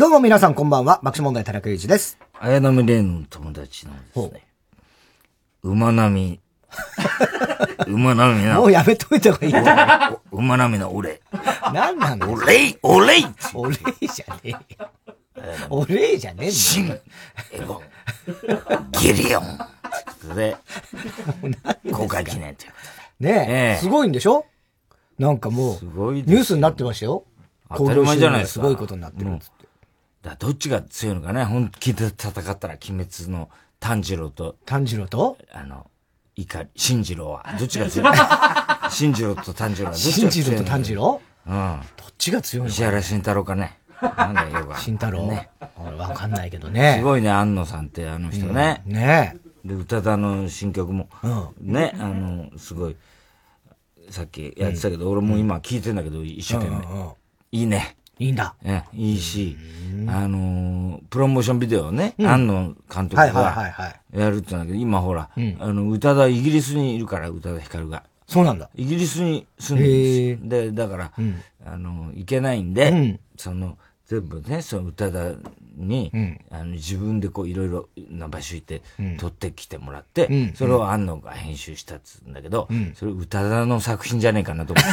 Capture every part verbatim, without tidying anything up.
どうも皆さんこんばんは、爆笑問題田中裕二です。 綾波レイの友達のですね、馬並み、馬並みの。 もうやめといた方がいいんだよ。 馬並みの俺。 何なんだよ。 俺い俺い俺いじゃねえよ。俺いじゃねえんだよ。 シン、エゴン、ギリオン。で、公開記念ということで。ねえ、ええ、すごいんでしょ？なんかもう、 すごいニュースになってましたよ。 当たり前じゃないですか。 すごいことになってるんつって。 だどっちが強いのかね。本気で戦ったら、鬼滅の炭治郎と。 炭治郎とあの、怒り、進次郎は。どっちが強い進次郎と炭治郎はどっちが強いの？ 進次郎と炭治郎？ うん。 どっちが強いの？ 石原慎太郎かね。なんだよ、よく。 慎太郎ね。わかんないけどね。 すごいね、安野さんってあの人ね。 うん、ねえ。で、宇多田の新曲も。 うん、 ね、あの、すごい、さっきやってたけど、うん、俺も今聞いてんだけど、一生懸命。うんうんうん、いいね。 いいんだ。 え、いいし、あのー、プロモーションビデオをね、うん、安野監督がやるって言うんだけど、今ほら、うん、あの、宇多田イギリスにいるから、宇多田ヒカルが。 そうなんだ。 イギリスに住んでるんですよ。で、だから、うん、あの、行けないんで、うん、その、全部ね、その宇多田に、うん、あの自分でこういろいろな場所行って、うん、撮ってきてもらって、うん、それを安野が編集したっつうんだけど、うん、それ宇多田の作品じゃねえかなと思って。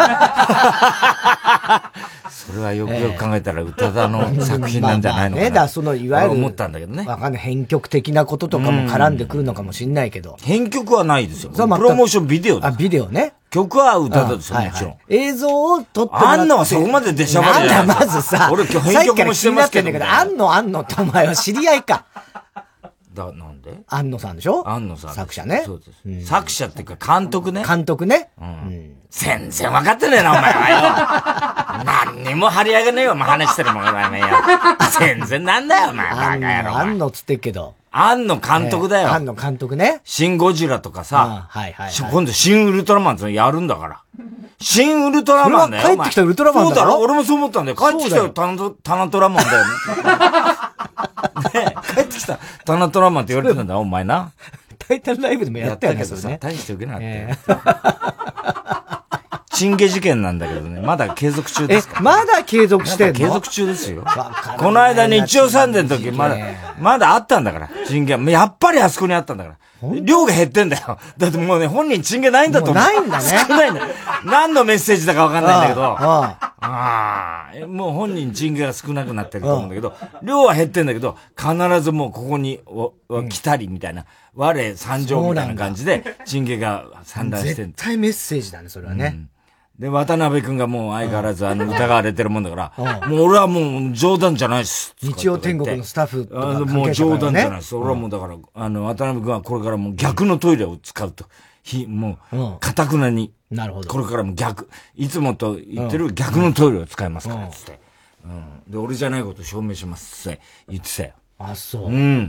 それはよくよく考えたら宇多田の作品なんじゃないのかな。 ね、だそのいわゆる思ったんだけどね。 わかんない編曲的なこととかも絡んでくるのかもしれないけど。 編曲はないですよ。プロモーションビデオです。 あ、ビデオね。 曲は歌だですよ、もちろん。 映像を撮ってもらって。 あんのはそこまで出しゃばりじゃないなんだ、まずさ。 俺今日編曲もしてますけど。 あんのあんのってお前は知り合いか。 だ、なんで安野さんでしょ？ 安野さん。 作者ね。 そうです。うん、作者っていうか監督ね。 監督ね。 うん。全然分かってねえな、お前はよ。何にも張り上げねえよ、お前話してるもんだねよ。全然なんだよ、お前。バカ野郎。 安野つってっけど。 安野監督だよ。 安野監督ね。 シン・ゴジラとかさ。 はいはい。 今度シン・ウルトラマンってやるんだから。シン・ウルトラマンだよ。 帰ってきたウルトラマンだろ。 そうだろ、俺もそう思ったんだよ。帰ってきたよ、タナ、タナトラマンだよ。ね帰ってきたタナトラマンって言われてたんだ、お前な。 タイタルライブでもやったよね、 けどさ、大して受けなかったよ。チンゲ事件なんだけどね、まだ継続中ですか？ え、まだ継続してんの？ 継続中ですよ。この間日曜サンデーの時、まだ、まだあったんだから、チンゲ。やっぱりあそこにあったんだから。量が減ってんだよ。だってもうね、本人チンゲないんだと思う。 ないんだね。 少ないんだよ。何のメッセージだかわかんないんだけど。ああ。もう本人チンゲが少なくなってると思うんだけど、量は減ってんだけど、必ずもうここに来たりみたいな、我参上みたいな感じで、チンゲが散乱してる。 絶対メッセージだね、それはね。 で、渡辺くんがもう相変わらずあの疑われてるもんだから、もう俺はもう冗談じゃないっす。 日曜天国のスタッフとか関係者からね。 もう冗談じゃないっす。俺はもうだから、あの、渡辺くんはこれからもう逆のトイレを使うと。ひ、もう、かたくなに。 なるほど。 これからも逆、いつもと言ってる逆のトイレを使いますから、つって。うん。で、俺じゃないことを証明しますって言ってたよ。 あ、そう。 うん。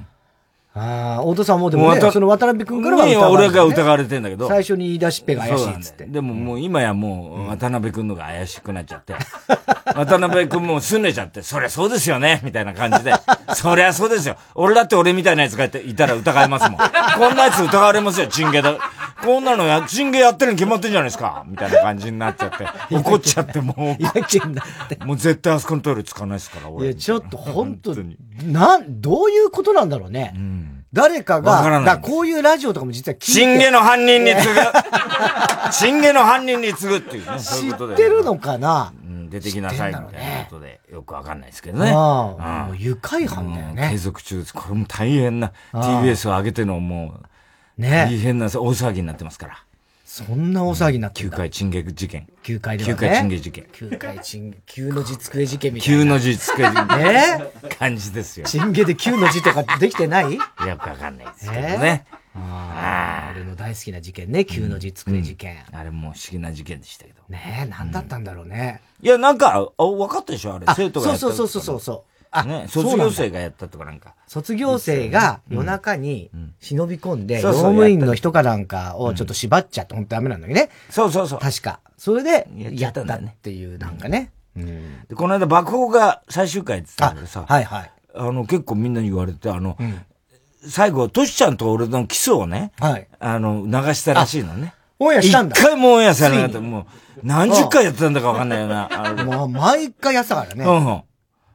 ああ、太田さんもでもね、その渡辺くんからは疑われてる、ね。俺が疑われてんだけど。 最初に言い出しっぺが怪しいっつって。 でももう今やもう、渡辺くんのが怪しくなっちゃって。渡辺くんもすねちゃって、そりゃそうですよねみたいな感じで。そりゃそうですよ。俺だって俺みたいなやつがいたら疑いますもん。こんなやつ疑われますよ、チンゲだ。こんなのや、チンゲやってるに決まってんじゃないですかみたいな感じになっちゃって。怒っちゃってもう。 いやけんだって。 もう絶対あそこのトイレ使わないですから、俺。 いや、ちょっと本当に。なん、どういうことなんだろうね。 うん。 誰かが、だこういうラジオとかも実は聞いて。 チンゲの犯人に次ぐチンゲの犯人に次ぐっていうね。そういうことで。 知ってるのかな、 うん、出てきなさいみたいなことで、よくわかんないですけどね。 ああ、もう愉快犯だよね。 継続中です。これも大変な、ティービーエス を上げてのもう、 ね。 大変な大騒ぎになってますから。 そんな大騒ぎになってる。きゅうかいチンゲ事件。 きゅうかいではね。 きゅうかいチンゲ事件。 きゅうかいチンゲ、きゅうの字机事件みたいな。 きゅうの字机事件。 ね感じですよ。 チンゲできゅうの字とかできてない？ よくわかんないですけどね。 ああ、俺の大好きな事件ね、きゅうの字机事件。 あれも不思議な事件でしたけど。 ねえ、なんだったんだろうね。 いや、なんか、分かったでしょあれ。生徒がやった。 そうそうそうそうそう。 あ、ね、卒業生がやったとかなんか。 卒業生が夜中に忍び込んで、用務員の人かなんかをちょっと縛っちゃって、本当ダメなんだけどね。 そうそうそう。 確か。それで、やったっていう、なんかね。 で、この間爆砲が最終回って言ったんだけどさ。 はいはい。 あの、結構みんなに言われて、あの、最後、トシちゃんと俺のキスをね、 はい。 あの、流したらしいのね。 オンエアしたんだ。 一回もオンエアされなかった。もう、何十回やってたんだかわかんないよな。 もう、毎回やってたからね。 うん。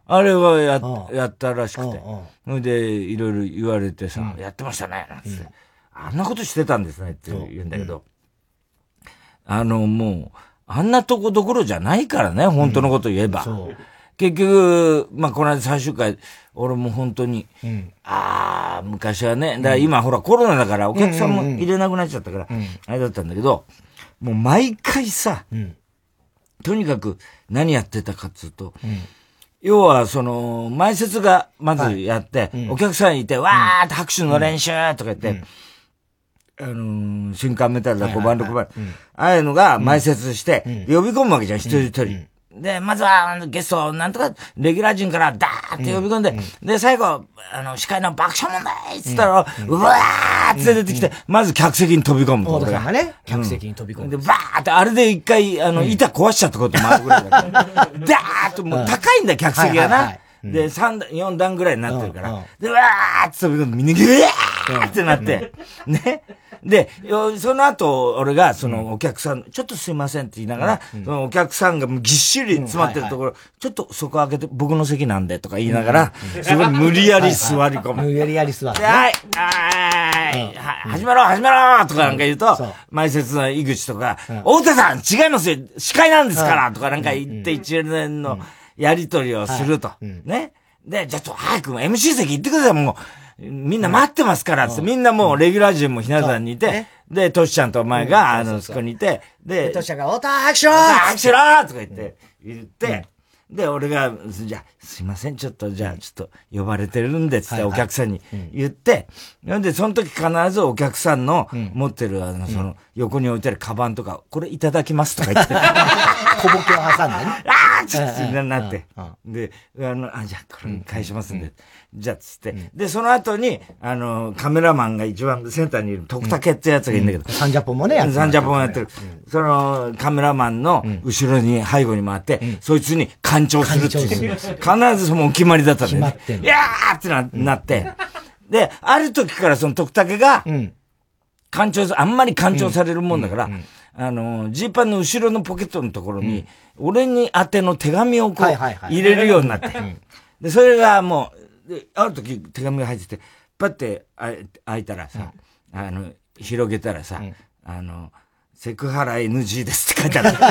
あれはや、やったらしくて。それで、いろいろ言われてさ、うん、やってましたね、なんつって、うん。あんなことしてたんですねって言うんだけど、うん、あの、もう、あんなとこどころじゃないからね、本当のこと言えば。うん、結局、まあ、この間最終回、俺も本当に、うん、ああ、昔はね、だから今、うん、ほらコロナだからお客さんも入れなくなっちゃったから、うんうんうん、あれだったんだけど、もう毎回さ、うん、とにかく何やってたかっつうと、うん要は、その、前説がまずやって、はいうん、お客さんいて、わーって拍手の練習とか言って、うん、あのー、瞬間メタルだ、ごばん、ろくばん、うん、ああいうのが前説して、呼び込むわけじゃん、一人一人。で、まずは、ゲスト、なんとか、レギュラー陣からダーって呼び込んで、うんうん、で、最後、あの、司会の爆笑問題っつったら、うん、うわーって出てきて、うん、まず客席に飛び込む。 大田さんがね、客席に飛び込む。 で、バーって、あれで一回、あの、板壊しちゃったこともあるぐらいだから、ダーッと、もう高いんだよ、客席がな。はいはいはいで、三段、四段ぐらいになってるから、で、わーって飛び込んで、みんなギューってなって、ね。で、その後、俺が、そのお客さん、ちょっとすいませんって言いながら、そのお客さんがぎっしり詰まってるところ、ちょっとそこ開けて、僕の席なんでとか言いながら、そこに無理やり座り込む。 無理やり座る。 はい、はい、始めろ、始めろとかなんか言うと、前説の井口とか、大田さん違いますよ司会なんですからとかなんか言って一連のやりとりをすると。ね。で、じゃあちょっと早く エムシー 席行ってください、もう。みんな待ってますから、つって、みんなもうレギュラー陣もひな壇にいて、で、トシちゃんとお前が、あの、そこにいて、で、 トシちゃんが、太田拍手ろ拍手ろとか言って、言って、で、俺が、じゃあ、すいません、ちょっと、じゃあ、ちょっと、呼ばれてるんで、つってお客さんに言って、なんで、その時必ずお客さんの持ってる、あの、その、横に置いてあるカバンとか、これいただきますとか言って、 小ボケを挟んでね。 ああちょっと、なって。で、あの、あ、じゃあ、これ返しますんで。じゃあ、つって、うん。で、その後に、あの、カメラマンが一番センターにいる徳武ってやつがいるんだけど。 サンジャポンもね、やってる。サンジャポンもやってる。うん、その、カメラマンの後ろに、背後に回って、うん、そいつに干潮するっていう。必ずそのお決まりだったんだよね。決まってんの。いやーってな、うん、なって。で、ある時からその徳武が、干潮、あんまり干潮されるもんだから、うんうんあの、ジーパンの後ろのポケットのところに、俺に宛ての手紙をこう、入れるようになって。で、それがもう、で、ある時手紙が入ってて、パッて開いたらさ、うん、あの、広げたらさ、うん、あの、セクハラ エヌジー ですって書いてある。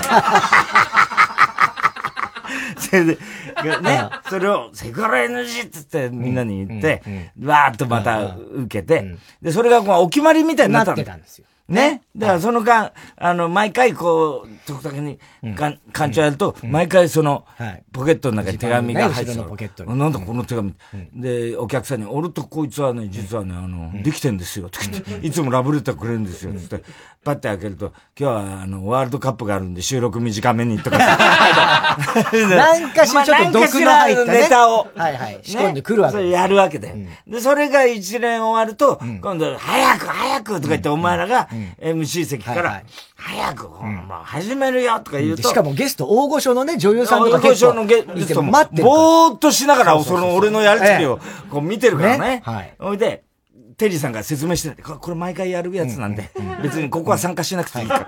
それで、ね、それを、セクハラ エヌジー って言ってみんなに言って、わーっとまた受けて、で、それがこうお決まりみたいになったの。 なってたんですよ。 ね。だからその間、あの、毎回こう、特特に、館長やると、毎回その、ポケットの中に手紙が入ってる。なんだこの手紙。で、お客さんに、俺とこいつはね、実はね、あの、できてんですよ。とか言って、いつもラブレターくれるんですよ。つって、パッて開けると、今日はあの、ワールドカップがあるんで収録短めにとか。 なんかしらちょっと毒の入ったネタを。はいはい。仕込んでくるわけ。 それやるわけで。で、それが一連終わると、今度、早く早くとか言ってお前らが、エムシー 席から、早く、まあ、始めるよとか言うと。 しかもゲスト、大御所のね、女優さんとか大御所のゲストも、待ってぼーっとしながら、その俺のやりとりを、こう見てるからね。はい。ほいで、テリーさんが説明してて、これ毎回やるやつなんで、別にここは参加しなくていいから、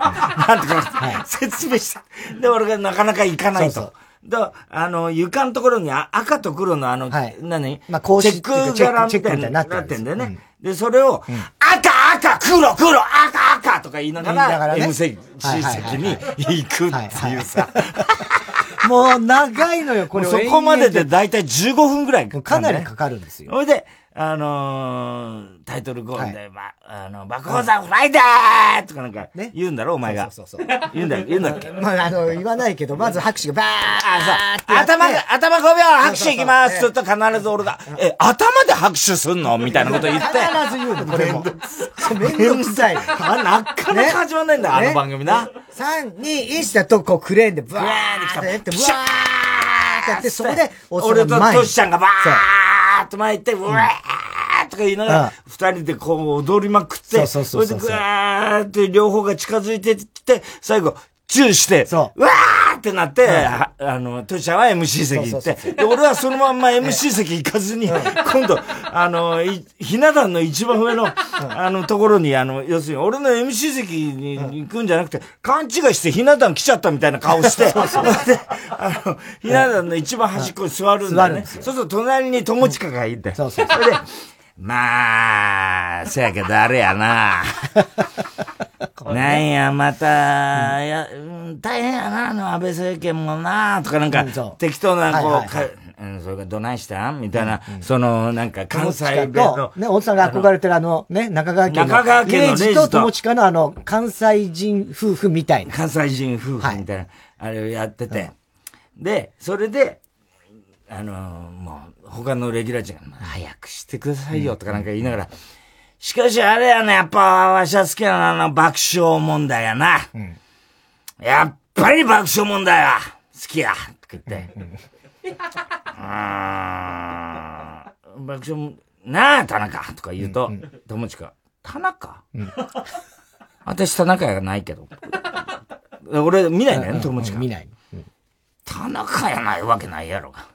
なんとか説明した。で、俺がなかなか行かないと。で、あの、床のところに赤と黒のあの、何まあ、公式チェック柄みたいになってんだよね。で、それを、赤赤黒黒赤赤とか言いながら、エムシー 席に行くっていうさ。 もう長いのよ、これ。 そこまででだいたいじゅうごふんぐらいかかなりかかるんですよ。 それで、あのー、タイトルコールで、はい、ま、あの、爆砲山フライデーとかなんか、言うんだろ、お前が。そうそうそう。言うんだよ、言うんだっけ。 まあ、あの、言わないけど、まず拍手がバーッて。頭が、頭ごびょう拍手いきますと言ったら必ず俺が、え、頭で拍手すんのみたいなこと言って。 必ず言うの、これも。めんどくさい。 なかなか始まんないんだ、あの番組な。 さん、に、いちだと、こう、クレーンで、ブワーってやって、ブワーってやって、それで、 俺とトシちゃんがバーって巻いて、ブワーとか言いながら、二人でこう踊りまくって、それでぐわーって両方が近づいてきて、最後、チューして、うわーっってなって、あの、トシちゃんは エムシー 席行って、で、俺はそのまんま エムシー 席行かずに、今度、あの、ひな壇の一番上の、あの、ところに、あの、要するに、俺の エムシー 席に行くんじゃなくて、勘違いしてひな壇来ちゃったみたいな顔して、で、あの、ひな壇の一番端っこに座るんだよね。そうすると隣に友近がいて、そうそう。それで、まあ、せやけどあれやな。なんや、また、や、大変やな、あの安倍政権もな、とかなんか、適当な、こう、うん、それがどないしたんみたいな、その、なんか関西弁の。 ね、大津さんが憧れてるあの、ね、中川家の。 中川家のレイジと友近のあの、関西人夫婦みたいな。 関西人夫婦みたいな、あれをやってて。で、それで、あの、もう、他のレギュラー陣が、早くしてくださいよ、とかなんか言いながら、しかしあれやね、やっぱ、わしは好きなのはあの爆笑問題やな。うん、やっぱり爆笑問題は好きや、とか言って。うんうん、あ爆笑、なあ、田中とか言うと、友近、田中、うん、私田中やないけど。俺見ないんだよね、友近。 見ない。 田中やないわけないやろが。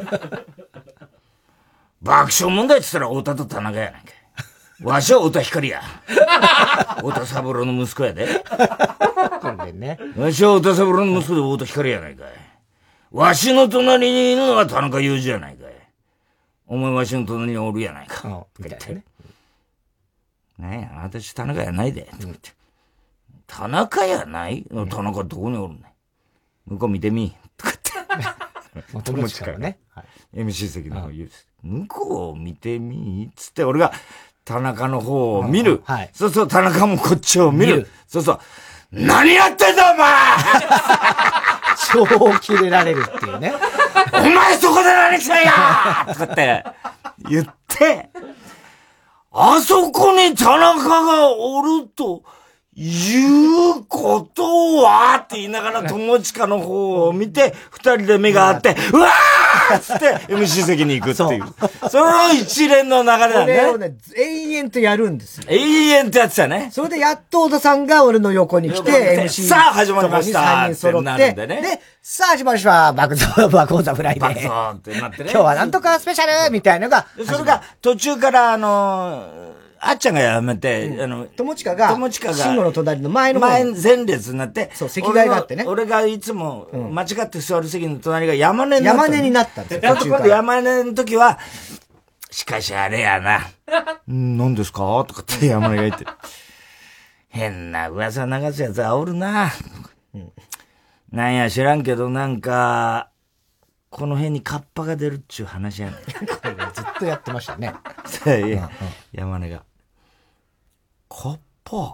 爆笑問題って言ったら太田と田中やないかい。わしは太田光や。太田三郎の息子やで。 ね、 わしは太田三郎の息子で太田光やないかい。わしの隣にいるのは田中裕二やないかい。お前わしの隣におるやないか。とか言ってね。ねえ、私田中やないで。とか言って。田中やない田中どこにおるねん。向こう見てみ。とか言って。 友近からね。 エムシー 席の方言うです。向こう見てみつって俺が田中の方を見る。はい、そうそう、田中もこっちを見る。見るそうそう。何やってんだお前超キレられるっていうね。 お前そこで何してんやとかって言って、あそこに田中がおるということはって言いながら友近の方を見て、二人で目が合って、うわーっつって エムシー 席に行くっていう。その一連の流れだね。 それをね、永遠とやるんですよ。 永遠とやってたね。 それでやっと小田さんが俺の横に来て、エムシーさあ始まりました。さんにん揃って。 で、ね、さあ始まりました。爆走、爆走フライデー。 爆走ってなってね。 今日はなんとかスペシャルみたいなのが。 それが途中からあのー、あっちゃんがやめて、うん、あの、 友近が、 友近が、 慎吾の隣の前の前、前列になって、 そう、席替えがあってね。 俺がいつも、間違って座る席の隣が山根になった。 山根になったんですよ。今度山根の時は、しかしあれやな。ん何ですかとかって山根が言って。変な噂流すやつ煽るな。うん、なんや知らんけど、なんか、この辺にカッパが出るっちゅう話やねん。 ずっとやってましたね。 いや、山根が。カッパ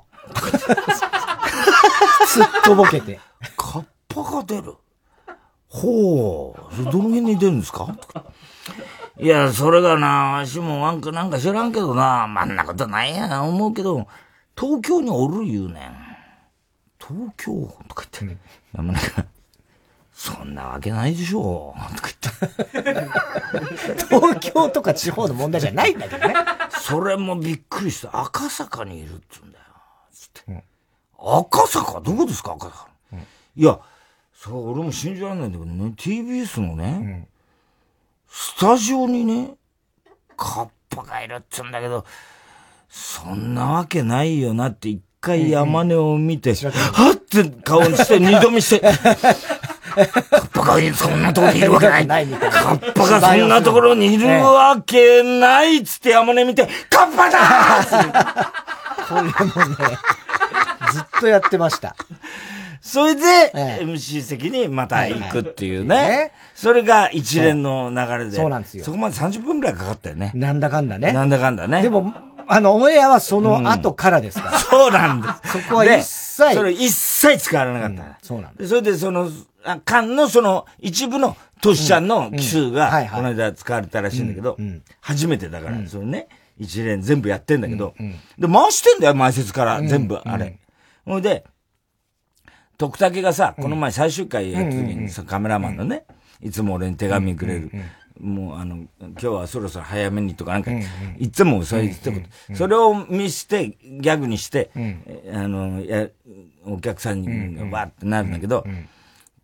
ずっとボケて。 カッパが出るほう。どの辺に出るんですかいや、それがな、わしもなんか、なんか知らんけどな、まんなことないやな、思うけど、東京におる言うねん。東京とか言って。山根が。そんなわけないでしょとか言って。 東京とか地方の問題じゃないんだけどね。 それもびっくりして、赤坂にいるっつうんだよ。つって。うん、赤坂どこですか赤坂、うん。いや、そう、俺も信じられないんだけどね、ティービーエス のね、うん、スタジオにね、カッパがいるっつうんだけど、そんなわけないよなって一回山根を見て、うんうん、はって顔にして二度見して、カッパがそんなところにいるわけない。ないみたいな。カッパがそんなところにいるわけないっつって山根見て、カッパだーこれもね、ずっとやってました。 それで、エムシー 席にまた行くっていうね。はいはい、それが一連の流れで。 そうなんですよ。 そこまでさんじゅっぷんくらいかかったよね。 なんだかんだね。 なんだかんだね。 でも、あの、オンエアはその後からですから。うん、 そうなんです。 そこは一切。 それ一切使われなかった。うん、 そうなんです。 それでその、間のその一部のトシちゃんの奇数が、この間使われたらしいんだけど、初めてだから、それね、一連全部やってんだけど、で、回してんだよ、前説から全部、あれ。ほいで、徳武がさ、この前最終回やった時にさ、カメラマンのね、いつも俺に手紙くれる。もうあの、今日はそろそろ早めにとかなんか、いつもそう言ってこと。それを見して、ギャグにして、あの、や、お客さんにわーってなるんだけど、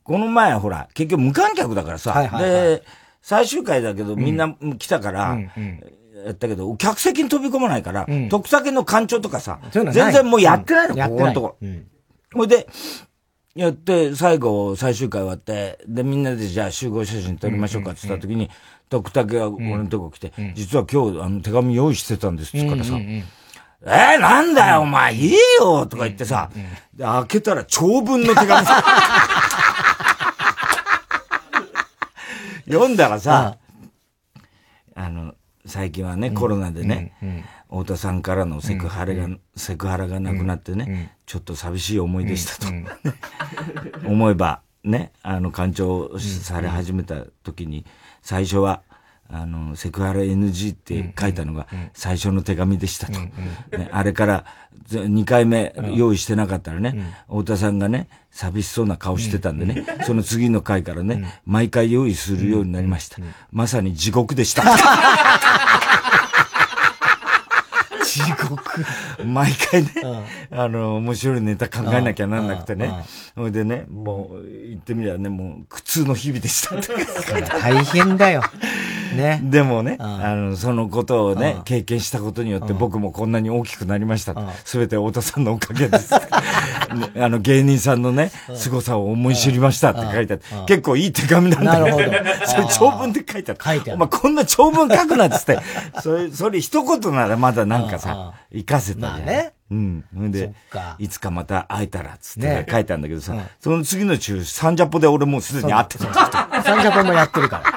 この前ほら、結局無観客だからさ、はいはいはい、で、最終回だけどみんな来たから、うんうんうんやったけど、客席に飛び込まないから、うん、特酒の館長とかさ、全然もうやってないの、うん、ここのところ。ほ、うん、いで、やって、最後、最終回終わって、で、みんなでじゃあ集合写真撮りましょうかって言った時に、徳武が俺のとこ来て、うん、実は今日、あの、手紙用意してたんですって言うからさ、うんうんうん、えー、なんだよ、お前、いいよとか言ってさ、うんうん、で開けたら長文の手紙さ、読んだらさ、あの、最近はね、うん、コロナでね、うんうん、太田さんからのセクハラが、うん、セクハラがなくなってね、うん、ちょっと寂しい思いでしたと。うんうん、思えば、ね、あの、館長され始めた時に、最初は、あの、セクハラ エヌジー って書いたのが最初の手紙でしたと。うんうんね、あれからにかいめ用意してなかったらね、うん、太田さんがね、寂しそうな顔してたんでね、うん、その次の回からね、うん、毎回用意するようになりました。うんうん、まさに地獄でした。 地獄毎回ね、うん、あの、面白いネタ考えなきゃなんなくてね。ほいでね、もう、言ってみればね、もう、苦痛の日々でしたって。 大変だよ。ね。 でもね、あの、そのことをね、経験したことによって僕もこんなに大きくなりました。すべて太田さんのおかげです。あの、芸人さんのね、凄さを思い知りましたって書いてあって、結構いい手紙なんだよ。なるほど。それ長文で書いてある。書いてある。お前こんな長文書くなっつって、それ、それ一言ならまだなんかさ、活かせたじゃん。まあね。うん。ほんで、いつかまた会えたら、つって書いてあるんだけどさ、その次の週、サンジャポで俺もうすでに会ってた。 サンジャポもやってるから。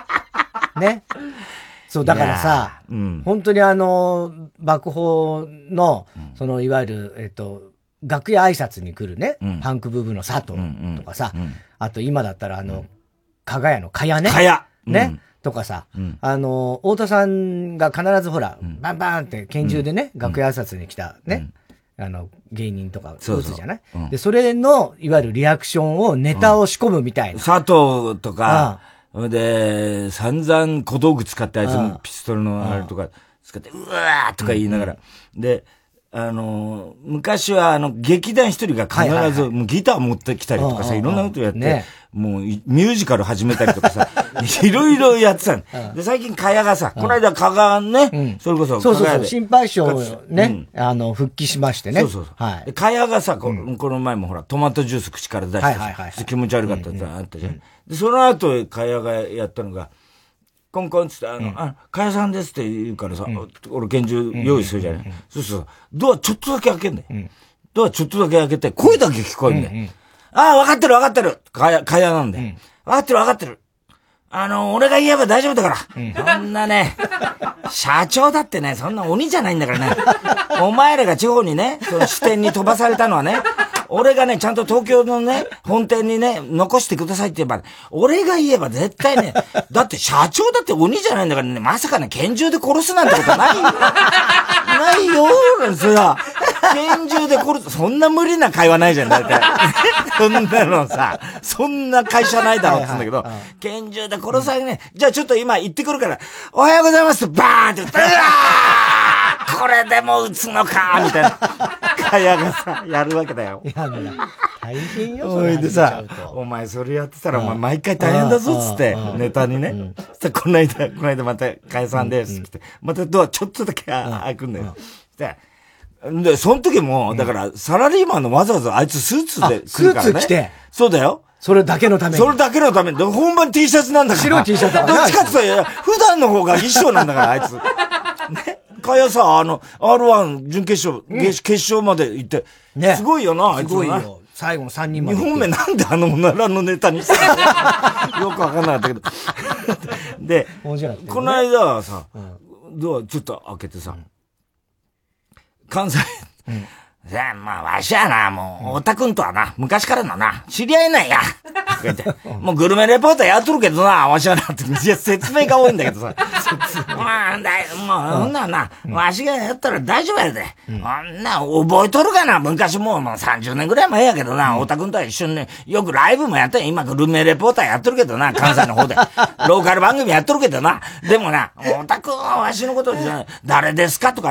ね。そう、だからさ、うん、本当にあの、爆砲の、その、いわゆる、えっと、楽屋挨拶に来るね、うん、パンクブーブーの佐藤とかさ、うんうん、あと今だったらあの、かがやのかやね。 かやね、うん、とかさ、うん、あの、太田さんが必ずほら、うん、バンバンって拳銃でね、うん、楽屋挨拶に来たね、うん、あの、芸人とか打つじゃない、そうそう、うん、で、それの、いわゆるリアクションをネタを仕込むみたいな。うん、 佐藤とか、うん、で、散々小道具使ってあいつもピストルのあれとか使って、うわーとか言いながら、うん、で、あの、昔はあの、劇団一人が必ず、はいはいはい、もうギター持ってきたりとかさ、いろんなことやって、ね、もうミュージカル始めたりとかさ、いろいろやってたの。で、最近、かやがさ、この間、かがね、うん、それこそ、 そうそうそう、心配性ね、うん、あの、復帰しましてね。 そうそうそう。はい。かやがさ、この、この前もほら、トマトジュース口から出してさ、はいはいはいはい、気持ち悪かったってあったじゃん。うんうん、で、その後、かやがやったのが、コンコンつって、あの、うん、あ、かやさんですって言うからさ、うん、俺拳銃用意するじゃない、うんうんうん、そうすると、ドアちょっとだけ開けんだよ、うん。ドアちょっとだけ開けて、声だけ聞こえんだよ。うんうん、ああ、わかってるわかってるかや、かやなんだよ。わ、うん、かってるわかってる。あの、俺が言えば大丈夫だから。うん、そんなね、社長だってね、そんな鬼じゃないんだからね。お前らが地方にね、その支店に飛ばされたのはね、俺がね、ちゃんと東京のね、本店にね、残してくださいって言えば、俺が言えば絶対ね、だって社長だって鬼じゃないんだからね、まさかね、拳銃で殺すなんてことないよ。ないよ、それは。拳銃で殺す、そんな無理な会話ないじゃん、だいたい。そんなのさ、そんな会社ないだろうって言うんだけど、はいはい、拳銃で殺されね、うん、じゃあちょっと今行ってくるから、おはようございますってバーンって言って、うわーこれでも撃つのかみたいな。かやがさ、やるわけだよ。いや、 大変よ、 それでさ、お前それやってたら、お前毎回大変だぞ、つって、ネタにね。そしたら、この間、この間また、かやさんです、って。またドアちょっとだけ開くんだよ。で、で、その時も、だから、サラリーマンのわざわざあいつスーツで来るからね。 スーツ着て。 そうだよ。 それだけのために。 それだけのために。本番 T シャツなんだから。 白い T シャツだから。どっちかって言ったら、普段の方が衣装なんだから、あいつ。ね。かやさ、あの、アールワン 準決勝、うん、決勝まで行って。ね。すごいよな、あいつ。 すごいよ。最後のさんにんまで。 にほんめなんであのおならのネタにしたのよくわかんなかったけど。で、この間はさ、うん、ドアちょっと開けてさ、うん、関西、うんさあ、まあ、わしはな、もう、太田くんとはな、昔からのな、知り合いなんや。とか言って、もうグルメレポーターやっとるけどな、わしはな、って、いや、説明が多いんだけどさ。まあ、だい、もう、そんなんな、わしがやったら大丈夫やで。そんな、覚えとるかな、昔もう、もうさんじゅうねんぐらい前やけどな、太田くんとは一緒にね、よくライブもやったんや。今、グルメレポーターやっとるけどな、関西の方で。ローカル番組やっとるけどな。でもな、太田くんはわしのことじゃ、誰ですかとかな。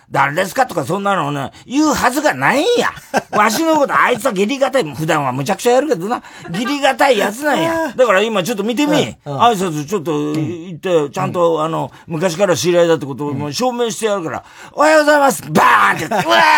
誰ですかとかそんなのね、言うはずがないんや。わしのことあいつは義理がたい。普段はむちゃくちゃやるけどな。義理がたいやつなんや。だから今ちょっと見てみ。挨拶ちょっと言って、ちゃんとあの、昔から知り合いだってことをもう証明してやるから、おはようございますバーンって、うわ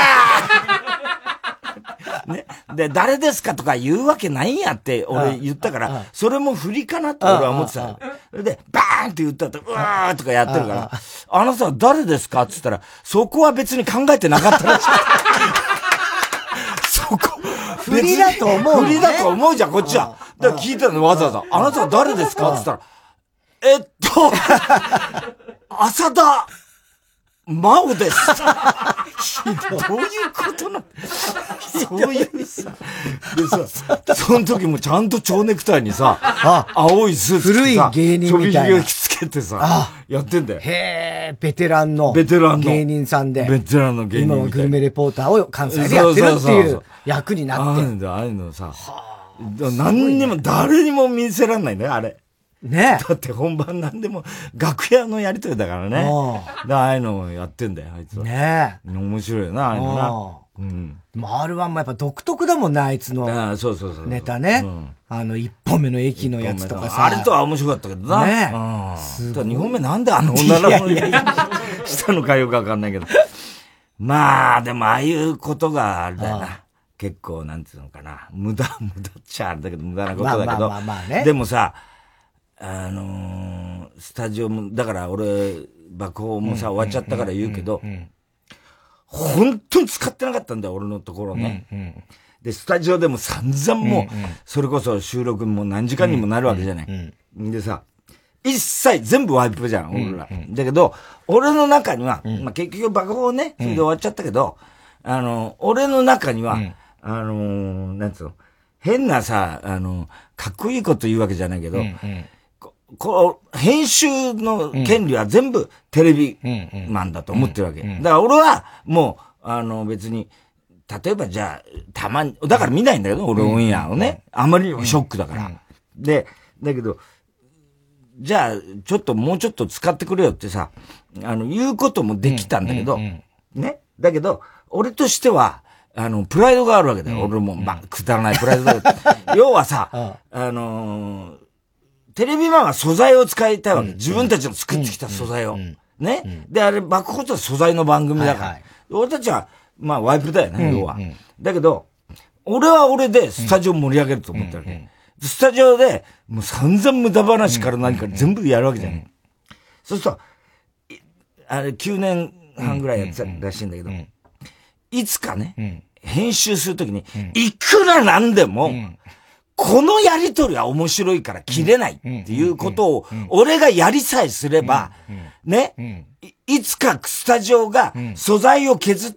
ーね。で、誰ですかとか言うわけないんやって俺言ったから、それも振りかなって俺は思ってた。で、バーンって言ったと、うわーとかやってるから、あなたは誰ですかって言ったら、そこは別に考えてなかったらしい。そこ、 振りだと思う、 ね。振りだと思うじゃん、こっちは。だから聞いたのわざわざ。あなたは誰ですかって言ったら、えっと、浅田、真央です。どういうことなのそういうさ。でさ、その時もちゃんと蝶ネクタイにさ、青いスーツ着てさ、古い芸人みたいな。 ちょびひげつけてさ、やってんだよ。 へー、ベテランの。 ベテランの。 芸人さんで。 ベテランの芸人。 今はグルメレポーターを関西でやってるっていう役になって。 ああいうの、ああいうのさ、何にも、誰にも見せらんないんだよ、あれ。 ねだって本番なんでも楽屋のやりとりだからね。ああいうのをやってんだよ、あいつは。 ねえ。面白いよな、ああいうのな。うん。 でも アールワン もやっぱ独特だもんね、あいつの。 ああ、そうそうそう。 ネタね。うん、あの、一本目の駅のやつとかさ。 あれとは面白かったけどな。 ねえ。うん。二本目なんであの女の子にしたのかよくわかんないけど。まあ、でもああいうことがあれだよな。結構、なんていうのかな。無駄、無駄っちゃあれだけど、無駄なことだけど。まあまあまあね。でもさ、あのー、スタジオも、だから俺、爆砲もさ、終わっちゃったから言うけど、本当に使ってなかったんだよ、俺のところね。うんうん、で、スタジオでも散々もう、うんうん、それこそ収録も何時間にもなるわけじゃない。うんうん、でさ、一切全部ワイプじゃん、俺ら。うんうん、だけど、俺の中には、うん、まあ、結局爆砲ね、それで終わっちゃったけど、うん、あの、俺の中には、うん、あのー、なんつうの、変なさ、あの、かっこいいこと言うわけじゃないけど、うんうんこう、編集の権利は全部テレビマンだと思ってるわけ。だから俺はもう、あの別に、例えばじゃあ、たまに、だから見ないんだけど、俺オンエアをね。あまりにもショックだから。で、だけど、じゃあ、ちょっともうちょっと使ってくれよってさ、あの、言うこともできたんだけど、ね。だけど、俺としては、あの、プライドがあるわけだよ。俺も、まあ、くだらないプライドだよ。要はさ、あのー、テレビマンは素材を使いたいわけ。うん、自分たちの作ってきた素材を。うん、ね、うん、で、あれ、爆発は素材の番組だから。はいはい、俺たちは、まあ、ワイプだよね、要は。だけど、俺は俺でスタジオ盛り上げると思ったわけ。スタジオで、もう散々無駄話から何から全部やるわけじゃない。そうすると、あれ、きゅうねんはんぐらいやってたらしいんだけど、いつかね、編集するときに、いくらなんでも、このやりとりは面白いから切れないっていうことを、俺がやりさえすれば、ね、いつかスタジオが素材を削って、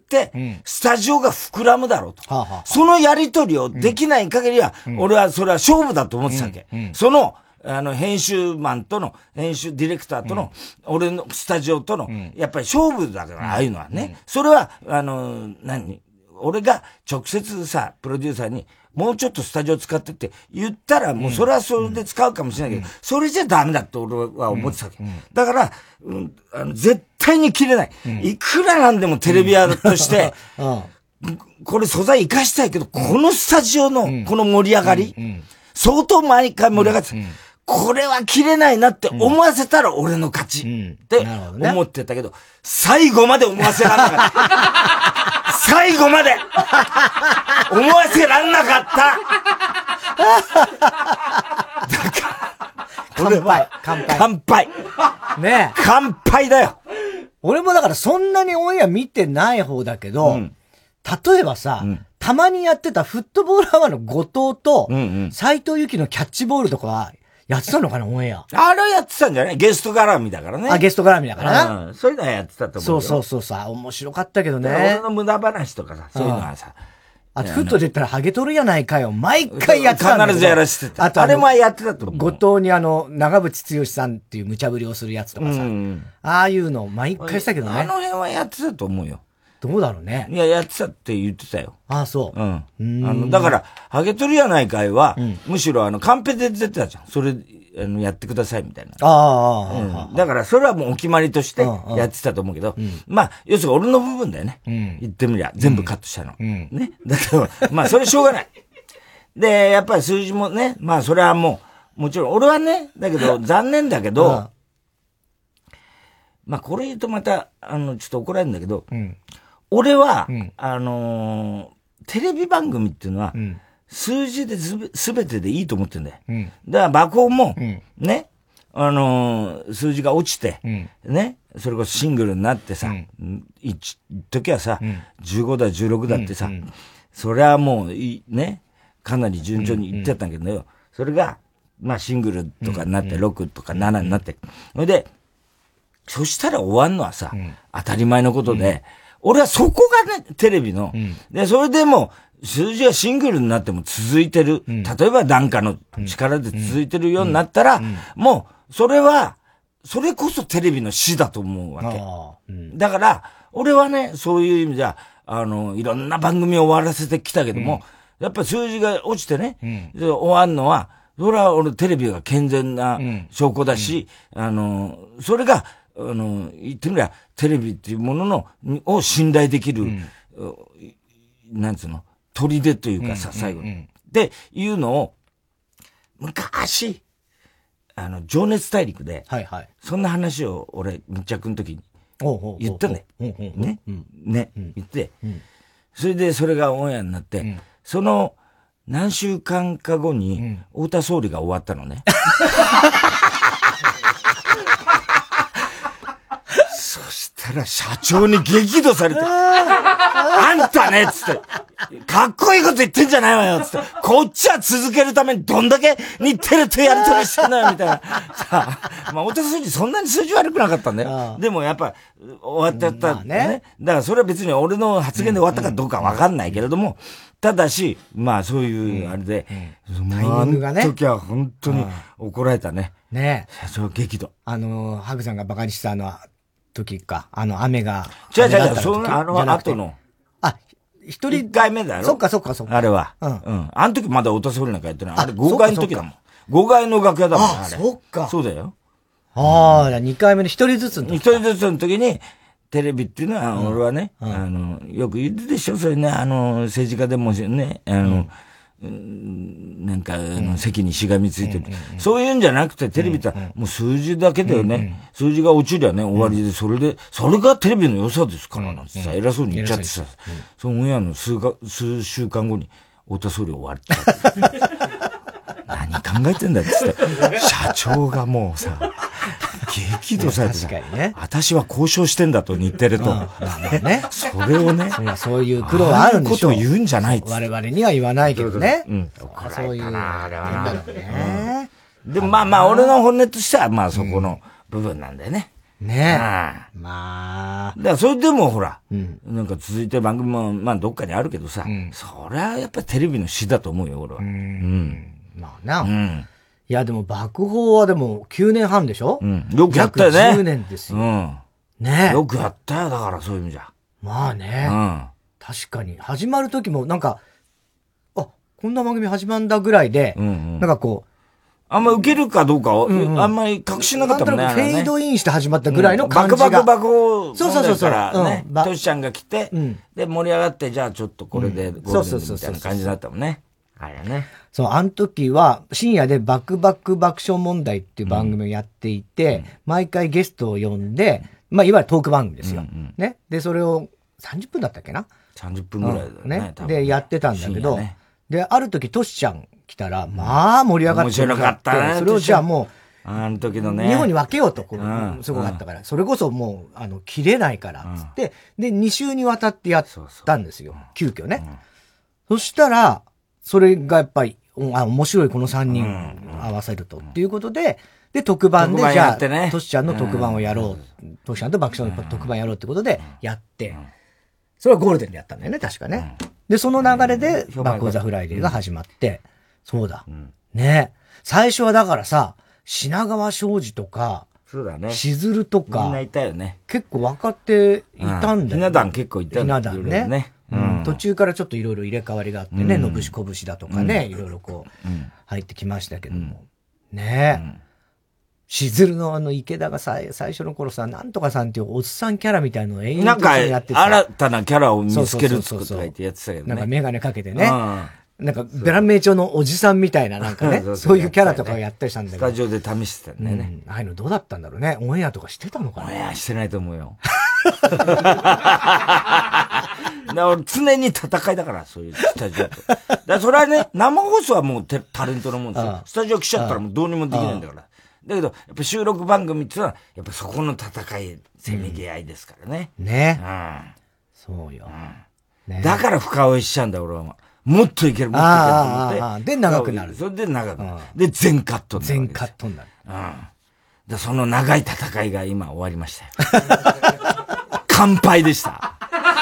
スタジオが膨らむだろうと。そのやりとりをできない限りは、俺はそれは勝負だと思ってたわけ。その、あの、編集マンとの、編集ディレクターとの、俺のスタジオとの、やっぱり勝負だから、ああいうのはね。それは、あの、何俺が直接さ、プロデューサーに、もうちょっとスタジオ使ってって言ったら、もうそれはそれで使うかもしれないけど、うん、それじゃダメだって俺は思ってたわけ。うんうん、だから、うん、あの絶対に切れない、うん。いくらなんでもテレビ屋として、うん、これ素材活かしたいけど、このスタジオのこの盛り上がり、うんうん、相当毎回盛り上がってた。うんうん、これは切れないなって思わせたら俺の勝ちって思ってたけど、最後まで思わせらんなかった。最後まで思わせらんなかった。だから乾杯乾杯乾杯ねえ乾杯だよ。 俺もだからそんなにオンエア見てない方だけど、うん、例えばさ、うん、たまにやってたフットボールアワーの後藤と斎藤由貴のキャッチボールとかはやってたのかな、オンエア。 あれはやってたんじゃない？ゲスト絡みだからね。 あ、ゲスト絡みだからな。 うん。そういうのはやってたと思うよ。 そうそうそうさ、面白かったけどね。 俺の無駄話とかさ、そういうのはさ。 あと、ふっと出たらハゲとるやないかよ。毎回やってたんだけど。 必ずやらせてた。あとあれもやってたと思う。 後藤にあの、長渕剛さんっていう無茶ぶりをするやつとかさ。うん、ああいうの毎回したけどね。 あの辺はやってたと思うよ。 どうだろうね。 いや、やってたって言ってたよ。 ああ、そう。 うん。あの、だから、ハゲとるやないかいは、うん、むしろあの、カンペで出てたじゃん。それ、 あの、やってくださいみたいな。 ああ、うん。だからそれはもうお決まりとしてやってたと思うけど、うん、まあ、要するに俺の部分だよね。うん、言ってみりゃ、全部カットしたの。うん、ね。だけど、まあ、それしょうがない。で、やっぱり数字もね、まあ、それはもう、もちろん、俺はね、だけど、残念だけど、うんまあ、これ言うとまた、あの、ちょっと怒られるんだけど、うん、俺は、うん、あのー、テレビ番組っていうのは、うん、数字ですべ、すべてでいいと思ってるんだよ。うん、だから爆音も、うん、ね、あのー、数字が落ちて、うん、ね、それこそシングルになってさ、うん、一時はさ、うん、じゅうごだ、じゅうろくだってさ、うんうん、それはもういい、ね、かなり順調にいってたんだけどよ、うんうん、それが、まあシングルとかになって、ろくとかななになって、それで、そしたら終わんのはさ、うん、当たり前のことで、うん、俺はそこがね、テレビの、うん、で、それでも、数字がシングルになっても続いてる、うん、例えばなんかの力で続いてるようになったら、うんうん、もう、それは、それこそテレビの死だと思うわけ。だから、俺はね、そういう意味じゃ、あの、いろんな番組を終わらせてきたけども、やっぱ数字が落ちてね、終わんのは、それは俺テレビが健全な証拠だし、あの、それが、あの、言ってみりゃ、テレビっていうものの、を信頼できる、うん、なんつうの、砦というかさ、うん、最後に、うん。っていうのを、昔、あの、情熱大陸で、はいはい、そんな話を俺、密着の時に言ったね。ね、うん、ね、うん、言って、うん、それでそれがオンエアになって、うん、その何週間か後に、太田総理が終わったのね。そしたら社長に激怒されて、あんたねっつって、かっこいいこと言ってんじゃないわよっつって、こっちは続けるためにどんだけ日テレとやりとりしてんのよみたいな。さあ、まあ、太田数字そんなに数字悪くなかったんだよ。でもやっぱ、終わっちゃった、ね。ね。だからそれは別に俺の発言で終わったかどうかわかんないけれども、ただし、まあそういうあれで、 うん、タイミングがね。 あの時は本当に怒られたね。 ねえ。社長激怒。 あの、ハグさんがバカにしたあの時か、あの雨が。 違う違う違う、そのあの後の。 あ、一人。 一回目だろ。 そっかそっかそっか。 あれは。うん。うん。あの時まだ太田総理なんかやってない。あれ号外の時だもん。号外の楽屋だもん、あれ。 あ、そっか。 そうだよ。 ああ、二回目の一人ずつの時。 一人ずつの時に、テレビっていうのは、俺はね、あの、よく言うでしょ、それね、あの、政治家でもね、あの、なんか、あの、席にしがみついてる。そういうんじゃなくて、テレビってもう数字だけだよね。数字が落ちりゃね、終わりで、それで、それがテレビの良さですから、なんてさ、偉そうに言っちゃってさ、そのオンエアの数か、数週間後に、太田総理終わっちゃって。何考えてんだっつって。社長がもうさ、激怒されてさ、確かにね。私は交渉してんだと日テレと。ね。それをね。 そういう苦労はあるんでしょう。 ことを言うんじゃないっつって。 我々には言わないけどね。 うん。 そういう。あれはな。ね。 でもまあまあ、俺の本音としては、まあそこの部分なんだよね。 ねえ。まあ。 だからそれでもほら、なんか続いてる番組も、まあどっかにあるけどさ、それはやっぱりテレビの死だと思うよ、俺は。うん。 まあな。うん。いや、でも爆砲はでもきゅうねんはんでしょ？ うん。よくやったよね。 じゅうねんですよ。うん。 ねえ。よくやったよ、だからそういう意味じゃ。 まあね。うん。確かに。始まる時もなんか、あ、こんな番組始まんだぐらいで、うんうん、なんかこう、 あんま受けるかどうかを、うんうん、あんまり確信なかったもんね。 フェードインして始まったぐらいの感じが。 バクバクバクを、 そうそうそうそう。 からね、トシちゃんが来て、うん、で、盛り上がって、じゃあちょっとこれでゴールデンみたいな感じだったもんね。あれね。 そう、あの時は、深夜でバクバク爆笑問題っていう番組をやっていて、うん、毎回ゲストを呼んで、まあ、いわゆるトーク番組ですよ。うんうん、ね。で、それをさんじゅっぷんだったっけな ?さんじゅっぷんぐらいだよね。うん、ねで、やってたんだけど、ね、で、ある時トシちゃん来たら、まあ盛り上がって。 面白かったね。 それをじゃあもう、 あの時のね。 日本に分けようと、こう、すごかったから。それこそもう、あの、切れないから、つって、で、に週にわたってやったんですよ。急遽ね。そしたら、それがやっぱり、あ、面白いこのさんにん合わせると。っていうことで、で、特番で、じゃあ、トシちゃんの特番をやろう。トシちゃんと爆笑の特番やろうってことで、やって、それはゴールデンでやったんだよね、確かね。で、その流れで、バックオザフライデーが始まって、そうだ。ね。最初はだからさ、品川庄司とか、 そうだね。 しずるとか、 みんないたよね。 結構分かっていたんだよね。 ひな壇結構いたひな壇ね。うん、途中からちょっといろいろ入れ替わりがあってね、のぶしこぶしだとかね、いろいろこう、入ってきましたけども。 ねえ。うん、しずるのあの池田がさ、最初の頃さ、なんとかさんっていうおっさんキャラみたいなのを永遠とやっててさ。なんか、新たなキャラを見つけるってことが言ってやってたけどね。 なんかメガネかけてね。うん、なんか、ベランメイ町のおじさんみたいな、なんかね、そういうキャラとかをやったりしたんだけど。 スタジオで試してたんだよね、 うん。ああいうのどうだったんだろうね。オンエアとかしてたのかな。 オンエアしてないと思うよ。だ常に戦いだから、そういうスタジオと。だからそれはね、生放送はもうタレントのもんですよ。スタジオ来ちゃったらもうどうにもできないんだから。だけど、やっぱ収録番組ってのは、やっぱそこの戦い、せめぎ合いですからね。 うん、ね。 うん。 そうよ。 うんね、だから深追いしちゃうんだよ、俺は。もっといける、もっといけると思って。 ああで、長くなる。 それで長くなる。で、全カットになる。全カットになる。 うん。で、その長い戦いが今終わりましたよ。乾杯でした。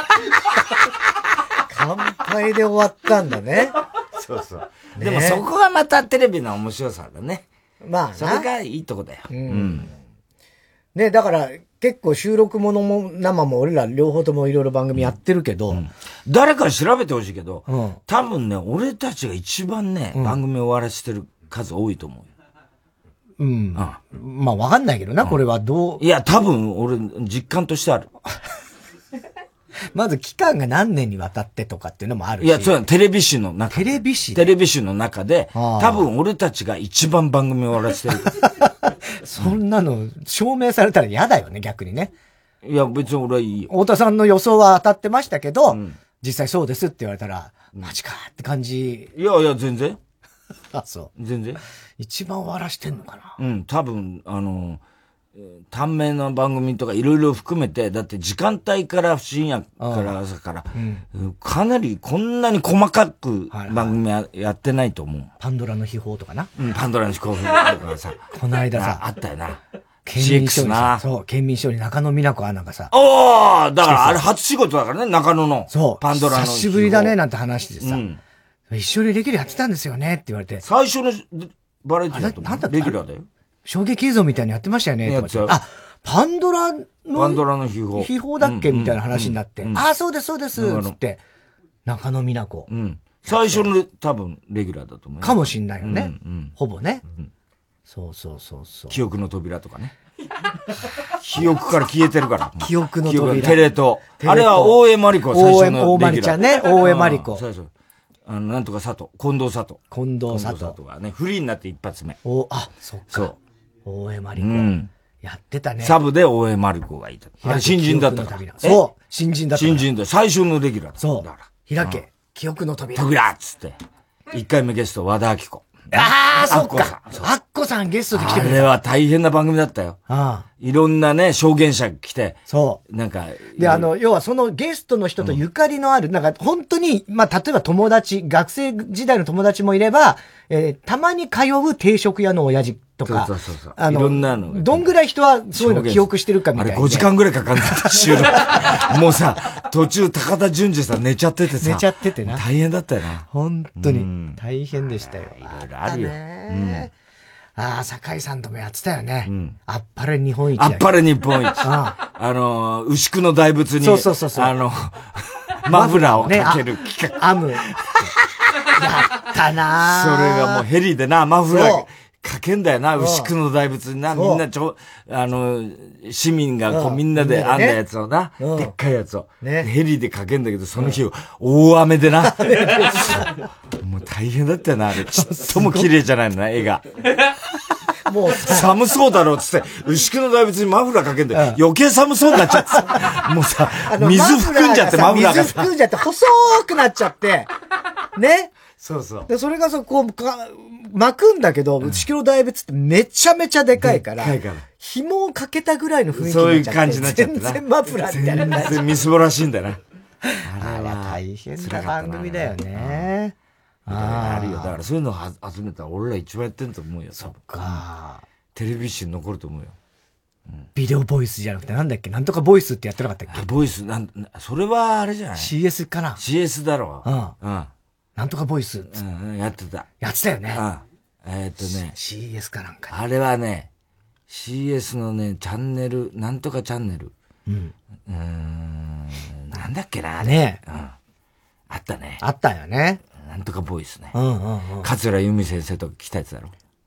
乾杯で終わったんだね。 そうそう。ね、でもそこがまたテレビの面白さだね。 まあそれがいいとこだよ。うん。うん、 ね、だから結構収録ものも生も俺ら両方ともいろいろ番組やってるけど、うんうん、 誰か調べてほしいけど、うん、多分ね、俺たちが一番ね、うん、番組終わらせてる数多いと思うよ。 うん。うん、まあわかんないけどな、うん、これはどう。 いや、多分俺実感としてある。 まず期間が何年にわたってとかっていうのもあるし。 いや、そうテレビ誌の中。 テレビ誌テレビ誌の中で、多分俺たちが一番番組終わらせてる。 そんなの証明されたら嫌だよね、逆にね。 いや、別に俺はいいよ。 太田さんの予想は当たってましたけど、うん、実際そうですって言われたら、マジかって感じ。 いやいや、全然。 あ、そう。 全然。 一番終わらしてんのかな。 うん、多分、あの、短命の番組とかいろいろ含めて、だって時間帯から深夜から朝から、うん、かなりこんなに細かく番組 や,、はいはい、やってないと思う。 パンドラの秘宝とかな。 うん、パンドラの秘宝とかさ。 この間さ。 あったよな。 県民賞にさ。そう、県民賞に中野美奈子アナがさ。 おーだからあれ初仕事だからね、中野の。 そう。 パンドラの。 久しぶりだね、なんて話でさ。うん、一緒にレギュラーやってたんですよねって言われて。 最初のバラエティーだと思う。なんだったレギュラーだよ。 衝撃映像みたいにやってましたよね。あ、パンドラの、 パンドラの秘宝。 秘宝だっけ、うん、みたいな話になって。うんうん、ああ、そうです、そうです、つって。中野美奈子。 うん。最初の多分、レギュラーだと思う。 かもしんないよね。うんうん、ほぼね、うん。そうそうそうそう。 記憶の扉とかね。記憶から消えてるから。 記憶の扉。 テレ東。あれは大江真理子最初の大江真理ちゃんね。大江真理子。 そうそう。あの、なんとか佐藤。近藤佐藤。 近藤佐藤。 近藤佐藤がね、フリーになって一発目。 お、あ、そっか。そう。大江真理子。うん。やってたね。 サブで大江真理子がいた。あれ新人だったから。 そう。新人だった。 新人だ。最初のレギュラーだった。 そう。開け。記憶の扉。 扉っつって。一回目ゲスト和田アキ子。 ああ、そっか。アッコさんゲストで来てくれた。 あれは大変な番組だったよ。ああ。いろんなね、証言者来て。 そう。 なんか。 で、あの、要はそのゲストの人とゆかりのある、うん、なんか本当に、まあ、例えば友達、学生時代の友達もいれば、えー、たまに通う定食屋の親父とか。 そうそうそう。あの、いろんなの。 どんぐらい人はそういうの記憶してるかみたいな。 あれごじかんぐらいかかんだった、収録。もうさ、途中高田純次さん寝ちゃっててさ。 寝ちゃっててな。 大変だったよな。 本当に。大変でしたよ。 いろいろあるよ。 うんああ、酒井さんともやってたよね。うん、あっぱれ日本一。 あっぱれ日本一。あ, あの、牛久の大仏に、 そうそうそうそうあの、マフラーをかける企画。 ね、編む。やったなそれがもうヘリでな、マフラーかけんだよな、牛久の大仏にな、みんなちょ、あの、市民がこうみんなで編んだやつをな、でっかいやつを。ね、ヘリでかけんだけど、その日、大雨でな。もう大変だったよな、あれ。ちっとも綺麗じゃないのな、絵が。もう寒そうだろうっつって、牛久の大仏にマフラーかけんで、うん、余計寒そうになっちゃってさ、もうさ、水含んじゃってマフラーがさ。 水含んじゃって細くなっちゃって、ね。 そうそう。 で、それがさ、こう、か、巻くんだけど、牛久の大仏ってめちゃめちゃでかいから、でかいから。紐をかけたぐらいの雰囲気になっちゃって。 そういう感じになっちゃってな。 全然マフラーみたいな。 全然みすぼらしいんだよな。 あれは大変な番組だよね。 あるよ。だからそういうのを集めたら俺ら一番やってんと思うよ。 そっか。 テレビ誌に残ると思うよ。 うん、ビデオボイスじゃなくてなんだっけなんとかボイスってやってなかったっけボイス、なん、それはあれじゃない ?シーエス かな ?シーエス だろう。うん。うん。 なんとかボイス。 うん、やってた。 やってたよね。 うん。えー、っとね。 シーエス かなんか。 あれはね、シーエス のね、チャンネル、なんとかチャンネル。うん。うーん。なんだっけなねえ。うん。あったね。 あったよね。 なんとかボイスね。 うんうんうん。 桂由美先生と来たやつだろ。 あ、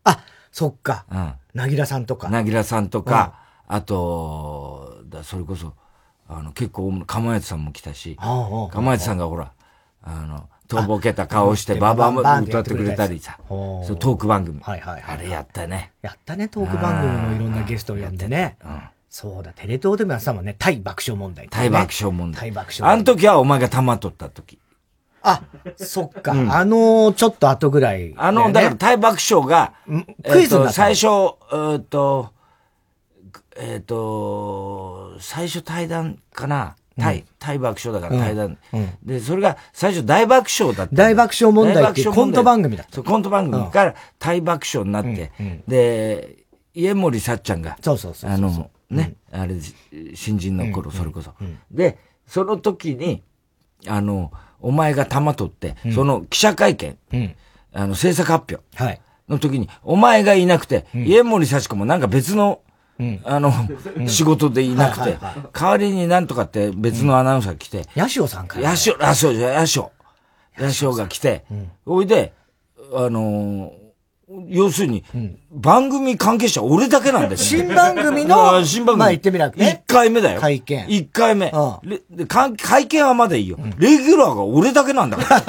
そっか。うん。なぎらさんとか。 なぎらさんとか、うん、あと、だそれこそ、あの、結構、かまやつさんも来たし、かまやつさんがほら、あの、とぼけた顔して、ババも歌ってくれたりさ、そうトーク番組。はいはいはい。あれやったね。 やったね、トーク番組のいろんなゲストを呼んでね。うん。そうだ、テレ東でもやったもんね、タイ爆笑問題、ね。 タイ爆笑問題。 タイ爆笑。 あの時はお前が玉取った時。 あ、そっか。うん、あの、ちょっと後ぐらい、ね。 あの、だからタイ爆笑が、クイズの最初、えっと、えっと、最初対談かな。タイ、タイ爆笑だから対談、うんうん。で、それが最初大爆笑だった。 大爆笑問題っていうコント番組だった。 そう、コント番組から大爆笑になって、うんうん、で、家森さっちゃんが、 そうそうそうそう。 あの、ね、うん、あれ、新人の頃、それこそ、うんうん。で、その時に、あの、お前が玉取って、うん、その記者会見、うん、あの、制作発表の時に、お前がいなくて、うん、家森幸子もなんか別の、うん、あの、うん、仕事でいなくて、代わりになんとかって別のアナウンサー来て、 ヤシオさんから、ね。 ヤシオ、ヤシオ、ヤシオ。ヤシオが来て、おいで、あのー、要するに、うん、番組関係者俺だけなんですよ、ね。新番組の、 新番組。 まあ言ってみなくて、ね。 いっかいめだよ。 会見。 いっかいめ。うん、で会見はまだいいよ、うん。レギュラーが俺だけなんだから。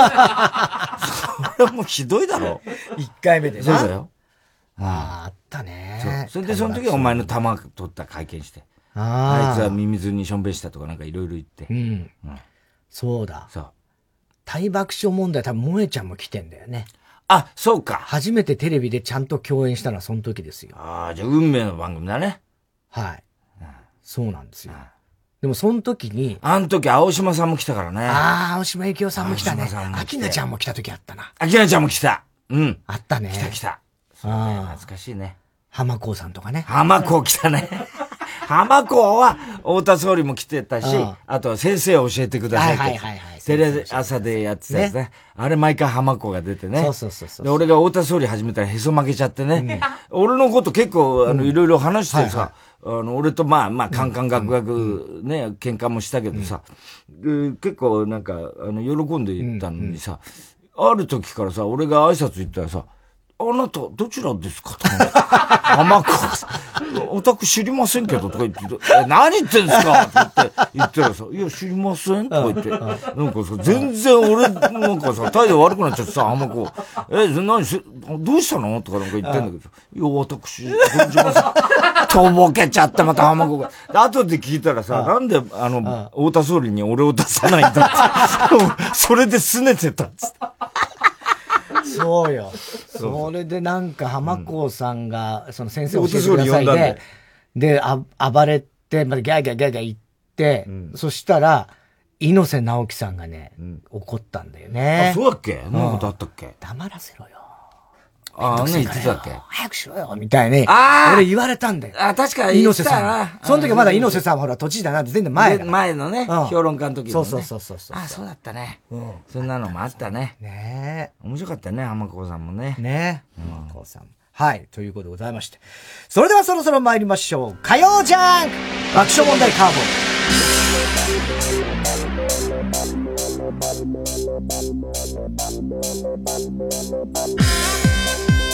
それもうひどいだろ。 いっかいめでな。 そうだよ。 ああ、あったね。 そう。それでその時はお前の玉取った会見して。ああ。あいつはミミズにしょんべんしたとかなんかいろいろ言って。うん。うん。 そうだ。 そう。 大爆笑問題多分萌えちゃんも来てんだよね。 あ、そうか。 初めてテレビでちゃんと共演したのはその時ですよ。 ああ、じゃあ運命の番組だね。 はい。うん、そうなんですよ。うん、でもその時に。 あの時青島さんも来たからね。 ああ、青島幸男さんも来たね。アキナちゃんも来た時あったな。 アキナちゃんも来た。うん。 あったね。 来た来た。ああ。懐かしいね。 浜子さんとかね。 浜子来たね。浜子は、太田総理も来てたし、あ, あとは先生を教えてくださいって。はいはいはい、はい。テレ朝でやってたやつね。ねあれ毎回浜子が出てね。 そうそうそうそう。 で、俺が太田総理始めたらへそ曲げちゃってね。うん、俺のこと結構、あの、いろいろ話してさ、はいはい、あの、俺とまあまあ、カンカンガクガクね、喧嘩もしたけどさ、うん、結構なんか、あの、喜んでいったのにさ、うんうん、ある時からさ、俺が挨拶行ったらさ、あなた、どちらですかと浜子さん。お宅知りませんけど、とか言って、え、何言ってんですかって言って、言ったらさ、いや、知りませんとか言って、なんかさ、全然俺、なんかさ、態度悪くなっちゃってさ、浜子。え、何し、どうしたのとかなんか言ってんだけど、いや、私、存じません。とぼけちゃってまた浜子が。で、後で聞いたらさ、なんで、あの、太田総理に俺を出さないんだって。それで拗ねてたっつって。 そうよ。それでなんか浜子さんが、その先生を教えてくださいで、で、あ、暴れて、またギャーギャーギャーギャー言って、うん、そしたら、猪瀬直樹さんがね、うん、怒ったんだよね。 あ、そうだっけ何ことあったっけ、うん、 黙らせろよ。 ああ、ね、言ってたっけ早くしろよみたいに。ああ俺言われたんだよ。 あ確かに猪瀬さん。その時はまだ猪瀬さんはほら、都知事だなって全然前だ。 前のね、評論家の時のね。 そうそうそうそう。 あそうだったね。うん。そんなのもあったね。 ねえ。面白かったね、浜子さんもね。 ねえ。浜子さん。はい。ということでございまして。それではそろそろ参りましょう。火曜ジャンク爆笑問題カーボン。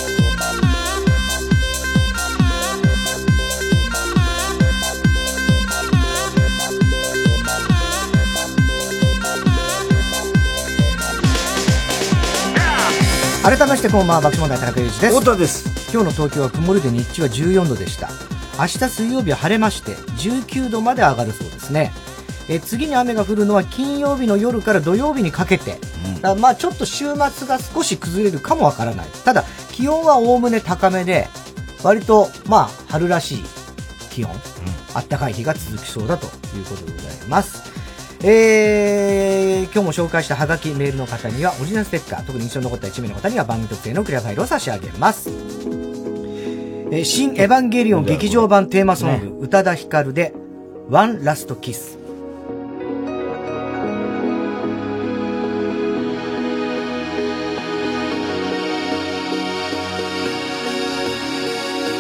改めましてこんばんは、爆笑問題田中裕二です。 太田です。 今日の東京は曇りで日中はじゅうよんどでした。明日水曜日は晴れましてじゅうきゅうどまで上がるそうですね。え次に雨が降るのは金曜日の夜から土曜日にかけて、うん、だまあちょっと週末が少し崩れるかもわからない。ただ気温はおおむね高めで割とまあ春らしい気温、うん、暖かい日が続きそうだということでございます。えー、今日も紹介したハガキメールの方にはオリジナルステッカー、特に印象に残ったいち名の方には番組特製のクリアファイルを差し上げます。えー、新エヴァンゲリオン劇場版テーマソング、ね、宇多田ヒカルでワンラストキス。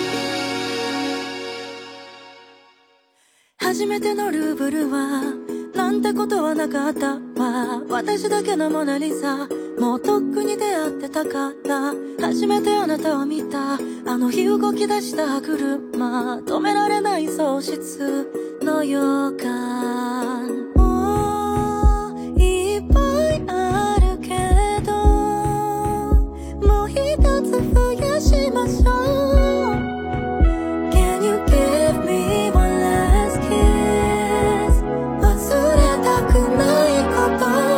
初めてのルーブルはなんてことはなかったわ。私だけのモナリザ、もうとっくに出会ってたから。初めてあなたを見たあの日動き出した車、止められない喪失の予感。もういっぱいあるけど、もう一つ増やしましょう。 Can you give me one last kiss? 忘れたくないこと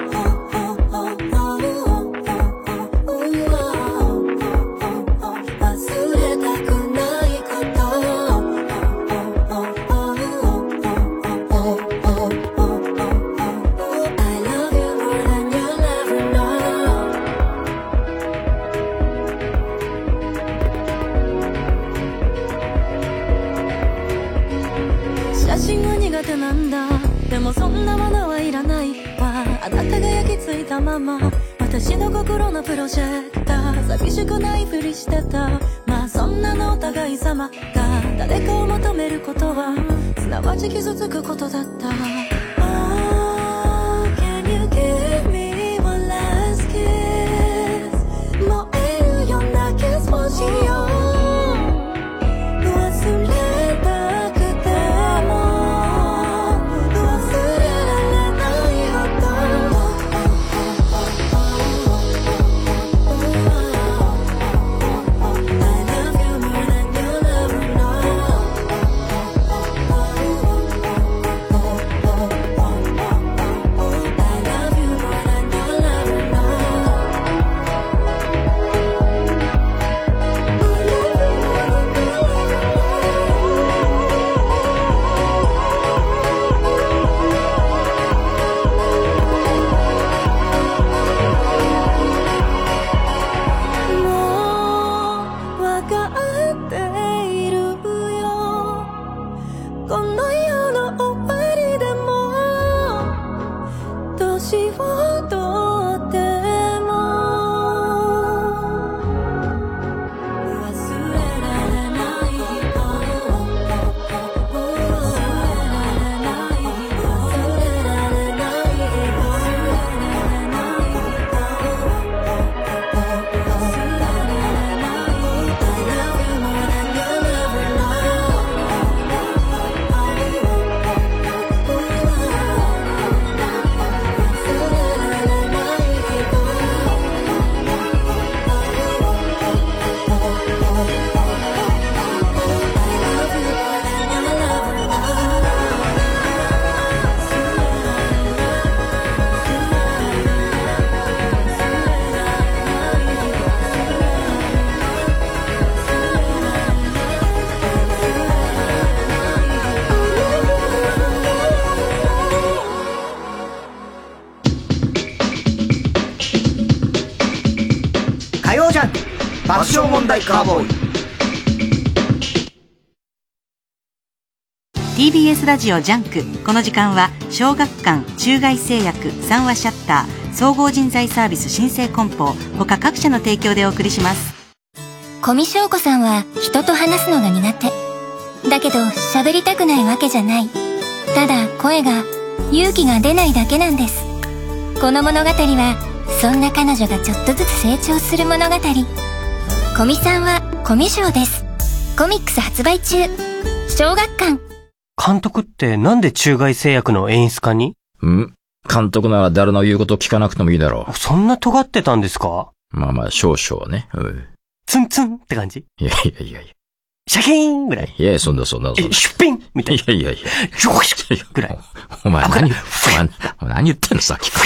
なんだ。でもそんなものはいらないわ。あなたが焼き付いたまま、私の心のプロジェクター。寂しくないふりしてた。まあそんなのお互い様が、誰かを求めることはすなわち傷つくことだった。 Oh, can you give me one last kiss? 燃えるようなキスをしよう。忘れたくても爆笑問題カーボーイ。 ティービーエス ラジオジャンク。この時間は小学館、中外製薬、三話シャッター、総合人材サービス新生梱包他各社の提供でお送りします。 小見翔子さんは人と話すのが苦手だけど喋りたくないわけじゃない。ただ声が勇気が出ないだけなんです。この物語はそんな彼女がちょっとずつ成長する物語。小見さんはコミュ障です。コミックス発売中。小学館。 監督ってなんで中外製薬の演出家に？ ん？監督なら誰の言うこと聞かなくてもいいだろう。 そんな尖ってたんですか？ まあまあ少々ね。うん。 ツンツンって感じ？ いやいやいやいや。 シャキーンぐらい。 いやいや、そんなそんなそんな。 え、シュッピンみたいな。 いやいやいや。 よしぐらい。 お前何、お前何言ってんのさっきから。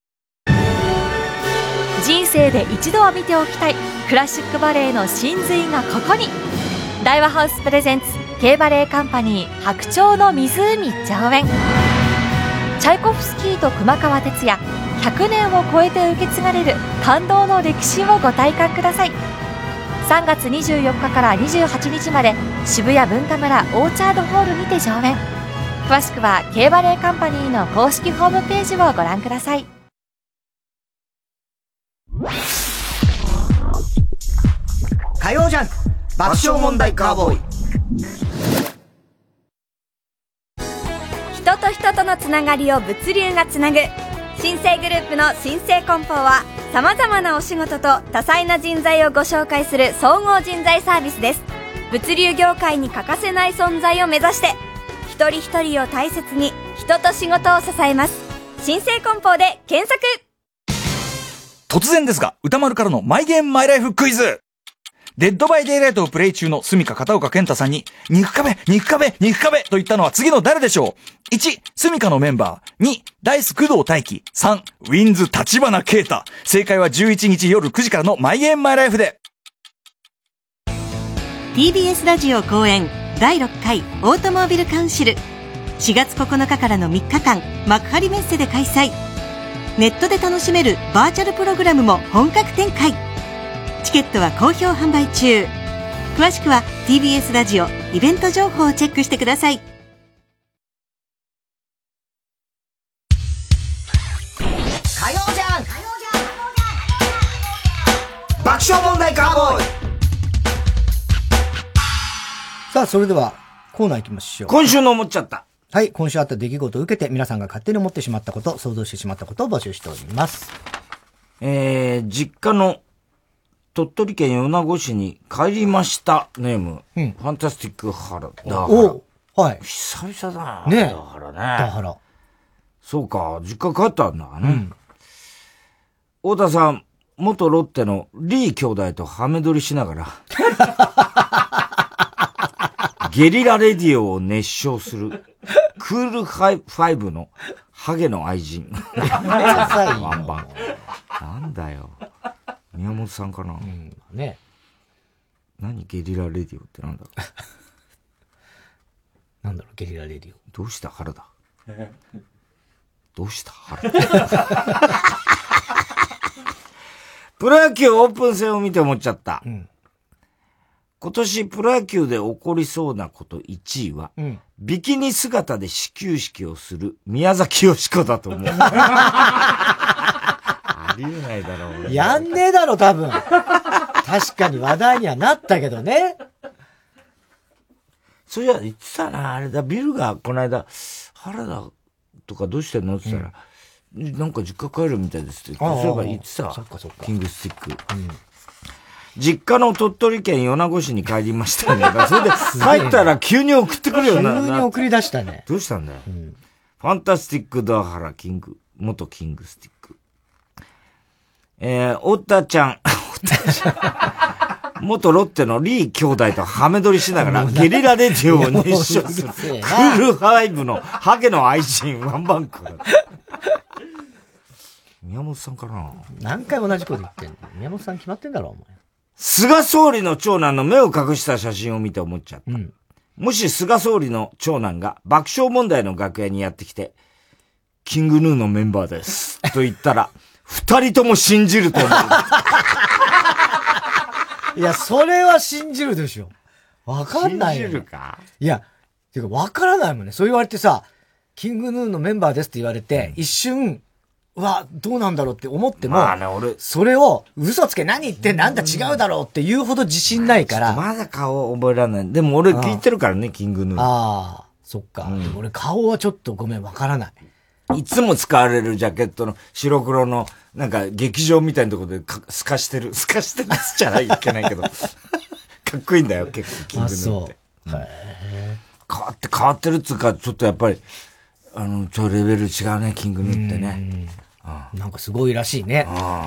人生で一度は見ておきたいクラシックバレエの真髄がここに。大和ハウスプレゼンツ K バレエカンパニー白鳥の湖上演。チャイコフスキーと熊川哲也、ひゃくねんを超えて受け継がれる感動の歴史をご体感ください。さんがつにじゅうよっかからにじゅうはちにちまで渋谷文化村オーチャードホールにて上演。詳しくは K バレエカンパニーの公式ホームページをご覧ください。 火曜ジャンク爆笑問題カーボーイ。 人とと人とのつながりを物流がつなぐ新生グループの新生梱包は、様々なお仕事と多彩な人材をご紹介する総合人材サービスです。物流業界に欠かせない存在を目指して、一人一人を大切に人と仕事を支えます。新生梱包で検索。 突然ですが、歌丸からのマイゲームマイライフクイズ。デッドバイデイライトをプレイ中のスミカ片岡健太さんに、肉壁、肉壁、肉壁と言ったのは次の誰でしょう？ いち、スミカのメンバー。に、ダイス工藤大輝。さん、ウィンズ立花啓太。正解はじゅういちにち夜くじからのマイゲームマイライフで。 ティービーエス ラジオ公演だいろっかいオートモービルカウンシル。しがつここのかからのみっかかん、幕張メッセで開催。ネットで楽しめるバーチャルプログラムも本格展開。チケットは好評販売中。詳しくは ティービーエス ラジオイベント情報をチェックしてください。 火曜じゃん爆笑問題カーボーイ。さあ、それではコーナー行きましょう。 今週の思っちゃった。 はい、今週あった出来事を受けて皆さんが勝手に思ってしまったこと、想像してしまったことを募集しております。 えー、実家の鳥取県米子市に帰りましたネーム、うん、ファンタスティックハラダハラ。 お、はい。 久々だな。 ねえ。 ダハラね。 ダハラ。 そうか、実家帰ったんだね。うん、太田さん、元ロッテのリー兄弟とハメ撮りしながら、ゲリラレディオを熱唱する、クールファイブのハゲの愛人。ワンバン。なんだよ。宮本さんかな、うん、 ね。 何ゲリラレディオってなんだろう。 なんだろう、ゲリラレディオ。 どうした原田。どうした原田。プロ野球オープン戦を見て思っちゃった。うん、今年プロ野球で起こりそうなこといちいは、うん、ビキニ姿で始球式をする宮崎美子だと思う。ありえないだろう。 やんねえだろ、多分。確かに話題にはなったけどね。 そりゃ言ってたな、あれだ、ビルがこの間、原田とかどうしてんのって言ったら、うん、なんか実家帰るみたいですって。そういえば言ってた。 そっかそっか。 キングスティック。うん、実家の鳥取県米子市に帰りましたね。それで帰ったら急に送ってくるような。 急に送り出したね。 どうしたんだよ。うん、ファンタスティックダーハラキング、元キングスティック。えー、おったちゃん、元ロッテのリー兄弟とハメ撮りしながらゲリラレディオを熱唱するクールファイブのハゲの愛人ワンバンク。宮本さんかな。 何回同じこと言ってんの。宮本さん決まってんだろ、お前。 菅総理の長男の目を隠した写真を見て思っちゃった。うん、もし菅総理の長男が爆笑問題の楽屋にやってきて、キングヌーのメンバーです。と言ったら、二人とも信じると思う。 いや、それは信じるでしょ。わかんないよ、ね。 信じるか？ いや、てかわからないもんね。そう言われてさ、キングヌーのメンバーですって言われて、うん、一瞬、うわ、どうなんだろうって思っても、まあね、俺、それを、嘘つけ何言ってんなんだ違うだろうって言うほど自信ないから。 まだ顔覚えられない。でも俺聞いてるからね、キングヌー。 ああ、そっか、うん。俺顔はちょっとごめん、わからない。 いつも使われるジャケットの白黒の、なんか劇場みたいなところでか透かしてる。透かしてるっつっちゃないいけないけど。かっこいいんだよ、結構、キングヌーって。あ、そう。へえ。変わって変わってるっつうか、ちょっとやっぱり、あの、ちょ、レベル違うね、キングヌーってね。 ああなんかすごいらしいね。ああ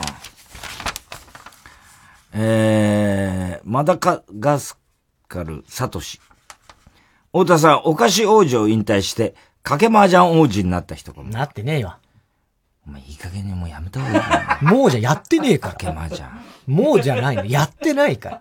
えー、マダガスカル、サトシ。太田さん、お菓子王子を引退して、賭け麻雀王子になった人かも。 なってねえよ。 お前いい加減にもうやめた方がいいかな。 もうじゃやってねえから。 賭け麻雀。 もうじゃないの。やってないから。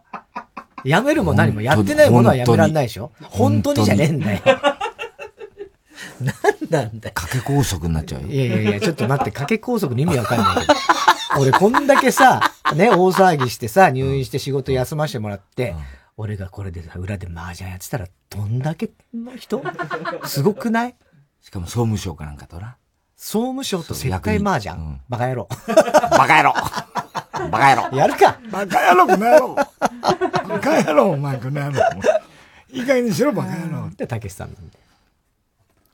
やめるも何もやってないものはやめらんないでしょ。本当にじゃねえんだよ。なんなんだよ。 賭け拘束になっちゃうよ。 いやいやいや、ちょっと待って、賭け拘束の意味わかんないけど。俺こんだけさ、ね、大騒ぎしてさ、入院して仕事休ませてもらって、うん、俺がこれでさ、裏で麻雀やってたら、どんだけの人すごくない？ しかも総務省かなんかとな。 総務省と接待麻雀、うん、バカ野郎。 バカ野郎。バカ野郎。 やるか。 バカ野郎、この野郎。バカ野郎、お前、この野郎。いい加減にしろ、バカ野郎。 って、たけしさんなんで。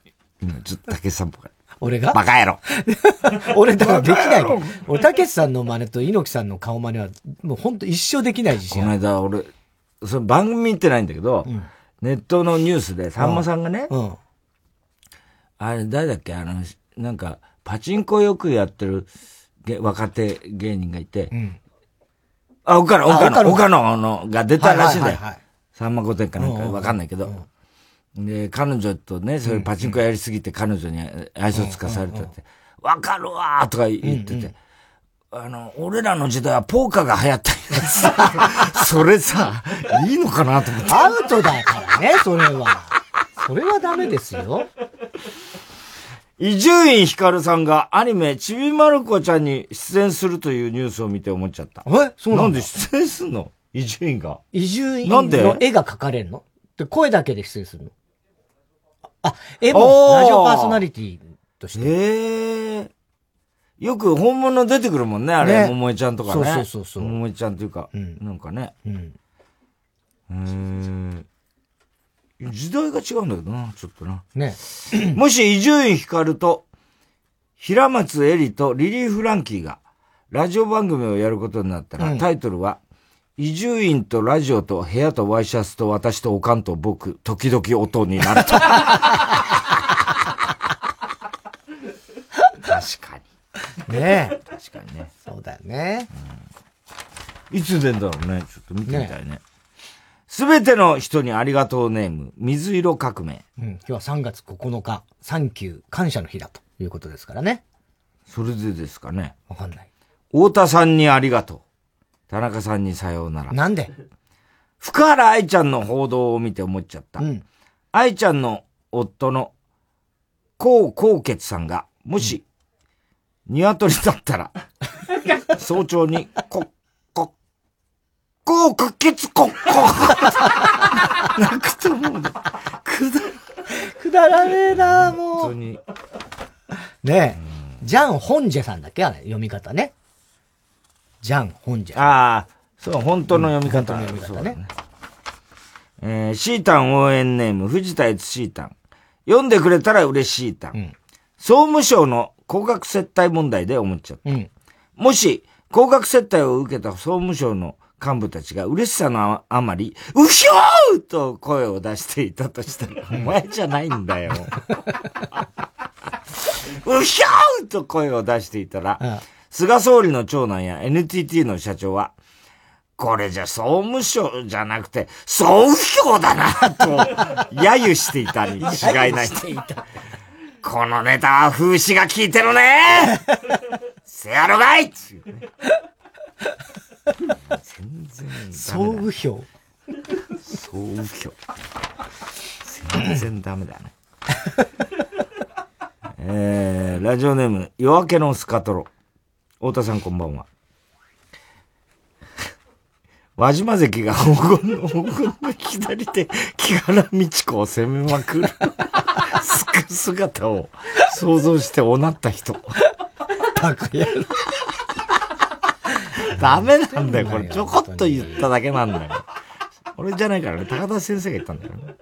今ずっとたけしさんっぽい。 俺がバカ野郎。 俺だからできない。俺、たけしさんの真似と猪木さんの顔真似は、もうほんと一生できない自信。 この間俺、その番組見てないんだけど、うん、ネットのニュースでさんまさんがね、うんうん、あれ誰だっけあの、なんか、パチンコよくやってる若手芸人がいて、うん、あ、岡野、岡野、岡野のが出たらしいんだよ。さんま御殿かなんかわかんないけど、うんうん、で、彼女とね、そういうパチンコやりすぎて彼女に愛想つかされたって、わかるわーとか言ってて、うんうん、あの、俺らの時代はポーカーが流行ったりそれさ、いいのかなと思って。 アウトだからね、それは。それはダメですよ。 伊集院光さんがアニメちびまる子ちゃんに出演するというニュースを見て思っちゃった。 えそうなんだ。 なんで出演すんの伊集院が。 伊集院の絵が描かれるので、声だけで出演するのあ、絵もラジオパーソナリティとして。 へえ。よく本物出てくるもんね、あれ。ね、桃江ちゃんとかね。 そうそうそう。 桃江ちゃんというか、うん、なんかね。うん。うーん。時代が違うんだけどな、ちょっとな。 ね。 もし伊集院光と、平松絵里とリリー・フランキーが、ラジオ番組をやることになったら、うん、タイトルは、伊集院とラジオと部屋とワイシャツと私とおかんと僕、時々音になると。確かに。ねえ。 確かにね。 そうだよね。 うん、いつ出んだろうね。ちょっと見てみたいね。すべての人にありがとうネーム、水色革命。 うん、今日はさんがつここのか、サンキュー感謝の日だということですからね。 それでですかね。 わかんない。 太田さんにありがとう。田中さんにさようなら。 なんで福原愛ちゃんの報道を見て思っちゃった。うん、愛ちゃんの夫の高高傑さんが、もし、うん、鶏だったら、早朝に、こ、こ、こ、かけつこ、こ、泣くと思う。くだ、 くだらねえなもう。 本当に。 ねえ、うん、ジャン・ホンジェさんだっけあれ、読み方ね。ジャン・ホンジェ。 ああ、そう、本当の読み方。 うん、本当の読み方ね。 ねえー、シータン応援ネーム、藤田悦シータン。読んでくれたら嬉しいタン。うん、総務省の高額接待問題で思っちゃった。うん、もし、高額接待を受けた総務省の幹部たちが嬉しさのあまり、うひょーと声を出していたとしたら、お前じゃないんだよ。うひょーと声を出していたら、うん菅総理の長男や エヌティーティー の社長は、これじゃ総務省じゃなくて、総評だな、と、揶揄していたに違いない。このネタは風刺が効いてるねせやろがい全然総務省総務省全然ダメだね。えー、ラジオネーム、夜明けのスカトロ。太田さんこんばんは。輪島関が黄金の、黄金の左手、木原道子を攻めまくる姿を想像しておなった人。 バカ野郎。 ダメなんだよ、これ。ちょこっと言っただけなんだよ。俺じゃないからね、高田先生が言ったんだよね。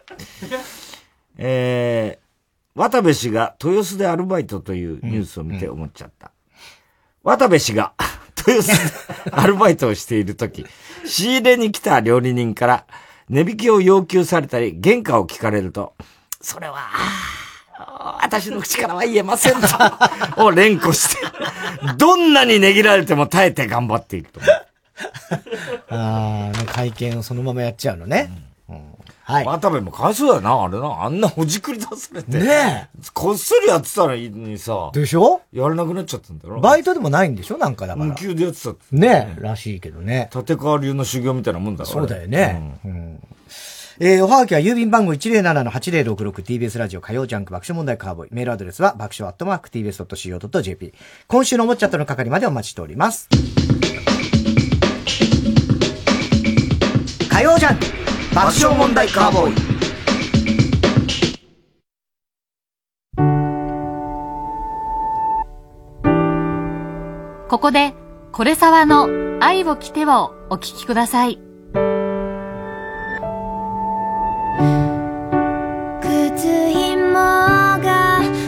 えー、渡部氏が豊洲でアルバイトというニュースを見て思っちゃった。うん渡部氏が豊洲でアルバイトをしているとき、仕入れに来た料理人から値引きを要求されたり、原価を聞かれると、それは、私の口からは言えませんと、を連呼して、どんなに値切られても耐えて頑張っていると。 ああ、会見をそのままやっちゃうのね。うんうんはい。 渡部もかわいそうだよな、あれな。あんなほじくり出されて。 ねえ。 こっそりやってたらいいのにさ。 でしょやれなくなっちゃったんだろ。 バイトでもないんでしょなんかだから。 無給でやってたって、 ね。ねえ。らしいけどね。 立川流の修行みたいなもんだから。 そうだよね。うん。うん、えー、おはがきは郵便番号 いちゼロななのはちゼロろくろく ティービーエス ラジオ火曜ジャンク爆笑問題カーボーイ。メールアドレスは爆笑アットマーク ティービーエスドットシーオードットジェーピー。今週のおもちゃとの係までお待ちしております。火曜ジャンク爆笑問題カーボーイ。 ここで、これさわの愛を着てをお聞きください。 靴ひもが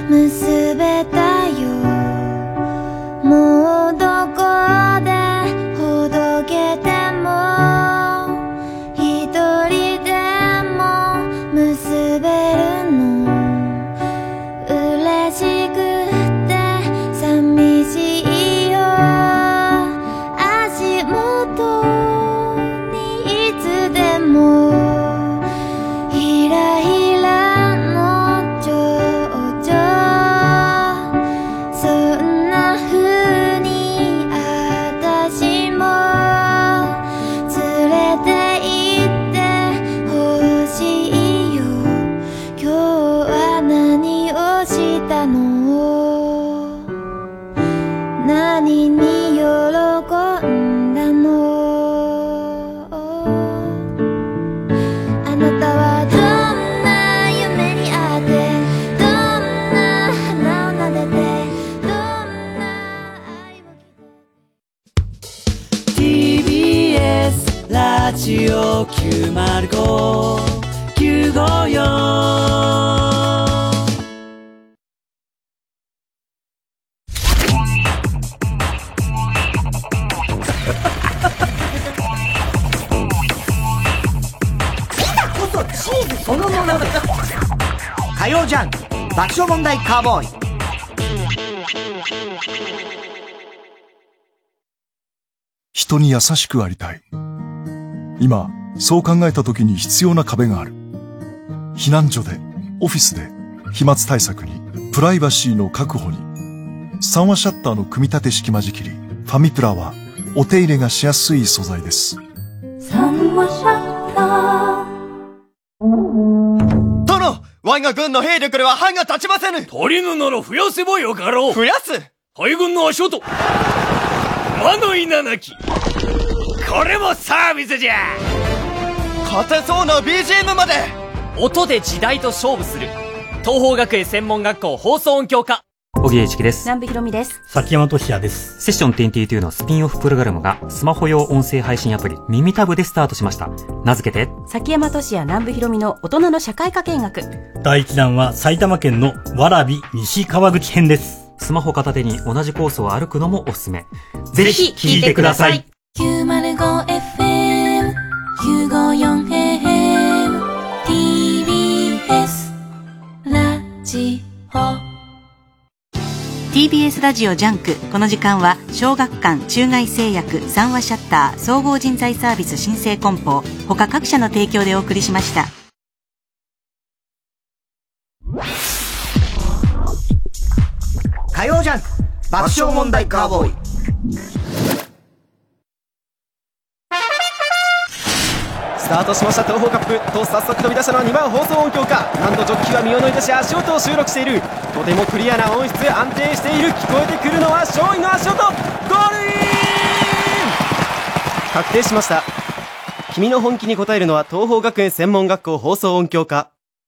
チーズそのものだ。火曜ジャンク爆笑問題カーボーイ。 人に優しくありたい。今、そう考えた時に必要な壁がある。避難所で、オフィスで、飛沫対策に、プライバシーの確保に。三話シャッターの組み立て式間仕切り、ファミプラは、お手入れがしやすい素材です。 三話シャッター。 殿、我が軍の兵力では歯が立ちませぬ。 足りぬなら増やせばよかろう。 増やす。 敗軍の足音。魔の稲なき。これもサービスじゃ。 勝てそうな ビージーエム まで。 音で時代と勝負する。東邦学園専門学校放送音響科。 小木栄一です。 南部ひろみです。 崎山俊也です。セッションにじゅうにのスピンオフプログラムがスマホ用音声配信アプリ耳タブでスタートしました。名付けて崎山俊也南部ひろみの大人の社会科見学。 だいいちだんは埼玉県の蕨西川口編です。スマホ片手に同じコースを歩くのもおすすめ。ぜひ聞いてください。 きゅうまるごエフエム きゅうごよんエーエム ティービーエス ラジオ。 ティービーエス ラジオジャンク。この時間は小学館、中外製薬、三話シャッター、総合人材サービス新生梱包他各社の提供でお送りしました。 火曜ジャンク爆笑問題カーボーイ。 スタートしました東邦カップと早速飛び出したのはにばん放送音響か。なんとジョッキーは身を乗り出し足音を収録している。とてもクリアな音質、安定している。聞こえてくるのは勝利の足音。ゴールイン確定しました。君の本気に応えるのは東邦学園専門学校放送音響科。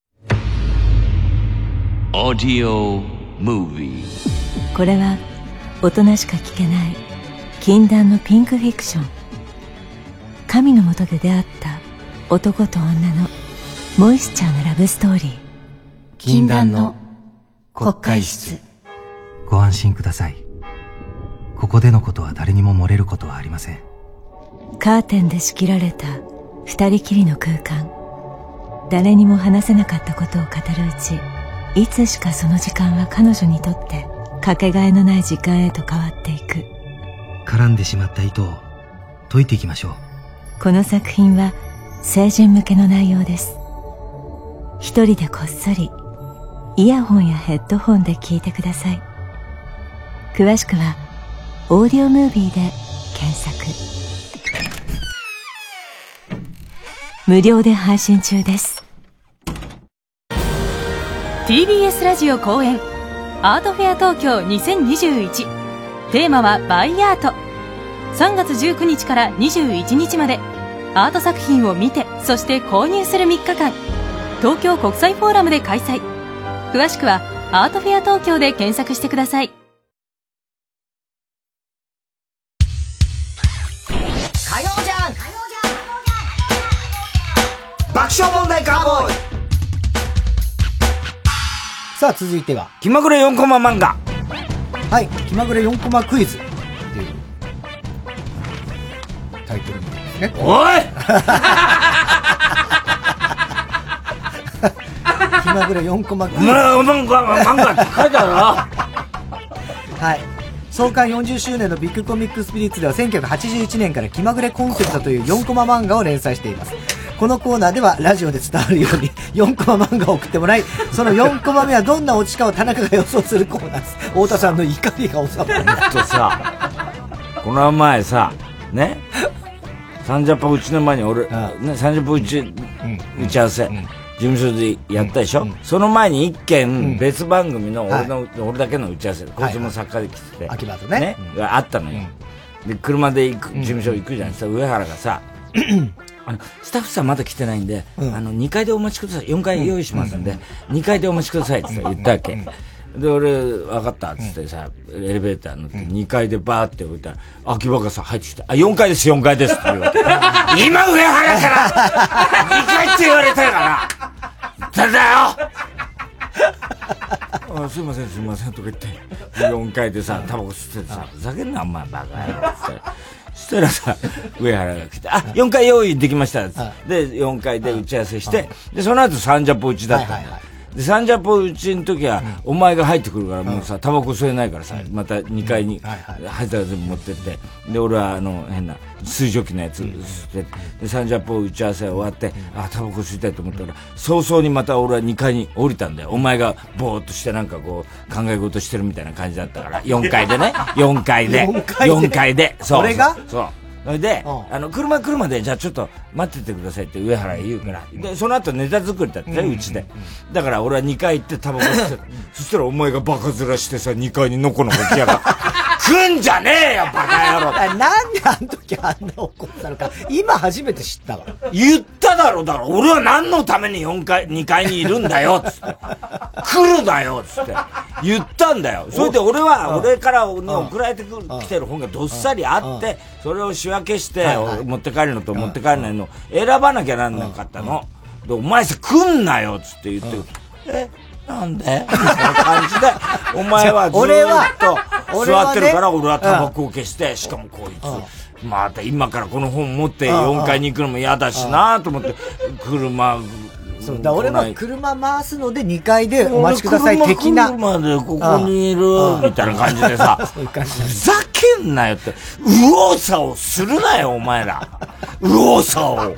オーディオムービー。 これは大人しか聞けない禁断のピンクフィクション。神の下で出会った男と女のモイスチャーなラブストーリー。禁断の国会室。 ご安心ください。ここでのことは誰にも漏れることはありません。 カーテンで仕切られた二人きりの空間。誰にも話せなかったことを語るうち、いつしかその時間は彼女にとってかけがえのない時間へと変わっていく。 絡んでしまった糸を解いていきましょう。 この作品は成人向けの内容です。一人でこっそりイヤホンやヘッドホンで聞いてください。詳しくはオーディオムービーで検索。無料で配信中です。 ティービーエス ラジオ公演アートフェア東京にせんにじゅういち。テーマはバイアート。さんがつじゅうくにちからにじゅういちにちまでアート作品を見て、そして購入するみっかかん、東京国際フォーラムで開催。詳しくはアートフェア東京で検索してください。 火曜ジャンク爆笑問題カーボーイ。さあ続いては気まぐれよんコマ漫画。 はい、気まぐれよんコマクイズっていうタイトルですね。 おい気まぐれよんコマクイズ。 漫画漫画って書いてあるな。 はい。創刊よんじゅっしゅうねんのビッグコミックスピリッツではせんきゅうひゃくはちじゅういちねんから気まぐれコンセプトというよんコマ漫画を連載しています。このコーナーではラジオで伝わるようによんコマ漫画を送ってもらい、そのよんコマ目はどんなオチかを田中が予想するコーナーです。太田さんの怒りが収まる。 とさ、この前さ、ね、サンジャポうちの前に俺、ね、サンジャポうち、うん、打ち合わせ、うん、事務所でやったでしょ、うん、その前に一件、うん、別番組の俺の、はい、俺だけの打ち合わせ、こいつも作家で来てて、 秋葉とね、 ね、うん、があったのよ。うん、で、車で行く、事務所行くじゃないですか、上原がさ、あの、スタッフさんまだ来てないんで、うん、あの、にかいでお待ちください。よんかい用意しますんで、うん、にかいでお待ちくださいって言ったわけ。で、俺、分かったっつってさ、エレベーター乗ってにかいでバーって置いたら、秋葉がさ、入ってきて、あ、よんかいです、よんかいですって言うわけ。今上原からにかいって言われたから、誰だよあ、すいません、すいません、とか言って、よんかいでさ、タバコ吸ってさ、ふざけんな、お前、バカ野郎って。 したらさ、上原が来て、あ、よんかい用意できました。で、よんかいで打ち合わせして、で、その後サンジャポ打ちだったんだよ。で、サンジャポ打ちの時は、お前が入ってくるから、もうさ、タバコ吸えないからさ、またにかいに、入ったら全部持ってって、で、俺はあの、変な、水蒸気のやつ吸って、で、サンジャポ打ち合わせ終わって、あ、タバコ吸いたいと思ったら、早々にまた俺はにかいに降りたんだよ。お前がぼーっとしてなんかこう、考え事してるみたいな感じだったから、よんかいでね、よんかいで、よんかいで、そう。 俺がそう。それで、あの、車来るまで、じゃあちょっと待っててくださいって上原が言うから。で、その後ネタ作りだったね、うちで。だから俺はにかい行ってタバコ吸って、そしたらお前がバカ面してさ、にかいにのこのこ来やがって。来んじゃねえよ、バカ野郎。 なんであの時あんな怒ったのか、今初めて知ったわ。 言っただろ、だろ。俺は何のためによんかい、にかいにいるんだよ、つって。来るなよ、つって。言ったんだよ。それで俺は、俺から送られてきてる本がどっさりあって、それを仕分けして、持って帰るのと持って帰らないの選ばなきゃなんなかったの。で、お前さ、来んなよ、つって言って、えなんでみたいな感じで、お前はずーっと座ってるから、俺はタバコを消して、しかもこいつ、また今からこの本持ってよんかいに行くのも嫌だしなと思って、車、 そうだ、俺は車回すのでにかいでお待ちください的な。 車でここにいる、みたいな感じでさ、ふざけんなよって、右往左往するなよ、お前ら。右往左往。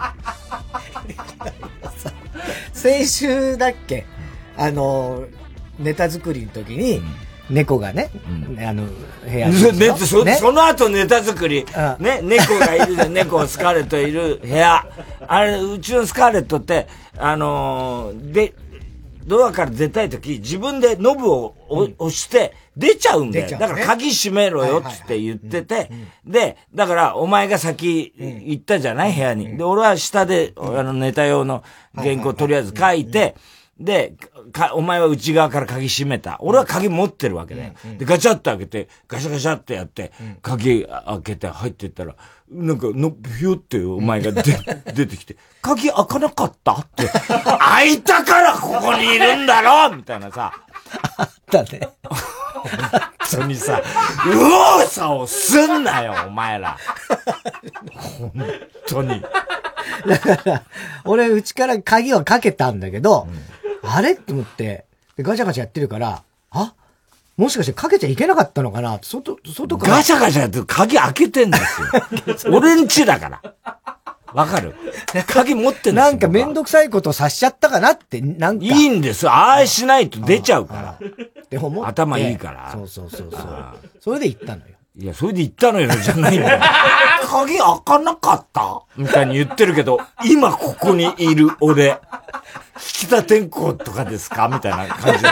先週だっけあの、ネタ作りの時に、猫がね、あの、部屋に。 そその後ネタ作り、ね、猫がいるじゃん、猫、スカーレットいる部屋。あれ、うちのスカーレットって、あのー、で、ドアから出たいとき、自分でノブを押して出ちゃうんだよ。だから鍵閉めろよって言ってて、で、だからお前が先行ったじゃない部屋に。で、俺は下で、あの、ネタ用の原稿とりあえず書いて、で、か、お前は内側から鍵閉めた。俺は鍵持ってるわけだよ。で、ガチャって開けて、ガシャガシャってやって、鍵開けて入ってったら、なんか、の、ひょってお前が出、出てきて、鍵開かなかったって。開いたからここにいるんだろみたいなさ。 あったね。 本当にさ、右往左往すんなよ、お前ら。本当に。 だから、俺、うちから鍵はかけたんだけど、うん、あれって思って、ガチャガチャやってるから、あもしかしてかけちゃいけなかったのかな外、外から。 ガチャガチャやって鍵開けてんですよ。俺んちだから。わかる鍵持ってんですよ。 なんかめんどくさいことさしちゃったかなって、なんか。 いいんです。ああしないと出ちゃうから。 で思って。 頭いいから。 そうそうそうそう。それで行ったのよ。 いや、それで言ったのよ、じゃないんだよ。鍵開かなかったみたいに言ってるけど、今ここにいる俺、引田天功とかですかみたいな感じですよ。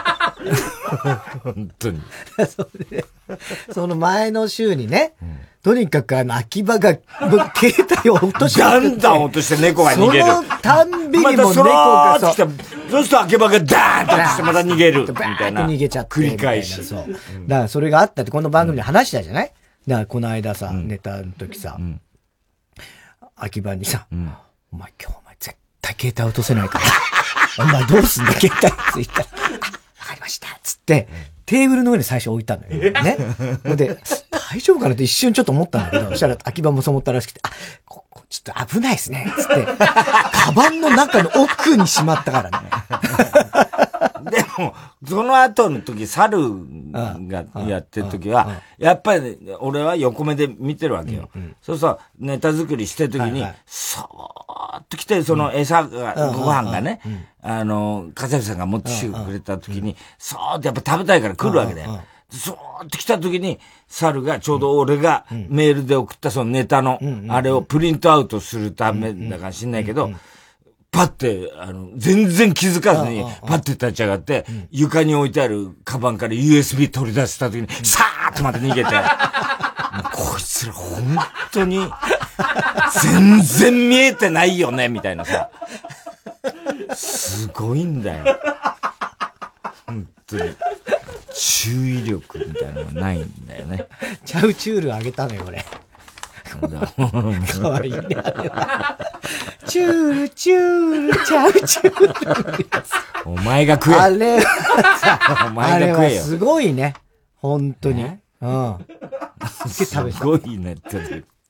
本当に。 それで、その前の週にね、うん、とにかくあの、秋葉が、携帯を落として。 だんだん落として猫が逃げる。 そのたんびにも猫がそう。そうすると秋葉がダーンと落としてまた逃げる。みたいな。 逃げちゃって。 繰り返し。 そう。だからそれがあったってこの番組で話したじゃない、うん、だからこの間さ、うん、ネタの時さ、うん、秋葉にさ、うん、お前今日お前絶対携帯落とせないから、お前どうすんだ携帯ついたら、わかりましたつって、テーブルの上に最初置いたのよ。ね。で、大丈夫かなって一瞬ちょっと思ったんだけど、そしたら秋葉もそう思ったらしくて、あ、ここちょっと危ないですね。つって、カバンの中の奥にしまったからね。 でも、その後の時、猿がやってる時は、やっぱり、ね、俺は横目で見てるわけよ。うんうん、そうそう、ネタ作りしてる時に、はいはい、そーっと来て、その餌が、うん、ご飯がね、うん、あの、笠木さんが持ってきてくれた時に、そーっとやっぱ食べたいから来るわけだよ。そーっと来た時に、猿がちょうど俺がメールで送ったそのネタの、あれをプリントアウトするためだから知んないけど、パッて、あの、全然気づかずに、パッて立ち上がって、床に置いてあるカバンから ユーエスビー 取り出した時に、さーっとまた逃げて、こいつら本当に、全然見えてないよね、みたいなさ。すごいんだよ。本当に。注意力みたいなのがないんだよね。 チャウチュールあげたのよ、俺。かわいいね。チュール、チュール、チャウチュール。 お前が食え。 あれお前が食えよ。 すごいね。本当に。うん。 すごいねって。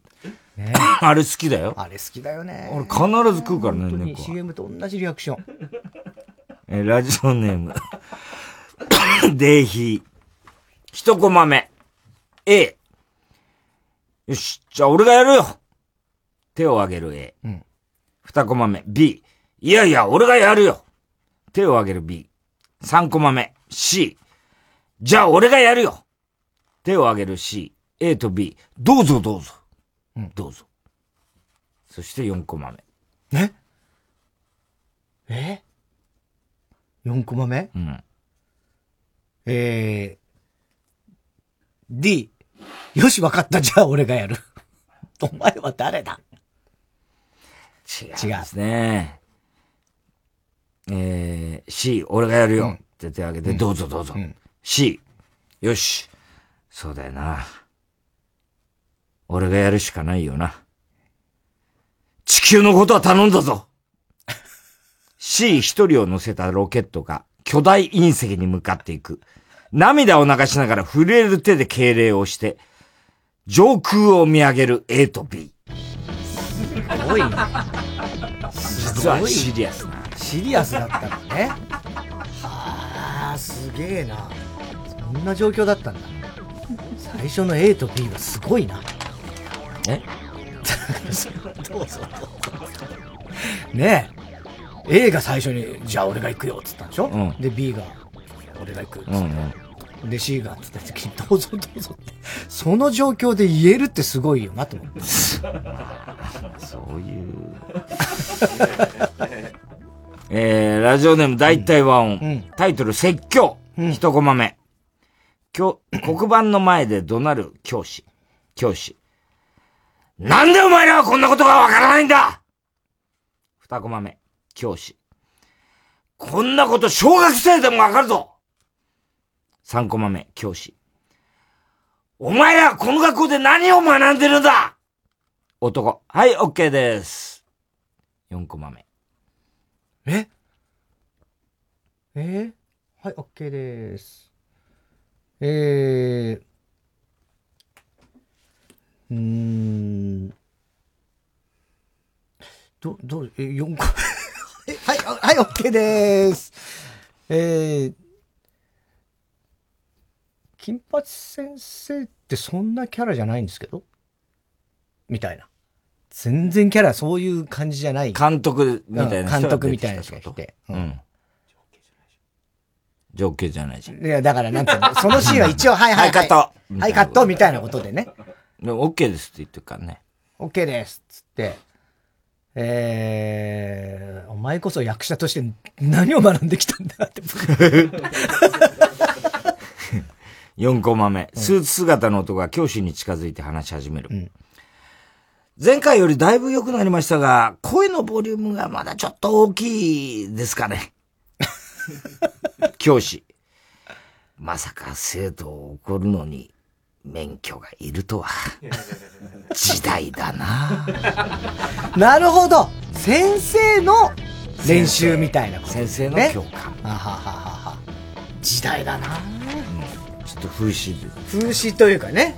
ね、 あれ好きだよ。 あれ好きだよね。 俺必ず食うからね、猫は。 シーエム と同じリアクション。 え、ラジオネーム。デイヒー。一コマ目。A。よし、じゃあ俺がやるよ。手を挙げる A。うん。二コマ目。B。いやいや、俺がやるよ。手を挙げる B。三コマ目。C。じゃあ俺がやるよ。手を挙げる C。A と B。どうぞどうぞ。うん、どうぞ。そしてよんコマ目。 ええ ?よん コマ目うん。えー、D。よし、わかった。じゃあ俺がやる。お前は誰だ？ 違うですね。えー、C、俺がやるよ。うん、って手を挙げて、うん、どうぞどうぞ。うん、C、よし。そうだよな。俺がやるしかないよな。地球のことは頼んだぞ。C 一人を乗せたロケットが巨大隕石に向かっていく。涙を流しながら震える手で敬礼をして、上空を見上げる A と B。 すごいね。 実はシリアスな。 シリアスだったのね。はあ、すげえな。そんな状況だったんだ。最初の A と B はすごいな。 えどうぞどうぞ。ねえ。A が最初に、じゃあ俺が行くよっつったんでしょ、うん、で B が、俺が行くっつって。うんうん、で C がっつった時に、どうぞどうぞって。その状況で言えるってすごいよなと思って。 そういう。えー、ラジオネーム大体和音。うん、タイトル説教。うん、一コマ目。黒板の前で怒鳴る教師。教師。なんでお前らはこんなことがわからないんだ！二コマ目。教師。こんなこと小学生でもわかるぞ！三コマ目。教師。お前らこの学校で何を学んでるんだ！男。はい、オッケーです。四コマ目。 ええー、はい、オッケーです。えー、うーん、ど、どう、え、よんこ、はい、はい、オッケーでーす。えー、金八先生ってそんなキャラじゃないんですけどみたいな。全然キャラそういう感じじゃない。 監督みたいな人、 うん、監督みたいな人がいて。うん。 情景じゃないじゃん。 いや、だからなんていうの、そのシーンは一応、はいはい、はい。 はい、カット。 はい、カットみたいなことでね。 でも、OK ですって言ってるからね。 OK ですつって、えー、お前こそ役者として何を学んできたんだって。 よんコマ目。スーツ姿の男が教師に近づいて話し始める。うん、前回よりだいぶ良くなりましたが、声のボリュームがまだちょっと大きいですかね。教師。まさか生徒を怒るのに免許がいるとは。時代だな。 なるほど。先生の練習みたいなこと、 ね。先生の教官。 あはははは。時代だな、うん。 ちょっと風刺で。 風刺というかね。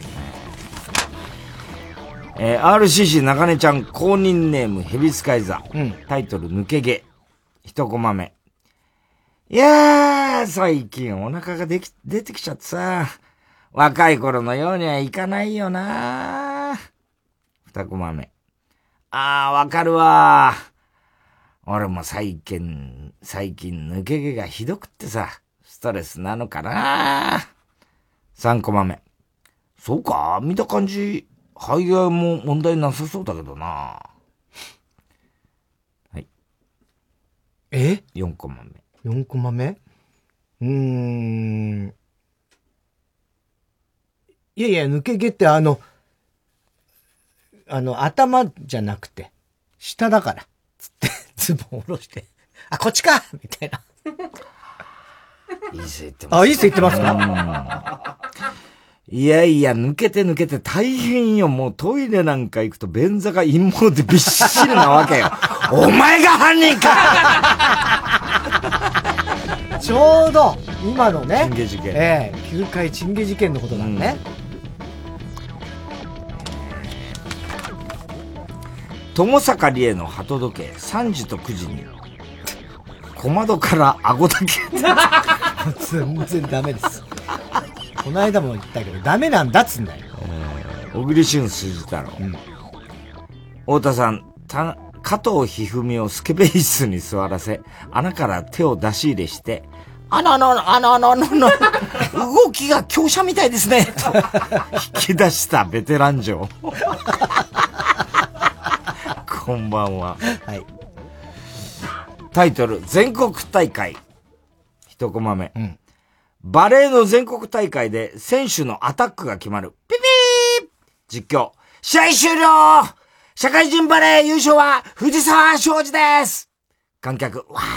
うん、えー、アールシーシー 中根ちゃん公認ネームヘビ使い座。うん、タイトル抜け毛。一コマ目。いやー、最近お腹ができ、出てきちゃってさ、若い頃のようにはいかないよなー。二コマ目。あー、わかるわー。俺も最近、最近抜け毛がひどくってさ、ストレスなのかなー。三コマ目。そうか、見た感じ、肺がも問題なさそうだけどな。はい。 え ? よん コマ目。 よんコマ目うーん。いやいや、抜け毛ってあの、あの、頭じゃなくて、下だから、つって、ズボン下ろして、あ、こっちかみたいな。 いい線言ってます。 あ、いい線言ってますかいやいや、抜けて抜けて大変よ。もうトイレなんか行くと便座が陰謀でびっしりなわけよ。お前が犯人かちょうど、今のね。 チンゲ事件。 ええー、きゅうかいチンゲ事件のことなんね。 友坂理恵の鳩時計さんじとくじに小窓から顎だけ全然ダメです。この間も言ったけどダメなんだっつんだよ。 小栗旬筋太郎、うん、太田さん、た加藤一二三をスケベイスに座らせ穴から手を出し入れして、あのあのあのあのあの動きが強者みたいですねと引き出したベテラン嬢こんばんは。はい。タイトル、全国大会。一コマ目。うん。バレーの全国大会で選手のアタックが決まる。ピピー実況。試合終了社会人バレー優勝は藤沢昌司です。観客。わー。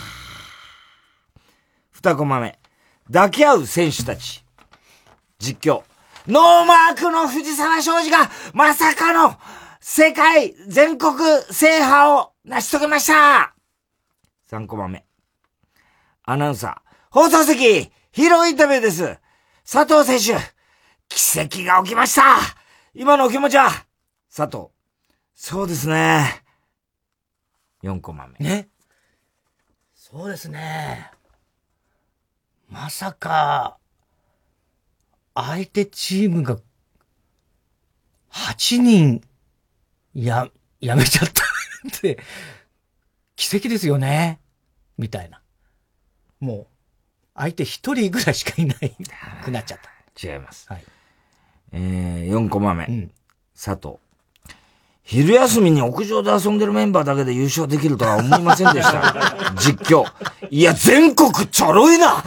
二コマ目。抱き合う選手たち。実況。ノーマークの藤沢昌司がまさかの世界全国制覇を成し遂げました。三コマ目。アナウンサー。放送席、ヒーローインタビューです。佐藤選手、奇跡が起きました。今のお気持ちは佐藤。そうですね。四コマ目。 ね。そうですね。まさか、相手チームが、はちにん、や、やめちゃったって、奇跡ですよね。みたいな。もう、相手一人ぐらいしかいないくなっちゃった。 違います。はい。えー、よんコマ目。うん、佐藤。昼休みに屋上で遊んでるメンバーだけで優勝できるとは思いませんでした。実況。いや、全国ちょろいな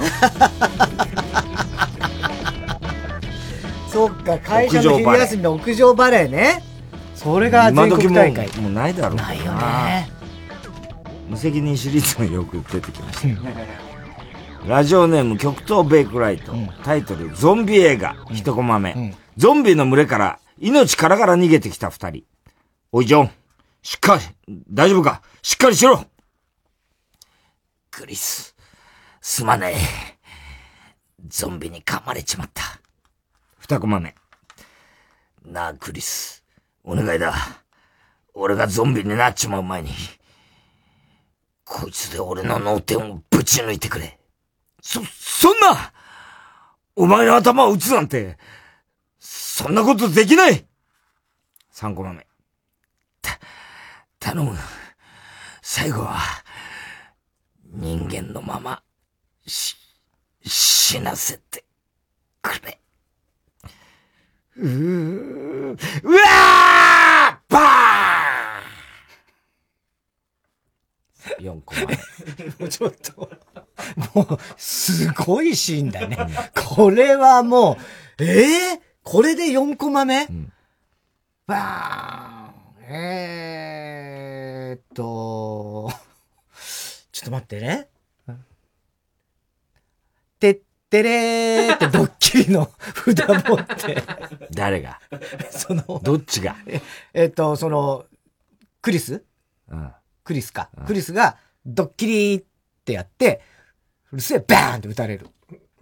そっか、会社の昼休みの屋上バレーね。それが全国大会。 今時もうないだろうな。 ないよね。 無責任シリーズもよく出てきました。ラジオネーム極東ベイクライト、うん、タイトルゾンビ映画、うん、一コマ目、うん、ゾンビの群れから命からがら逃げてきた二人。おいジョン、しっかり大丈夫か、しっかりしろ。クリス、すまねえ、ゾンビに噛まれちまった。二コマ目。なあクリス、お願いだ、俺がゾンビになっちまう前にこいつで俺の脳天をぶち抜いてくれ。そ、そんなお前の頭を撃つなんて、そんなことできない。三コマ目。た、頼む。最後は、人間のまま、し、死なせて、くれ。うー、うわーバーンよんコマ目。 もうちょっと、もう、すごいシーンだね。これはもう、えー、これでよんコマ目、うん、バーン。えーっと、ちょっと待ってね。てってれーってドッキリの札持って。 誰がその、 どっちがえ、えっと、その、クリス、 うん、 クリスか、うん。クリスがドッキリってやって、うるせえバーンって撃たれる。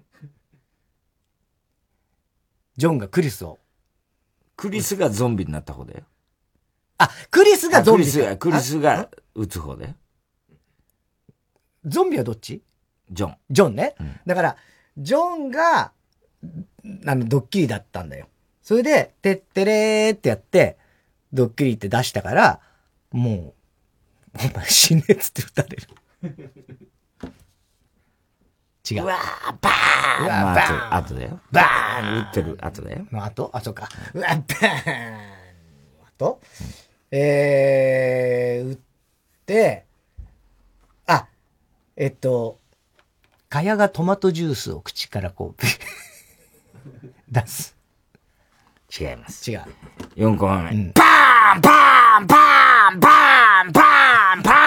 ジョンがクリスを。 クリスがゾンビになった方だよ。 あ、クリスがゾンビ。 クリスが、クリスが撃つ方だよ。 ゾンビはどっち？ ジョン。 ジョンね。 うん、 だから、ジョンが、あの、ドッキリだったんだよ。それで、てってれーってやって、ドッキリって出したから、もう、お前死ねっつって撃たれる。違う。 うわー、バーン、まあ、バーン、あとだよ。バーン撃ってる後だよ。 の後あ、そうか。うわ、バーンあと、うん、えー、撃って、あ、えっと、かやがトマトジュースを口からこう、出す。 違います。 違う。 よんコマ目。うん、バーンバーンバーンバーンバーンバ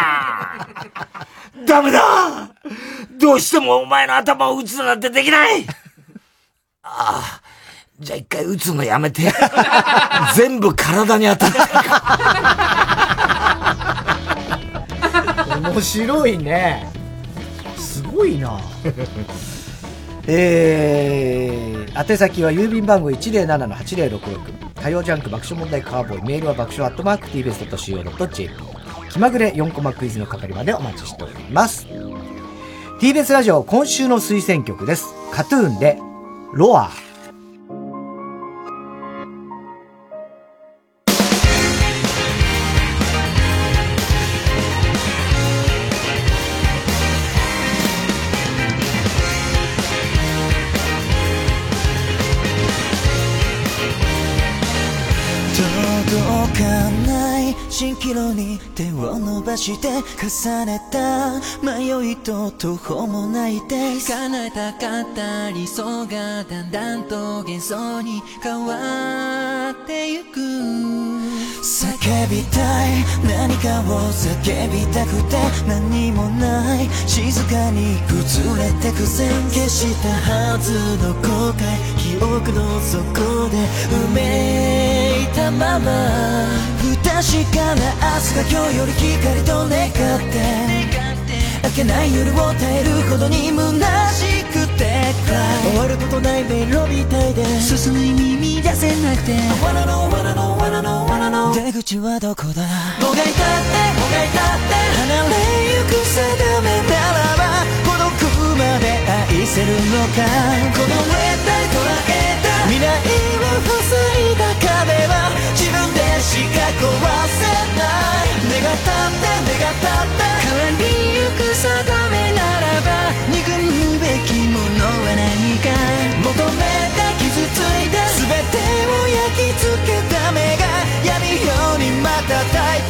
ーンダメだ、どうしてもお前の頭を撃つなんてできない。ああ、じゃあ一回撃つのやめて。全部体に当たってるか。面白いね。すごいな。えー、宛先は郵便番号 いちまるななのはちまるろくろく火曜ジャンク爆笑問題カーボーイ、メールは爆笑アットマーク ティービーエスドットシーオードットジェーピー、 気まぐれよんコマクイズの係までお待ちしております。 ティービーエス ラジオ今週の推薦曲です。カトゥーンでロア。 届かない蜃気楼に手を伸ばして重ねた迷いと途方もないデイズ、叶えたかった理想がだんだんと幻想に変わってゆく。叫びたい何かを叫びたくて何もない静かに崩れてく線、消したはずの後悔記憶の底で埋めたまま、不確かな明日が今日より光と願って明けない夜を耐えるほどに虚しくて暗い、終わることない迷路みたいで進む意味見出せなくて Wanna know, wanna know, wanna know, wanna know 出口はどこだ、もがいたってもがいたって離れゆく定めならば孤独まで愛せるのか、この熱帯捉えた未来を塞いだ壁は自分でしか壊せない、願ったって願ったって変わりゆく定めならば憎むべきものは何か、求めた傷ついた全てを焼き付けた目が闇夜にまた焚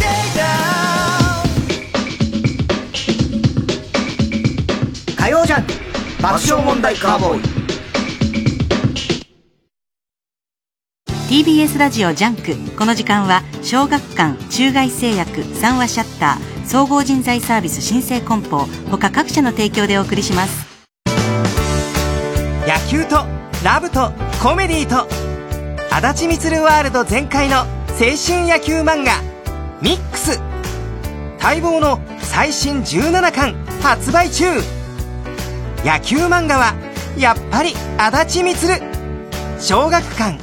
いていた。 火曜ジャンク爆笑問題カーボーイ。 ティービーエス ラジオジャンク、この時間は小学館、中外製薬、三和シャッター、総合人材サービス新生梱包他各社の提供でお送りします。 野球とラブとコメディと足立みつるワールド全開の青春野球漫画ミックス、待望の最新じゅうななかん発売中。野球漫画はやっぱり足立みつる。小学館。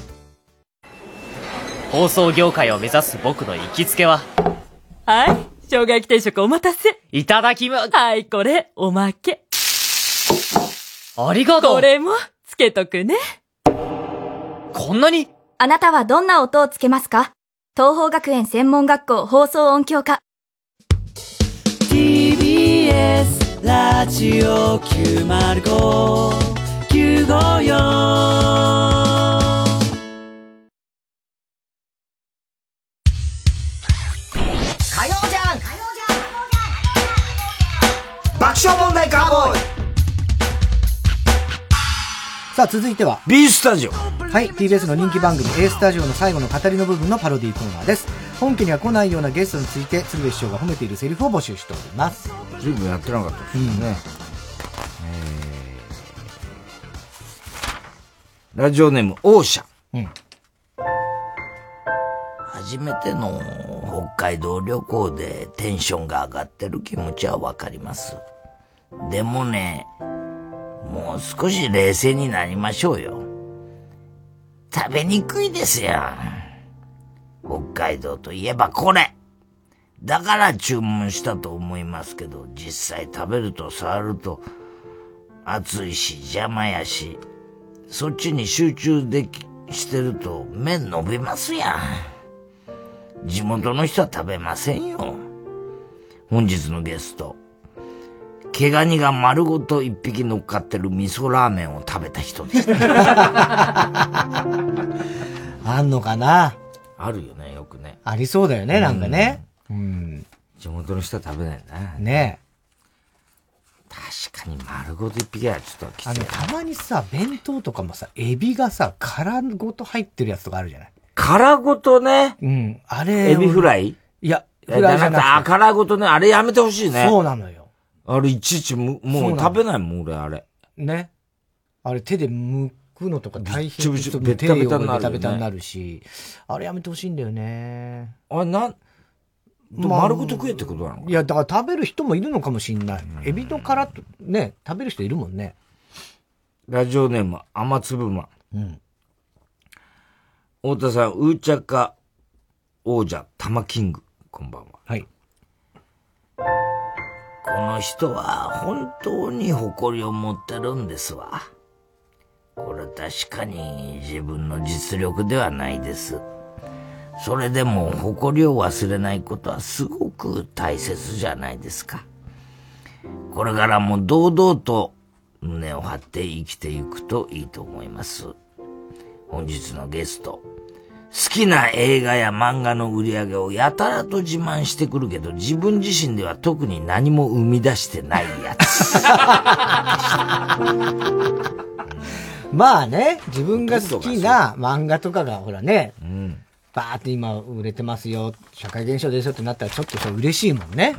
放送業界を目指す僕の行きつけは、 はい、生姜焼き定食お待たせ。 いただきます。 はい、これおまけ。 ありがとう。 これもつけとくね。 こんなに。 あなたはどんな音をつけますか？東邦学園専門学校放送音響科。 ティービーエス ラジオきゅうまるご きゅうごよん。 火曜ジャンク爆笑問題カーボーイ。さあ続いては B スタジオ。 はい、 ティービーエス の人気番組 A スタジオの最後の語りの部分のパロディーコーナーです。本家には来ないようなゲストについて鶴瓶師匠が褒めているセリフを募集しております。 随分やってなかったですね、うん、えー、ラジオネームオーシャン、うん、初めての北海道旅行でテンションが上がってる気持ちはわかります。でもね、もう少し冷静になりましょうよ。食べにくいですよ。北海道といえばこれ。だから注文したと思いますけど、実際食べると触ると熱いし邪魔やし、そっちに集中できしてると麺伸びますやん。地元の人は食べませんよ。本日のゲスト、毛ガニが丸ごと一匹乗っかってる味噌ラーメンを食べた人です。 あんのかな。 あるよね、よくね。 ありそうだよね、なんかね。うん。 地元の人は食べないんだね。 ねえ。確かに丸ごと一匹はちょっときつい。 あの、たまにさ、弁当とかもさ、エビがさ、殻ごと入ってるやつとかあるじゃない。 殻ごとね。 うん。あれ。 エビフライ？ いや、フライじゃなくて。 あ、殻ごとね、あれやめてほしいね。 そうなのよ。 あれいちいちもう食べないもん、俺、あれ。 ね。あれ手で剥くのとか大変。 ちょびちょびベタベタになる、ね。 ベタベタになるし。あれやめてほしいんだよね。 あれなん、まあ、丸ごと食えってことなのかな。 いや、だから食べる人もいるのかもしんない。エビの殻と、ね、食べる人いるもんね。 ラジオネーム、雨粒マン。うん。 太田さん、ウーチャカ王者、タマキング、こんばんは。 はい。 この人は本当に誇りを持ってるんですわ。これ確かに自分の実力ではないです。それでも誇りを忘れないことはすごく大切じゃないですか。これからも堂々と胸を張って生きていくといいと思います。本日のゲスト、好きな映画や漫画の売り上げをやたらと自慢してくるけど、自分自身では特に何も生み出してないやつ。 まあね、自分が好きな漫画とかがほらね、 うん、 バーって今売れてますよ、社会現象ですよってなったらちょっとそれ嬉しいもんね。 うん、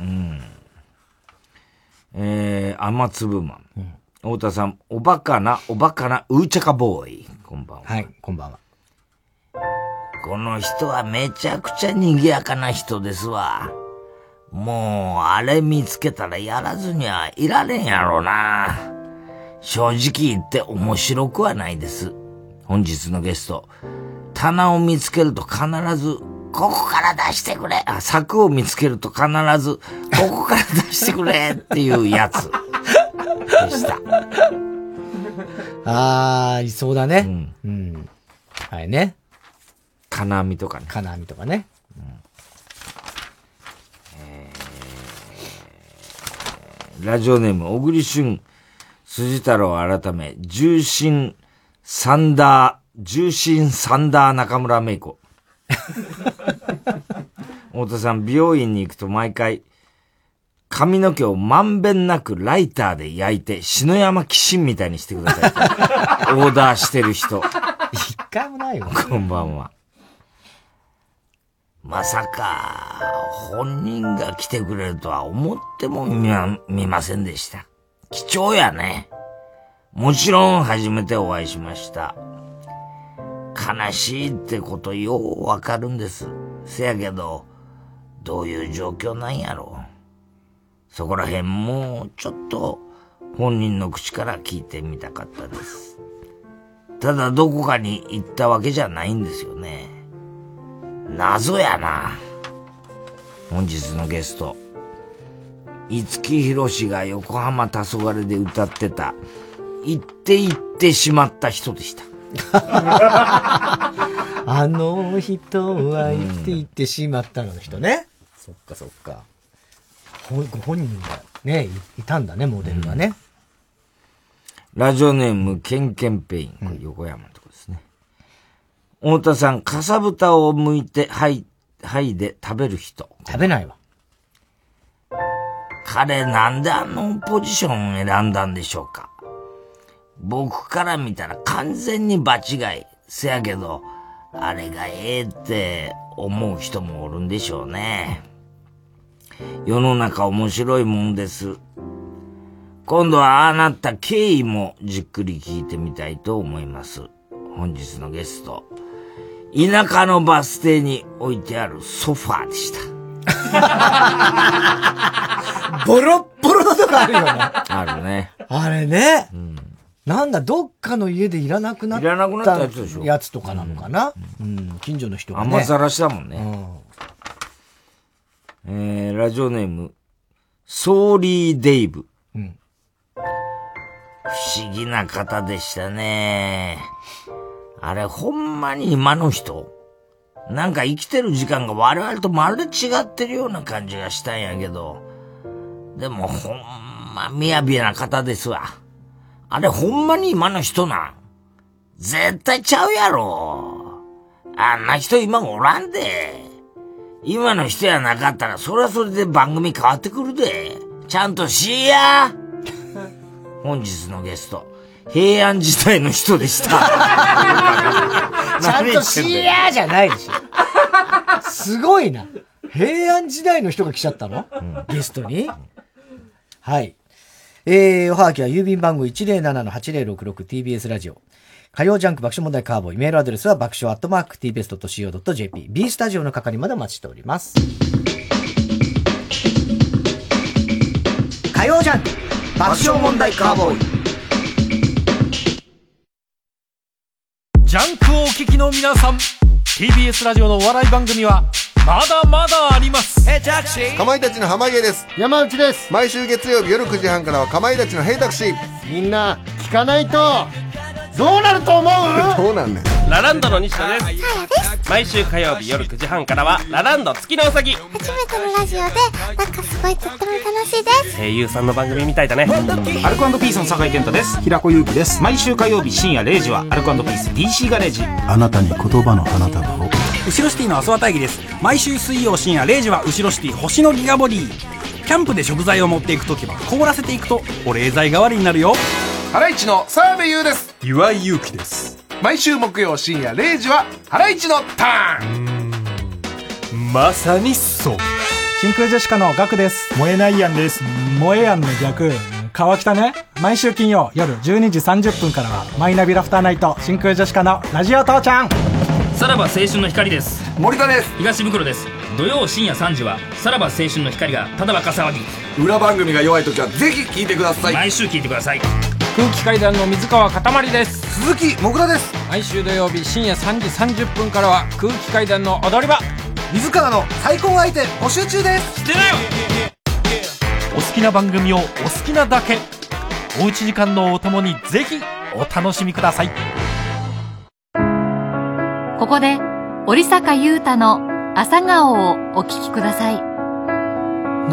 えー、雨粒マン、うん、太田さん、おバカな、おバカな、ウーチャカボーイ。こんばんは。 はい、こんばんは。 この人はめちゃくちゃ賑やかな人ですわ。もう、あれ見つけたらやらずにはいられんやろな。正直言って面白くはないです。本日のゲスト、棚を見つけると必ず、ここから出してくれ。あ、柵を見つけると必ず、ここから出してくれっていうやつでした。 あー、いそうだね。うん。うん、はいね。 金網とかね。 金網とかね。うん、 えー、ラジオネーム、小栗旬、辻太郎改め、重心サンダー、重心サンダー中村芽衣子。太田さん、美容院に行くと毎回、髪の毛をまんべんなくライターで焼いて、篠山紀信みたいにしてください。オーダーしてる人。 一回もないよ。 こんばんは。まさか、本人が来てくれるとは思ってもみま、見ませんでした。貴重やね。もちろん初めてお会いしました。悲しいってことようわかるんです。せやけど、どういう状況なんやろう。そこら辺もちょっと本人の口から聞いてみたかったです。ただどこかに行ったわけじゃないんですよね。謎やな。本日のゲスト、五木ひろしが横浜黄昏で歌ってた行って行ってしまった人でした。 あの人は行って行ってしまったの人ね、うん、そっかそっか。ご本人がね い, いたんだね、モデルがね、 うん、ラジオネームケンケンペイン、これ横山のとこですね、うん、太田さん、かさぶたを剥いてはいはいで食べる人。 食べないわ。 彼なんであのポジションを選んだんでしょうか。僕から見たら完全に場違い。せやけど、あれがええって思う人もおるんでしょうね。世の中面白いもんです。今度はああなった経緯もじっくり聞いてみたいと思います。本日のゲスト、田舎のバス停に置いてあるソファーでした。 ボロッボロのとこあるよね。 あるね。 あれね。うん、なんだ、どっかの家でいらなくなった。 いらなくなったやつでしょ。 やつとかなのかな。うん。うん、近所の人がね。 甘さらしだもんね。うん、えー、ラジオネーム、ソーリー・デイブ。うん。不思議な方でしたね。あれ、ほんまに今の人？なんか生きてる時間が我々とまるで違ってるような感じがしたんやけど、でもほんまみやびな方ですわ。あれほんまに今の人なん？絶対ちゃうやろ。あんな人今おらんで。今の人やなかったらそれはそれで番組変わってくるで。ちゃんとしいや。本日のゲスト、平安時代の人でした。 ちゃんとしいやじゃないでしょ。すごいな。平安時代の人が来ちゃったの、うん、ゲストに。はい。えー、おはがきは郵便番号 いちまるななのはちまるろくろく ティービーエス ラジオ。火曜ジャンク爆笑問題カーボーイ。メールアドレスは爆笑アットマーク ティービーエスドットシーオードットジェーピー。B スタジオの係までお待ちしております。火曜ジャンク爆笑問題カーボーイ。 ジャンクをお聞きの皆さん、 ティービーエス ラジオのお笑い番組はまだまだあります。 かまいたちの濱家です。 山内です。 毎週月曜日夜くじはんからはかまいたちのヘイタクシー。 みんな聞かないとどうなると思う？ どうなんねん。 ラランドの西野です。毎週火曜日夜くじはんからはラランド月のうさぎ。 初めてのラジオでなんかすごいとっても楽しいです。 声優さんの番組みたいだね。 アルコ&ピースの酒井健太です。 平子祐希です。 毎週火曜日深夜れいじはアルコ&ピース ディーシー ガレージ。 あなたに言葉の花束を。 後ろシティの阿諏訪大義です。毎週水曜深夜れいじは後ろシティ星のギガボディ。キャンプで食材を持っていくときは凍らせていくと保冷剤代わりになるよ。 ハライチの澤部優です。 岩井祐希です。 毎週木曜深夜れいじはハライチのターン。 まさにそう。 真空ジェシカのガクです。燃えないやんです。燃えやんの逆川北ね。毎週金曜夜じゅうにじさんじゅっぷんからはマイナビラフターナイト真空ジェシカのラジオ父ちゃん。 さらば青春の光です。 森田です。 東袋です。土曜深夜さんじはさらば青春の光がただバカ騒ぎ。 裏番組が弱い時はぜひ聞いてください。 毎週聞いてください。 空気階段の水川かたまりです。 鈴木もぐらです。 毎週土曜日深夜さんじさんじゅっぷんからは空気階段の踊り場。 水川の再婚相手募集中です。 してなよ。 お好きな番組をお好きなだけ。おうち時間のお供にぜひお楽しみください。 ここで織坂優太の朝顔をお聞きください。 ねえ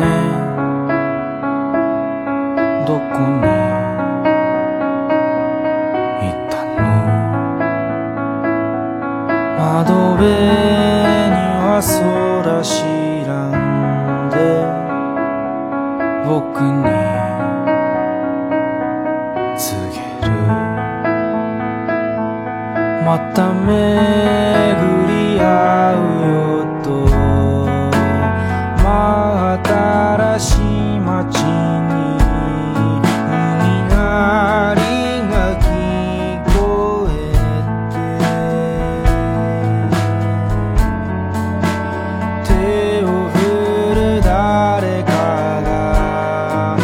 どこに行ったの？窓辺には空知らんで僕に告げる。また巡り合うよと真新しい街に海鳴りが聞こえて手を振る誰かが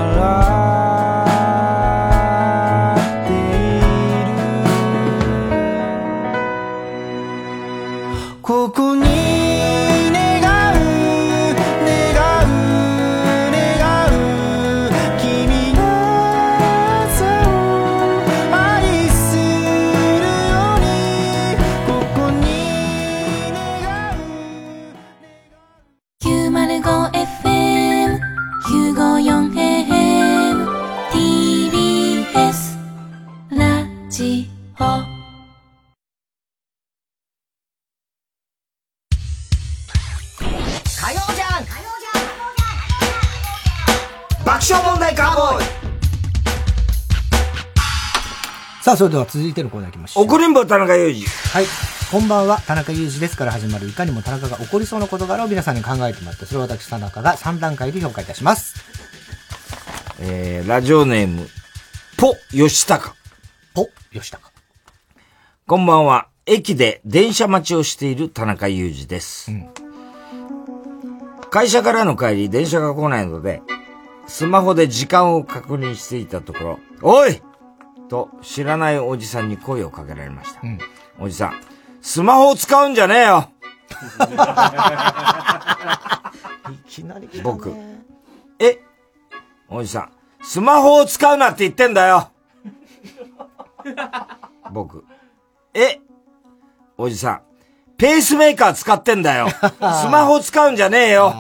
笑っている。ここにさあ、それでは続いてのコーナー行きましょう。 怒りんぼ田中裕二。 はい。こんばんは、田中裕二ですから始まるいかにも田中が起こりそうな事柄を皆さんに考えてもらって、それを私田中がさん段階で評価いたします。 えー、ラジオネーム、ポ・ヨシタカ。 ポ・ヨシタカ。 こんばんは、駅で電車待ちをしている田中裕二です。うん、会社からの帰り、電車が来ないので、スマホで時間を確認していたところ、おいと知らないおじさんに声をかけられました。うん、おじさん、スマホを使うんじゃねえよいきなり来たね。 僕、えおじさん、スマホを使うなって言ってんだよ僕、えおじさん、ペースメーカー使ってんだよスマホ使うんじゃねえよ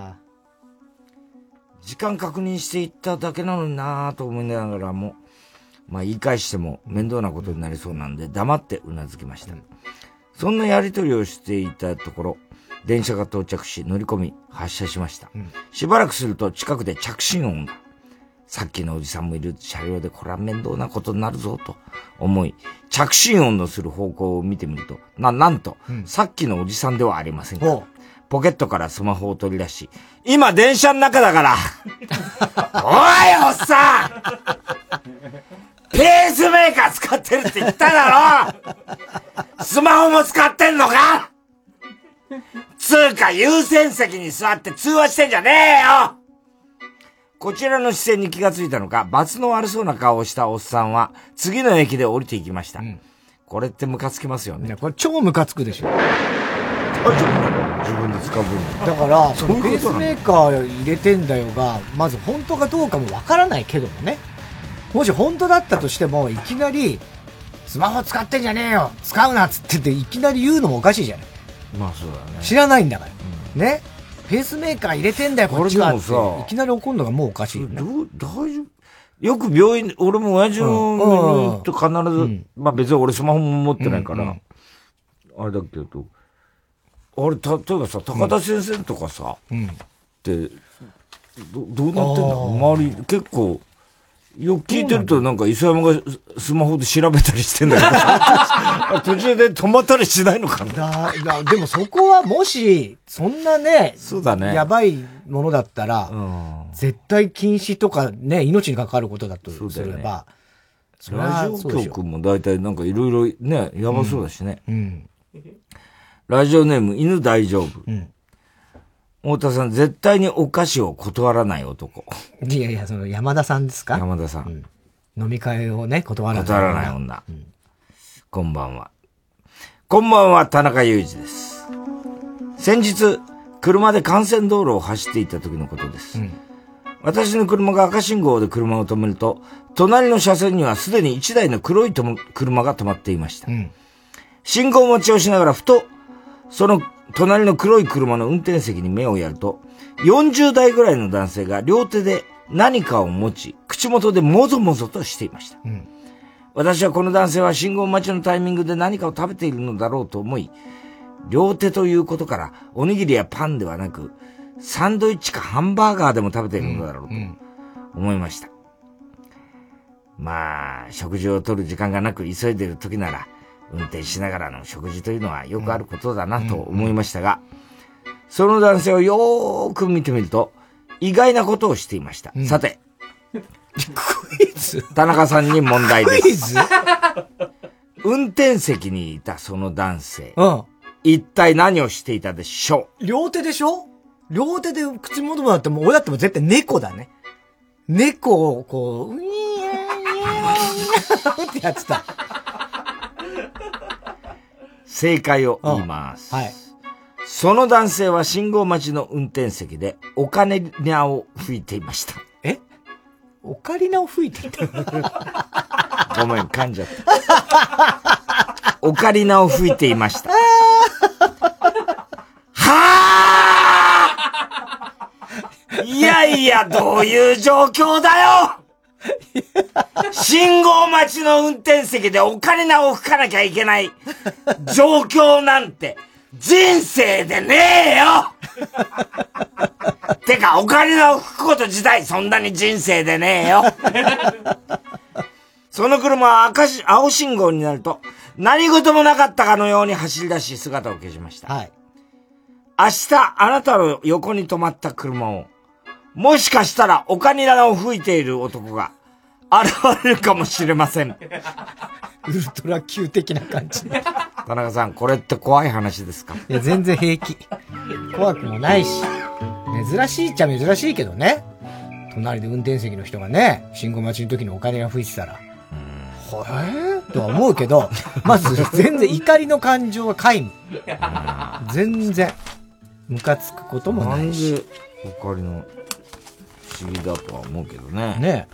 時間確認していっただけなのになぁと思いながらも、まあ言い返しても面倒なことになりそうなんで黙ってうなずきました。そんなやりとりをしていたところ、電車が到着し乗り込み発車しました。うん、しばらくすると近くで着信音が。さっきのおじさんもいる車両でこれは面倒なことになるぞと思い、着信音のする方向を見てみると、な、なんと、うん、さっきのおじさんではありませんか。ポケットからスマホを取り出し、今電車の中だからおいおっさんペースメーカー使ってるって言っただろスマホも使ってんのかつーか優先席に座って通話してんじゃねえよこちらの視線に気がついたのか、罰の悪そうな顔をしたおっさんは次の駅で降りていきました。うん、 これってムカつきますよね。 これ超ムカつくでしょ。 自分で使う分だから、そのペースメーカー入れてんだよが、まず本当かどうかもわからないけどもね。もし本当だったとしても、いきなり、スマホ使ってんじゃねえよ使うなっつってて、いきなり言うのもおかしいじゃない。 まあそうだね。 知らないんだから。うん、ね。ペースメーカー入れてんだよ、こっちはって。 いきなり怒るのがもうおかしいよね。 どう、大丈夫よく病院、俺も親父の病院行って必ず、うん、まあ別に俺スマホも持ってないから、うんうん、あれだけど、あれ、た、例えばさ、高田先生とかさ、うん、って、ど、どうなってんだ周り、結構、よく聞いてるとなんか磯山がスマホで調べたりしてんだけど、途中で止まったりしないのかなだだでもそこはもし、そんなね、 そうだね。 やばいものだったら、うん、絶対禁止とかね、命に関わることだとすれば、 それはラジオ局も大体なんかいろいろね、やばそうだしね。うんうんラジオネーム、犬大丈夫。うん。太田さん、絶対にお菓子を断らない男。 いやいや、その山田さんですか山田さん、 うん。飲み会をね、断らない。 断らない女。うん、こんばんは。こんばんは、田中裕二です。先日、車で幹線道路を走っていた時のことです。うん、私の車が赤信号で車を止めると、隣の車線にはすでに一台の黒いとも車が止まっていました。うん、信号待ちをしながらふと、その隣の黒い車の運転席に目をやると、よんじゅう代ぐらいの男性が両手で何かを持ち、口元でもぞもぞとしていました。うん、私はこの男性は信号待ちのタイミングで何かを食べているのだろうと思い、両手ということからおにぎりやパンではなく、サンドイッチかハンバーガーでも食べているのだろうと思いました。うんうん、まあ、食事をとる時間がなく急いでいる時なら、運転しながらの食事というのはよくあることだなと思いましたが、その男性をよーく見てみると、意外なことをしていました。うん、さて、 クイズ田中さんに問題です。 クイズ運転席にいたその男性、うん、一体何をしていたでしょう？両手でしょ？両手で口元もだってもう俺だっても絶対猫だね。猫をこう、うにゃーってやってた。 正解を言います。はい。その男性は信号待ちの運転席でオカリナを吹いていました。 え？オカリナを吹いていた？ ごめん、噛んじゃった。オカリナを吹いていました。はぁー！いやいや、どういう状況だよ！信号待ちの運転席でオカリナを吹かなきゃいけない状況なんて人生でねえよてか、オカリナを吹くこと自体そんなに人生でねえよその車は赤し、青信号になると何事もなかったかのように走り出し姿を消しました。はい。明日あなたの横に止まった車をもしかしたらオカリナを吹いている男が現れるかもしれません。 ウルトラ Q 的な感じで。 田中さん、これって怖い話ですか？ いや、全然平気。怖くもないし。珍しいっちゃ珍しいけどね。隣で運転席の人がね、信号待ちの時にオカリナ吹いてたら。ほえーとは思うけど、まず全然怒りの感情は皆無。全然、ムカつくこともないし。 なんでオカリナ不思議だとは思うけどね。 ね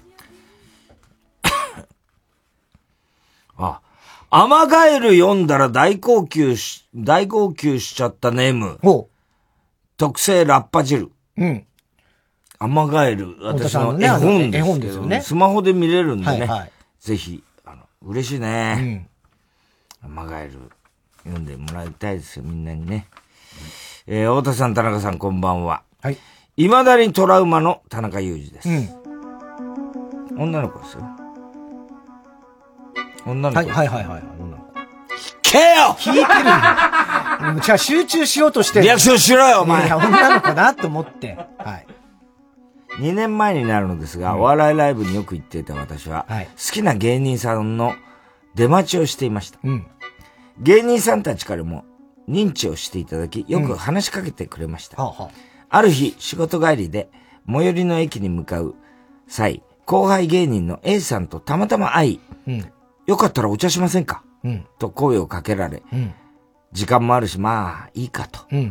あ、アマガエル読んだら大号泣し、大号泣しちゃったネーム。ほう。特製ラッパ汁。うん。アマガエル、私の絵本ですけど、絵本ですよね。スマホで見れるんでね。はいはい、ぜひ、あの、嬉しいね。うん。アマガエル読んでもらいたいですよ、みんなにね。えー、太田さん、田中さん、こんばんは。はい。未だにトラウマの田中裕二です。うん。女の子ですよ。女の子。 はいはいはいはい。女の子。 聞けよ聞いてるんだ。じゃあ集中しようとしてる。 リアクションしろよ、お前。 いや、女の子だと思って。はい。 にねんまえになるのですが、うん、お笑いライブによく行っていた私は、はい、好きな芸人さんの出待ちをしていました。うん、芸人さんたちからも認知をしていただき、よく話しかけてくれました。うん、ある日、仕事帰りで最寄りの駅に向かう際、後輩芸人の A さんとたまたま会い、うん、よかったらお茶しませんかうん、 と声をかけられ、うん、時間もあるし、まあ、いいかと。 うんうんうん、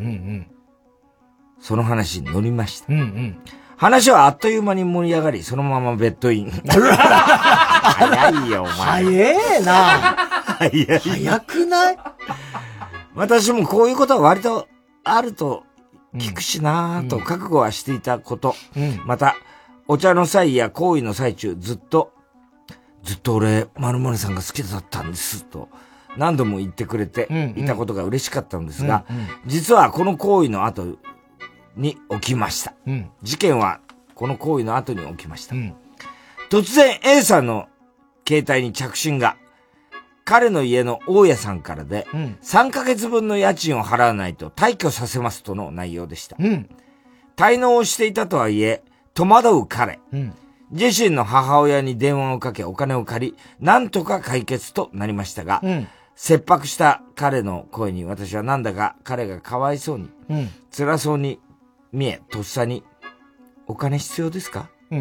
その話に乗りました。 うんうん、 話はあっという間に盛り上がり、そのままベッドイン。早いよ、お前。 早えな。 早い。 早くない？ 私もこういうことは割とあると聞くしなぁと覚悟はしていたこと。うん、また、お茶の際や行為の最中、ずっと、ずっと俺、〇〇さんが好きだったんです、と何度も言ってくれていたことが嬉しかったのですが、うんうん、実はこの行為の後に起きました。うん、事件はこの行為の後に起きました。うん、突然 A さんの携帯に着信が、彼の家の大家さんからで、うん、さんかげつぶんの家賃を払わないと退去させますとの内容でした。うん、滞納をしていたとはいえ、戸惑う彼。うん、自身の母親に電話をかけお金を借り、なんとか解決となりましたが、うん、切迫した彼の声に私はなんだか彼がかわいそうに、うん、辛そうに見え、とっさに、お金必要ですか？うん、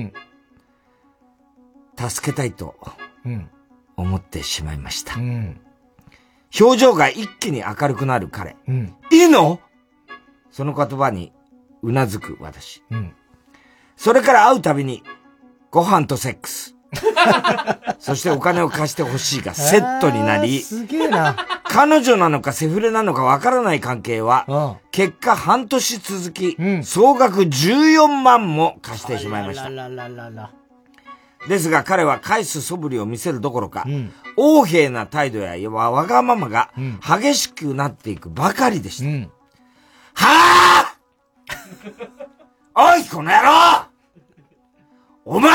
助けたいと、うん思ってしまいました。うん、表情が一気に明るくなる彼。うん、いいの？その言葉にうなずく私。うん、それから会うたびに、ご飯とセックス。そしてお金を貸してほしいがセットになり、 すげえな。 彼女なのかセフレなのかわからない関係は、結果半年続き、うん、総額じゅうよんまんも貸してしまいました。 らららららですが彼は返す素振りを見せるどころか、うん、横柄な態度やわがままが激しくなっていくばかりでした。うん、はぁおいこの野郎お前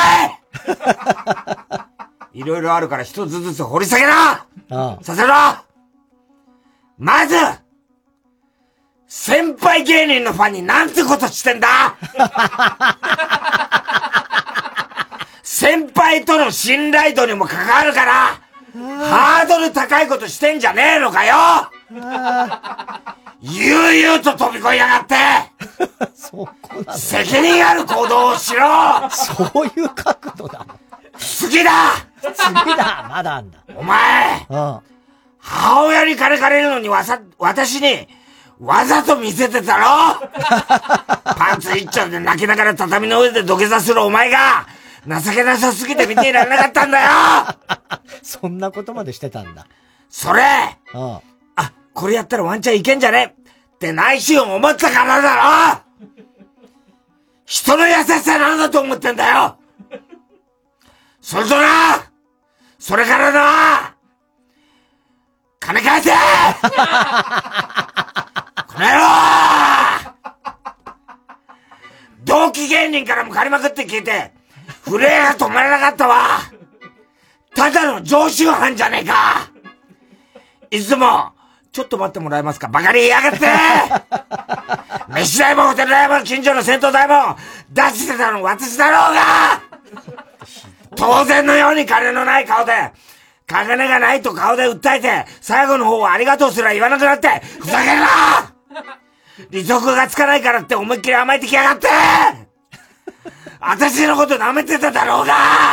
いろいろあるから一つずつ掘り下げなああさせろまず先輩芸人のファンになんてことしてんだ先輩との信頼度にも関わるから、ハードル高いことしてんじゃねえのかよ悠々と飛び越えやがってそこなん責任ある行動をしろそういう角度だ次だ次だまだあんだお前、うん、母親に金借りるのにわさ、私にわざと見せてたろパンツ一丁で泣きながら畳の上で土下座するお前が情けなさすぎて見ていられなかったんだよそんなことまでしてたんだ。 それああ、これやったらワンチャンいけんじゃねって内心思ったからだろ人の優しさなんだと思ってんだよそれとなそれからな金返せこの野郎同期芸人からも借りまくって聞いて震えが止まらなかったわただの常習犯じゃねえかいつも、ちょっと待ってもらえますかバカに言いやがって飯代もホテル代も近所の銭湯代も出してたの私だろうが当然のように金のない顔で金がないと顔で訴えて最後の方はありがとうすら言わなくなってふざけるな利息がつかないからって思いっきり甘えてきやがって私のこと舐めてただろうが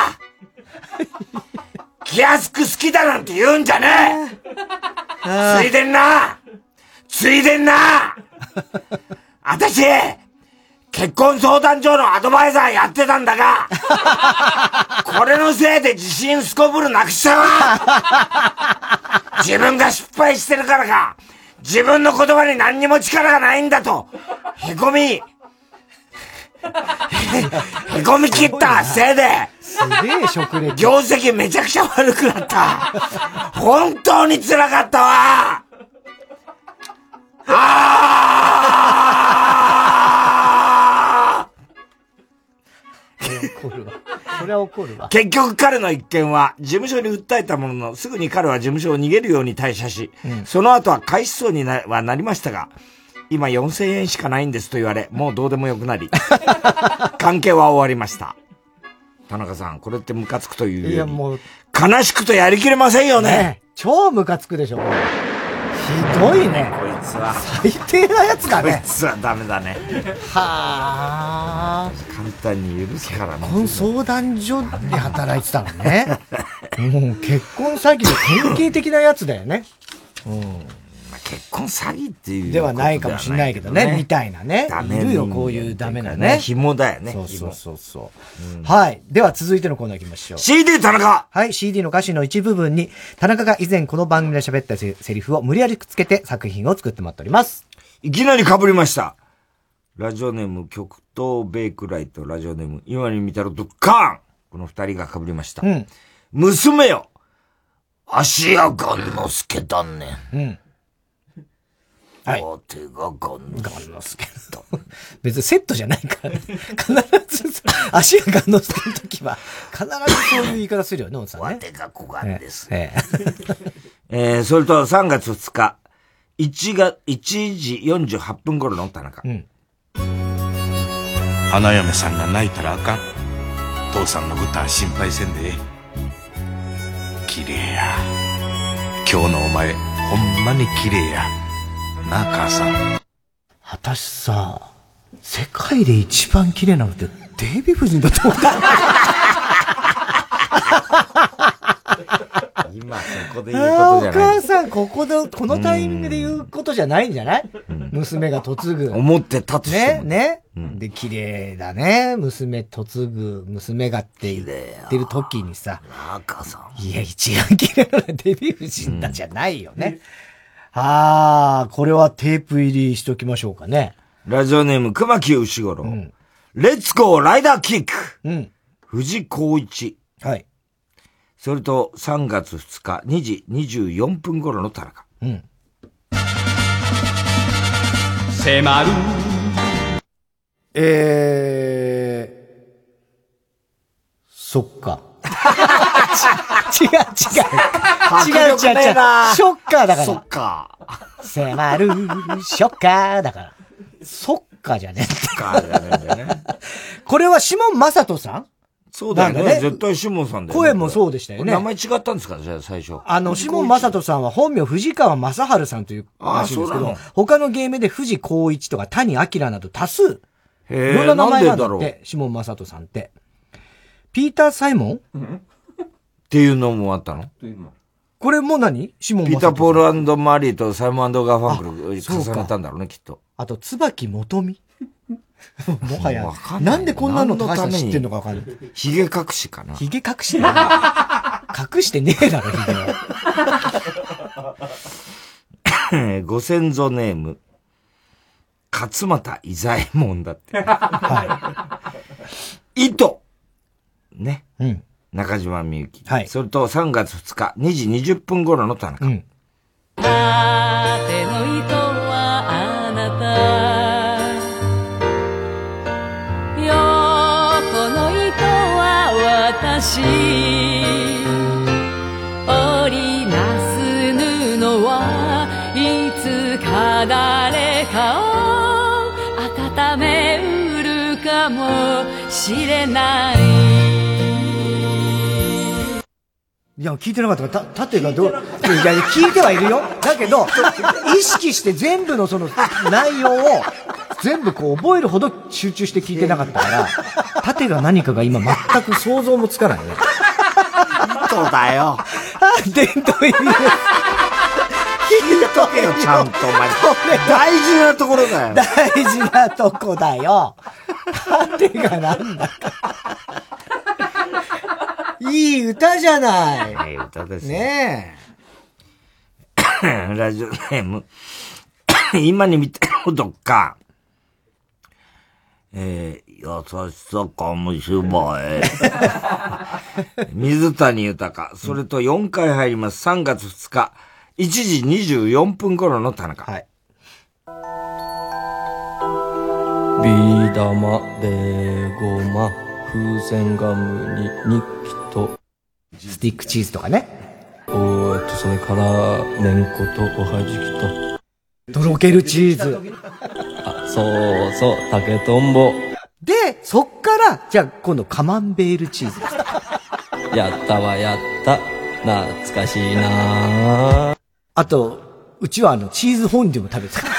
気安く好きだなんて言うんじゃねえついでんなついでんな私結婚相談所のアドバイザーやってたんだがこれのせいで自信すこぶるなくしたわ自分が失敗してるからか自分の言葉に何にも力がないんだとへこみへこみ切ったせいですげえ食レポ業績めちゃくちゃ悪くなった本当に辛かったわあ怒るわそれは怒るわ結局彼の一件は事務所に訴えたもののすぐに彼は事務所を逃げるように退社し、うん、その後は返しそうになはなりましたが今よんせんえんしかないんですと言われ、もうどうでもよくなり、関係は終わりました。田中さん、これってムカつくというより、いやもう悲しくとやりきれませんよね。ね超ムカつくでしょ、これ。ひどいね。 こいつは。 最低なやつだね。 こいつはダメだね。 はあ。 簡単に許すからね。 結婚相談所で働いてたのね。 もう結婚詐欺の典型的なやつだよね。うん。 結婚詐欺っていうではないかもしれないけどね、みたいなね。いるよ、こういうダメなね。 紐だよね。 そうそうそうそう、うん。はい。では続いてのコーナー行きましょう。 シーディー 田中はい、シーディー の歌詞の一部分に、田中が以前この番組で喋ったセリフを無理やりくっつけて作品を作ってもらっております。 いきなり被りました。ラジオネーム、極東ベイクライト、ラジオネーム、今に見たろとカーン。この二人が被りました。うん。娘よ芦屋雁之助だね。うん。はい。手がガン之助と。別にセットじゃないからね。必ず、足がガン之助の時は、必ずそういう言い方するよね、おさんね。 手が小ガンです。えええー、それとさんがつふつか、いちが、いちじよんじゅうはっぷん頃の田中。うん。 花嫁さんが泣いたらあかん。父さんのことは心配せんでええ。綺麗や。今日のお前、ほんまに綺麗や。なあ、母さん。 私さ、世界で一番綺麗なのってデヴィ夫人だと思った。 今そこで言うことじゃない。 お母さん、ここで、このタイミングで言うことじゃないんじゃない、うん、娘が嫁ぐ。 思って立つね、ね、うん。で、綺麗だね。娘嫁ぐ、娘がって言ってる時にさ。 なあ、母さん。 いや、一番綺麗なのはデヴィ夫人だじゃないよね。うん、ああ、これはテープ入りしときましょうかね。 ラジオネーム、熊木牛五郎。うん、レッツゴーライダーキック。うん。藤光一。はい。それとさんがつふつかにじにじゅうよんぷん頃の田中。うん。 迫る。 えー、そっか。違う違う。違う違う違う。ショッカーだから。 そっか。 迫る、ショッカーだから。そっかじゃねえ。 そっかじゃねえんだよね。 これはシモン正人さん？ そうだよね。ね絶対シモンさんだよね。声もそうでしたよね。 名前違ったんですかじゃあ最初。 あの、シモン正人さんは本名藤川正治さんというらしいんですけど、他の芸名で藤光一とか谷明など多数、いろんな名前なんだって、シモン正人さんって。ピーター・サイモン、うん、 っていうのもあったの？ これも何？シモン正人。 ピーター・ポール&マリーとサイモン&ガーファンクル重ねたんだろうね、きっと。 あと、椿元美。もはや、なんでこんなの高橋さん知ってんのかわかんない。 髭隠しかな。 髭隠し隠してねえだろ、髭は。ご先祖ネーム、勝俣伊左衛門だって。はい。糸ね。うん。中島みゆき。はい。それとさんがつふつかにじにじゅっぷん頃の田中。うん。縦の糸はあなた。 私織りなす布はいつか誰かを温めうるかもしれない。 いや、聞いてなかったから、た、縦がどう、いや、聞いてはいるよ。だけど、意識して全部のその内容を、全部こう覚えるほど集中して聞いてなかったから、縦が何かが今全く想像もつかないね。 そうだよ。 あ、伝統入りです。聞いとけよ、 ちゃんと。お前、大事なところだよ。 大事なとこだよ。縦がなんだか。いい歌じゃない。 いい歌ですね。 ねえ。ラジオネーム。今に見たことか。えー、優しさかもしれない。水谷豊。それとよんかい入ります。さんがつふつか、いちじにじゅうよんぷん頃の田中。はい。 ビー玉、ベゴマ、風船ガムに日記と、 スティックチーズとかね。 おーっと、それから、めんことおはじきと、とろけるチーズ。 あ、そうそう、竹とんぼ。 で、そっから、じゃあ今度カマンベールチーズです。 やったわ、やった。懐かしいな。 あと、うちはあの、チーズフォンデュも食べてた。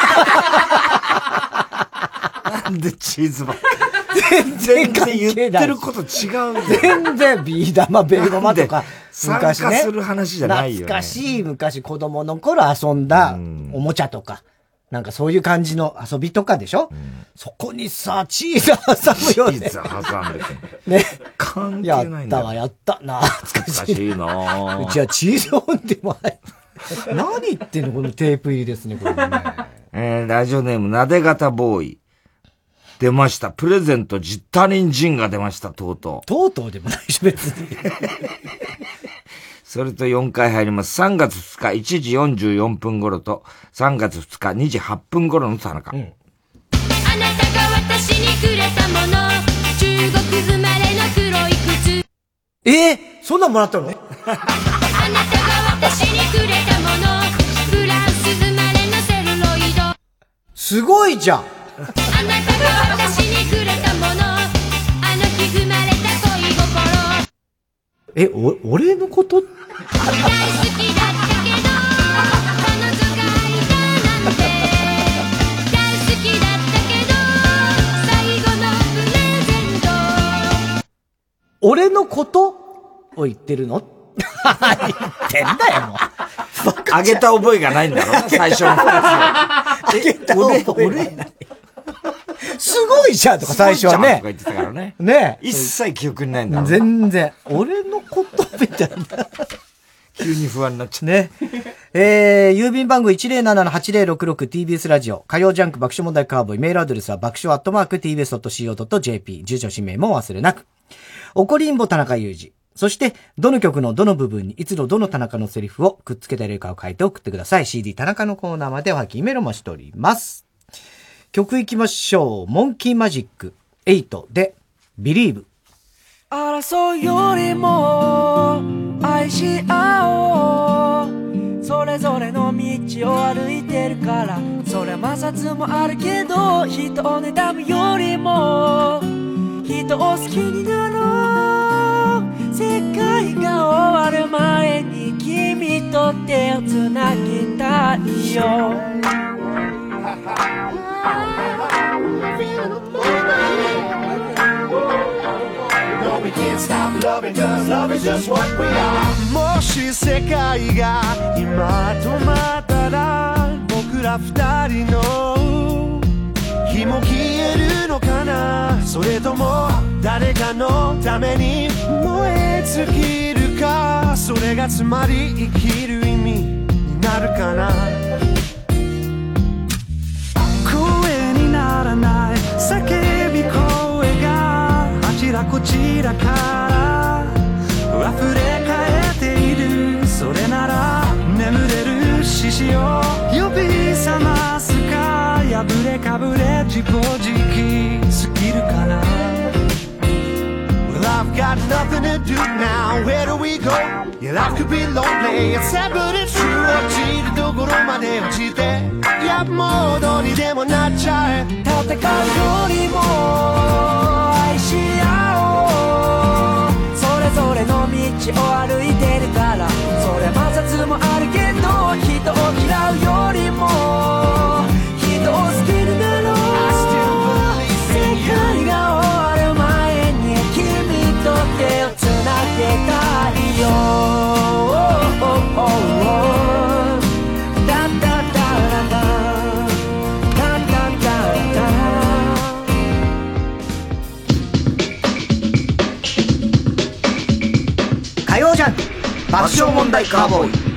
なんでチーズばっかり。全然関係ない。 言ってること違う。 全然、ビー玉、ベーゴマとか、 昔ね。 参加する話じゃないよね。 懐かしい昔子供の頃遊んだおもちゃとか、なんかそういう感じの遊びとかでしょ、うん、そこにさ、チーズ挟むよね。 チーズ挟んでて。 ね。 関係ないんだよ。 やったわ、やった。懐かしい。 懐かしいなうちはチーズオンでもない。何言ってんのこのテープ入りですね、これね。 えー、ラジオネーム、なで型ボーイ。出ました。プレゼント、ジッタリンジンが出ました、とうとう。 とうとうでもないし、別に。 それとよんかい入ります。さんがつふつかいちじよんじゅうよんぷん頃と、さんがつふつかにじはっぷん頃の田中。うん、 あなたが私にくれたもの、中国生まれの黒い靴。 えー、そんなんもらったの？ あなたが私にくれたもの、フランス生まれのセルロイド。 すごいじゃん。 あなたが私にくれたもの、あの日生まれた恋心。 え、お、俺のこと？ 大好きだったけど、彼女がいたなんて。大好きだったけど、最後のプレゼント。 俺のことを言ってるの？言ってんだよ、もう。 あげた覚えがないんだろ最初の二つ。 あげた覚えがない。すごいじゃんとか最初はね。 とか言ってたからね。 ね一切記憶にないんだろ。 全然。俺のことみたいな。 急に不安になっちゃう。 ね。えー、郵便番号 いちまるななのはちぜろろくろく ティービーエス ラジオ。火曜ジャンク爆笑問題カーボーイ。メールアドレスは爆笑アットマーク ティービーエスドットシーオードットジェーピー。住所氏名もお忘れなく。おこりんぼ田中裕二。そして、どの曲のどの部分にいつのどの田中のセリフをくっつけてるかを書いて送ってください。シーディー 田中のコーナーまでおはきメロもしております。曲いきましょう。モンキーマジックエイトで Believe。 争うよりも愛し合おう。それぞれの道を歩いてるから、そりゃ摩擦もあるけど、人を妬むよりも人を好きになろう。世界が終わる前に君と手をつなぎたいよ。 もし世界が今止まったら、僕ら二人の火も消えるのかな。それとも誰かのために燃え尽きるか。それがつまり生きる意味になるかな。声にならない叫び声があちらこちらから溢れ返っている。それなら眠れる獅子を呼び覚ますか。破れかぶれ自暴自棄すぎるかな。 Well, I've got nothing to do now. Where do we go? Yeah, life could be lonely. It's sad but it's true. 落ちるところまで落ちて、いやもうどうにでもなっちゃえ。 戦うよりも愛し合おう。それぞれの道を歩いてるから、そりゃ摩擦もあるけど、人を嫌うよりも人を好きになろう。世界が終わる前に君と手をつなげたいよ。ダンダンダンダンダンダンダンダン。火曜ジャンク爆笑問題カーボーイ。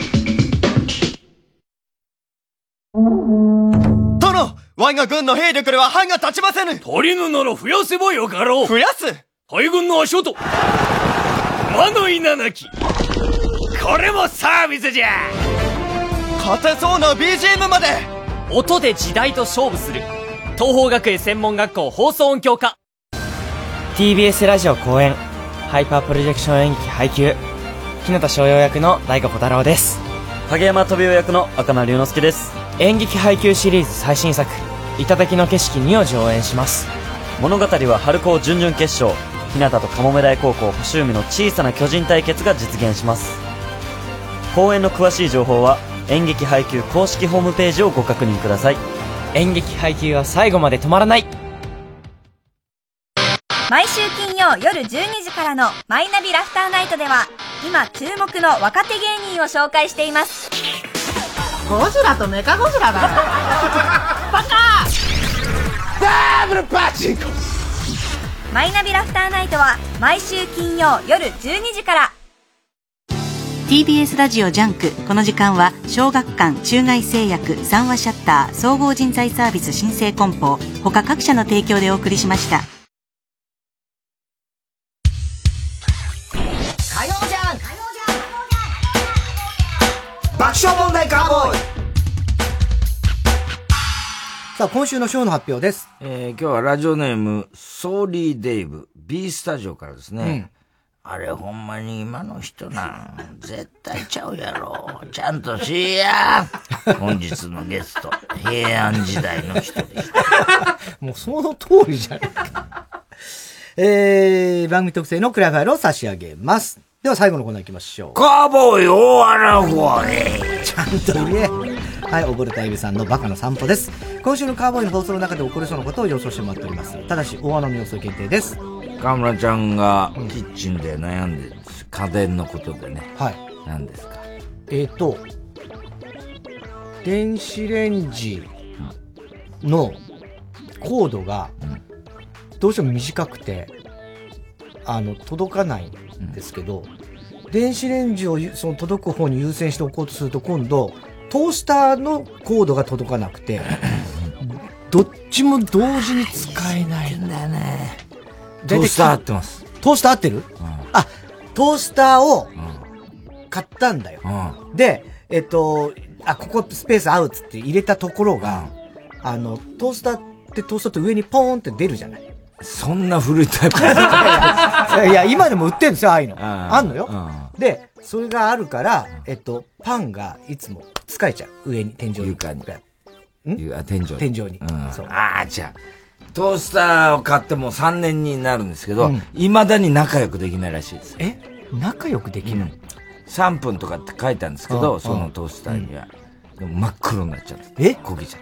殿、我が軍の兵力では歯が立ちませぬ。 足りぬなら増やせばよかろう。 増やす。 大軍の足音、魔の稲なき、これもサービスじゃ。 勝てそうな ビージーエム まで。 音で時代と勝負する東邦学園専門学校放送音響科。 ティービーエス ラジオ公演ハイパープロジェクション演劇配給、日向翔陽役の大河小太郎です。 影山飛雄役の赤間龍之介です。 演劇配給シリーズ最新作頂の景色にを上演します。 物語は春高準々決勝、日向とかもめ大高校星海の小さな巨人対決が実現します。公演の詳しい情報は演劇配給公式ホームページをご確認ください。 演劇配給は最後まで止まらない。 毎週金曜夜じゅうにじからのマイナビラフターナイトでは今注目の若手芸人を紹介しています。 ゴジラとメカゴジラだよバカダブルパチンコ。 マイナビラフターナイトは毎週金曜夜じゅうにじから。 ティービーエス ラジオジャンク。この時間は小学館、中外製薬、三話シャッター、総合人材サービス新生梱包他各社の提供でお送りしました。 火曜じゃん爆笑問題カーボーイ。さあ、今週のショーの発表です。 えー、今日はラジオネーム、ソーリーデイブ、B スタジオからですね。うん、あれほんまに今の人なん絶対ちゃうやろ。ちゃんとしや。本日のゲスト、平安時代の人でした。 もうその通りじゃないか。えー、番組特製のクラファイルを差し上げます。では最後のコーナー行きましょう。 カーボーイ大穴声。 ちゃんと言え。はい、溺れたエビさんのバカの散歩です。今週のカーボーイの放送の中で起こりそうなことを予想してもらっております。ただし、大穴の予想限定です。 河村ちゃんがキッチンで悩んでるんです。家電のことでね。 はい。 何ですか？ えっと、電子レンジのコードがどうしても短くて、あの、届かないんですけど、うん、電子レンジをその届く方に優先しておこうとすると今度、トースターのコードが届かなくて、どっちも同時に使えないんだよね。 トースター合ってます。 トースター合ってる？うん、あ、トースターを買ったんだよ。うん、で、えっと、あ、ここスペース合うっつって入れたところが、うん、あの、トースターってトースターと上にポーンって出るじゃない。 そんな古いタイプいや、今でも売ってるんですよ、ああいうの。あ, あんのよ。で、それがあるから、えっと、パンがいつも使えちゃう。上に、天井に。 床に。 んあ、天井に。 天井に。 うん、そう。ああ、じゃあ、トースターを買ってもうさんねんになるんですけど、うん、未だに仲良くできないらしいです。 え仲良くできない、うん、 さんぷんとかって書いたんですけど、うん、そのトースターには。うん、でも真っ黒になっちゃって。 え焦げちゃって。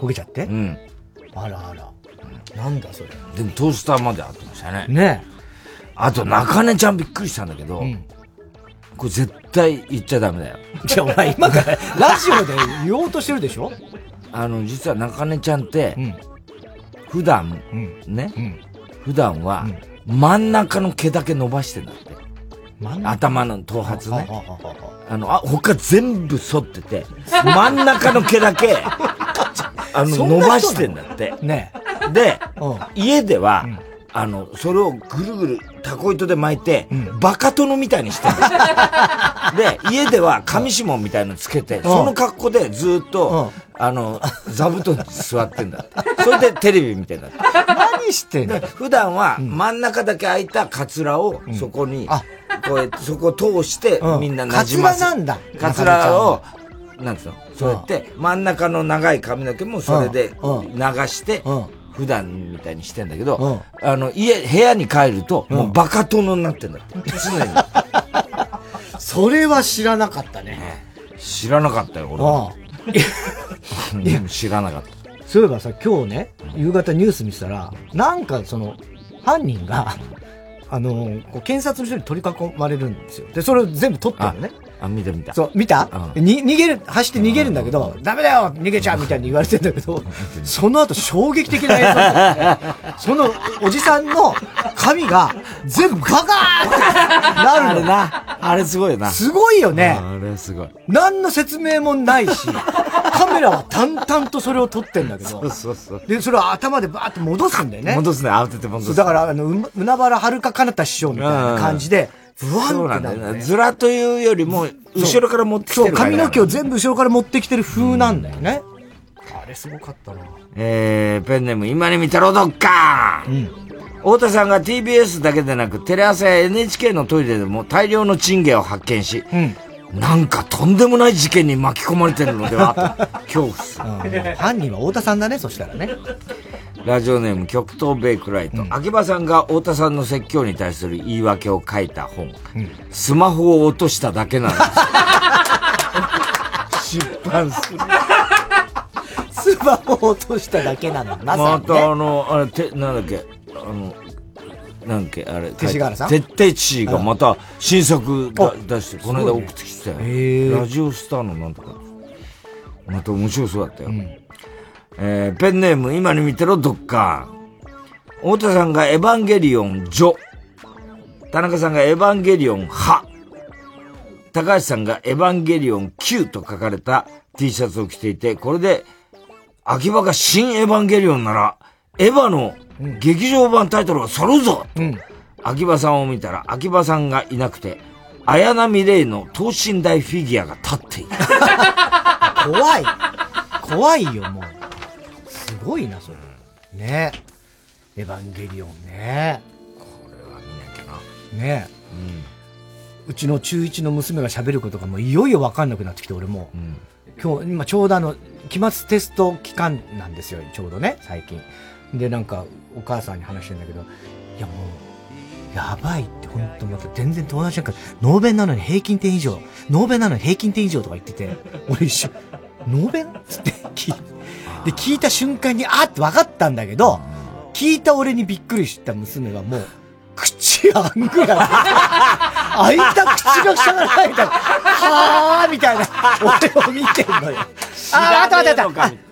焦げちゃってうん。 あらあら。なんだそれ。 でもトースターまであってましたね。 ねえ。 あと、中根ちゃんびっくりしたんだけど、うん、これ絶対言っちゃダメだよ。 じゃあお前今からラジオで言おうとしてるでしょ？ あの、実は中根ちゃんって、うん、普段、うん、ね、うん、普段は、真ん中の毛だけ伸ばしてんだって。頭の頭髪ね。あの、あ、他全部剃ってて、真ん中の毛だけ、あの、伸ばしてんだって。 ねで、家では、うん、あの、それをぐるぐるタコ糸で巻いて、うん、バカ殿みたいにしてるんですで、家では上下みたいのつけて、うん、その格好でずっと、うん、あの、座布団に座ってんだって。それでテレビ見てんだって。 何してんの？ 普段は真ん中だけ開いたカツラをそこに、うん、こうやってそこを通して、みんな馴染ませ、 カツラなんだ。 カツラを、なんつうの？そうやって、真ん中の長い髪の毛もそれで流して、普段みたいにしてんだけど、あの、家、部屋に帰ると、もうバカ殿になってんだって。常に。 それは知らなかったね。 知らなかったよ、俺は。知らなかった。 そういえばさ、今日ね、夕方ニュース見てたら、なんかその、犯人が、あの、こう検察の人に取り囲まれるんですよ。で、それを全部取ってるのね。 あ、見た見た。 そう、見た、うん、に、逃げる、走って逃げるんだけど、うん、ダメだよ逃げちゃうみたいに言われてんだけど、その後衝撃的な映像だったね。そのおじさんの髪が全部ガガーってなるの。 あれな。あれすごいな。 すごいよね。 あれすごい。 何の説明もないし、カメラは淡々とそれを撮ってんだけど。 そうそうそう。 で、それを頭でバーって戻すんだよね。 戻すね、慌てて戻す。 だから、あの、う、海原はるか彼方師匠みたいな感じで、ブワンってなる、ね。そうなんだよね。 ずらというよりも、後ろから持ってきてる、 ね。そう、髪の毛を全部後ろから持ってきてる風なんだよね。うん、あれすごかったな。 えー、ペンネーム、今に見たろどっかーん。うん。太田さんが ティービーエス だけでなく、テレ朝や エヌエイチケー のトイレでも大量のチンゲを発見し、うん。なんかとんでもない事件に巻き込まれてるのではと、恐怖する。犯人は太田さんだね、そしたらね。 ラジオネーム極東ベイクライト、うん、秋葉さんが太田さんの説教に対する言い訳を書いた本、うん、スマホを落としただけなんです出版するスマホを落としただけなのなまた、ね、あのあれてなんだっけあのなんけ、あれ、 勅使河原さん徹底知がまた新作出して、この間送ってきてたよ。ね、ラジオスターのなんとか。また面白そうだったよ。うん、えー、ペンネーム、今に見てろ、ドッカーン。太田さんがエヴァンゲリオン、ジョ。田中さんがエヴァンゲリオン、ハ。高橋さんがエヴァンゲリオン キュー と書かれた T シャツを着ていて、これで、秋葉が新エヴァンゲリオンなら、エヴァの劇場版タイトルが揃うぞ、うん、秋葉さんを見たら、秋葉さんがいなくて、綾波レイの等身大フィギュアが立っている。 怖い。怖いよ、もう。すごいな、それ。ねエヴァンゲリオンね。 これは見なきゃな。 ねうん。うちの中いちの娘が喋ることがもういよいよ分かんなくなってきて、俺も。うん、今日、今ちょうどあの、期末テスト期間なんですよ、ちょうどね、最近。で、なんか、お母さんに話してんだけど、いやもう、やばいって、ほんとまた全然友達なんか、ノーベンなのに平均点以上、ノーベンなのに平均点以上とか言ってて、俺一瞬、ノーベンつって聞いて、で、聞いた瞬間に、あって分かったんだけど、聞いた俺にびっくりした娘はもう、口あんぐらい。開いた口が塞がらないみたいな。はぁーみたいな。俺を見てんのよ。あー、待って待って待って。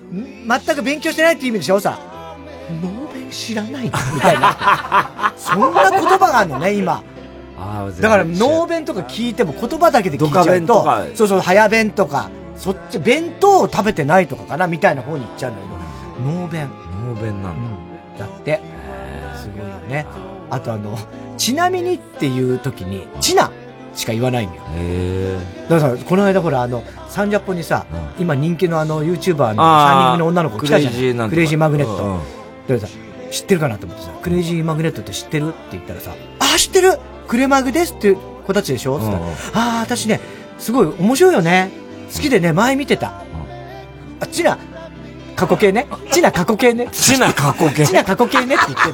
全く勉強してないって意味でしょさ。ノーベン知らないみたいな。そんな言葉があるのね、今。だから、ノーベンとか聞いても言葉だけで聞いちゃうと、そうそう、早弁とか、そっち、弁当を食べてないとかかなみたいな方に行っちゃうんだけど、ノーベン。 ノーベンなんだ。 うん、だって。すごいよね。あとあの、ちなみにっていう時に、ちなしか言わないんだよ。 へだからさ、この間ほらあの、サンジャポにさ、うん、今人気のあの、YouTuber のさんにん組の女の子来たじゃん。クレイジー、クレイジーマグネット。うん、だからさ、知ってるかなと思ってさ、クレイジーマグネットって知ってるって言ったらさ、あ、知ってるクレマグですって子たちでしょって言ったら、ああ、私ね、すごい面白いよね。好きでね、前見てた。あ、ちな、過去形ね。ちな過去形ね。 ちな過去形。 ちな過去形ねって言ってんの。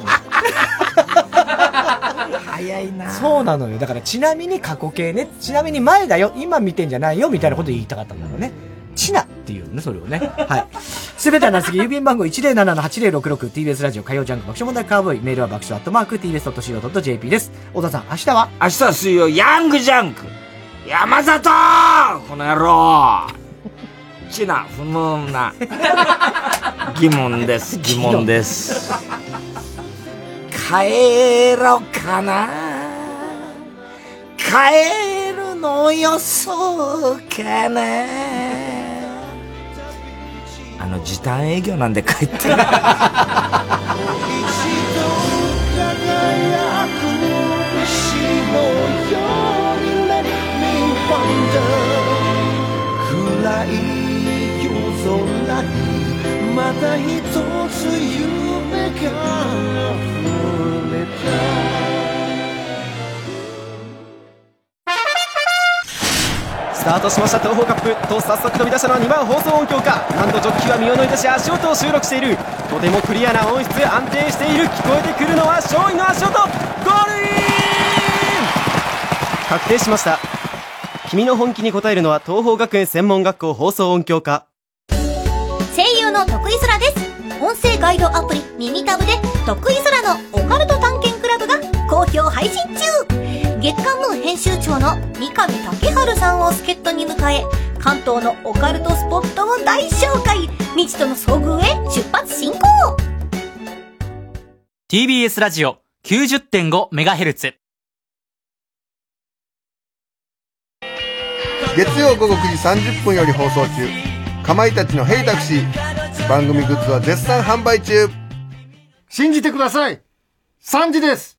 早いな。 そうなのよ。だからちなみに過去形ね。ちなみに前だよ。今見てんじゃないよ。みたいなこと言いたかったんだろうね。ちなっていうね、それをね。はい。すべてはなすぎ、郵便番号 いちゼロななのはちゼロろくろく ティービーエス ラジオ火曜ジャンク爆笑問題カーボーイ。メールは爆笑アットマーク ティービーエスドットシーオードットジェーピー です。小田さん、明日は明日は水曜、ヤングジャンク山里この野郎ちな、不問な疑問です。疑問です。帰ろかな帰るのよそうかなあの時短営業なんで帰ってる暗い夜空にまた一つ夢が溢れたスタートしました東宝カップと早速飛び出したのはにばん放送音響かなんとジョッキーは身を乗り出し足音を収録しているとてもクリアな音質安定している聞こえてくるのは勝利の足音ゴールイン確定しました君の本気に応えるのは東邦学園専門学校放送音響科声優の徳井空です。音声ガイドアプリ耳タブで徳井空のオカルト探検クラブが好評配信中。月刊ムー編集長の三上竹春さんを助っ人に迎え関東のオカルトスポットを大紹介。未知との遭遇へ出発進行。 ティービーエス ラジオ きゅうじゅってんごメガヘルツ月曜午後くじさんじゅっぷんより放送中かまいたちのヘイタクシー番組グッズは絶賛販売中。 信じてください、さんじです。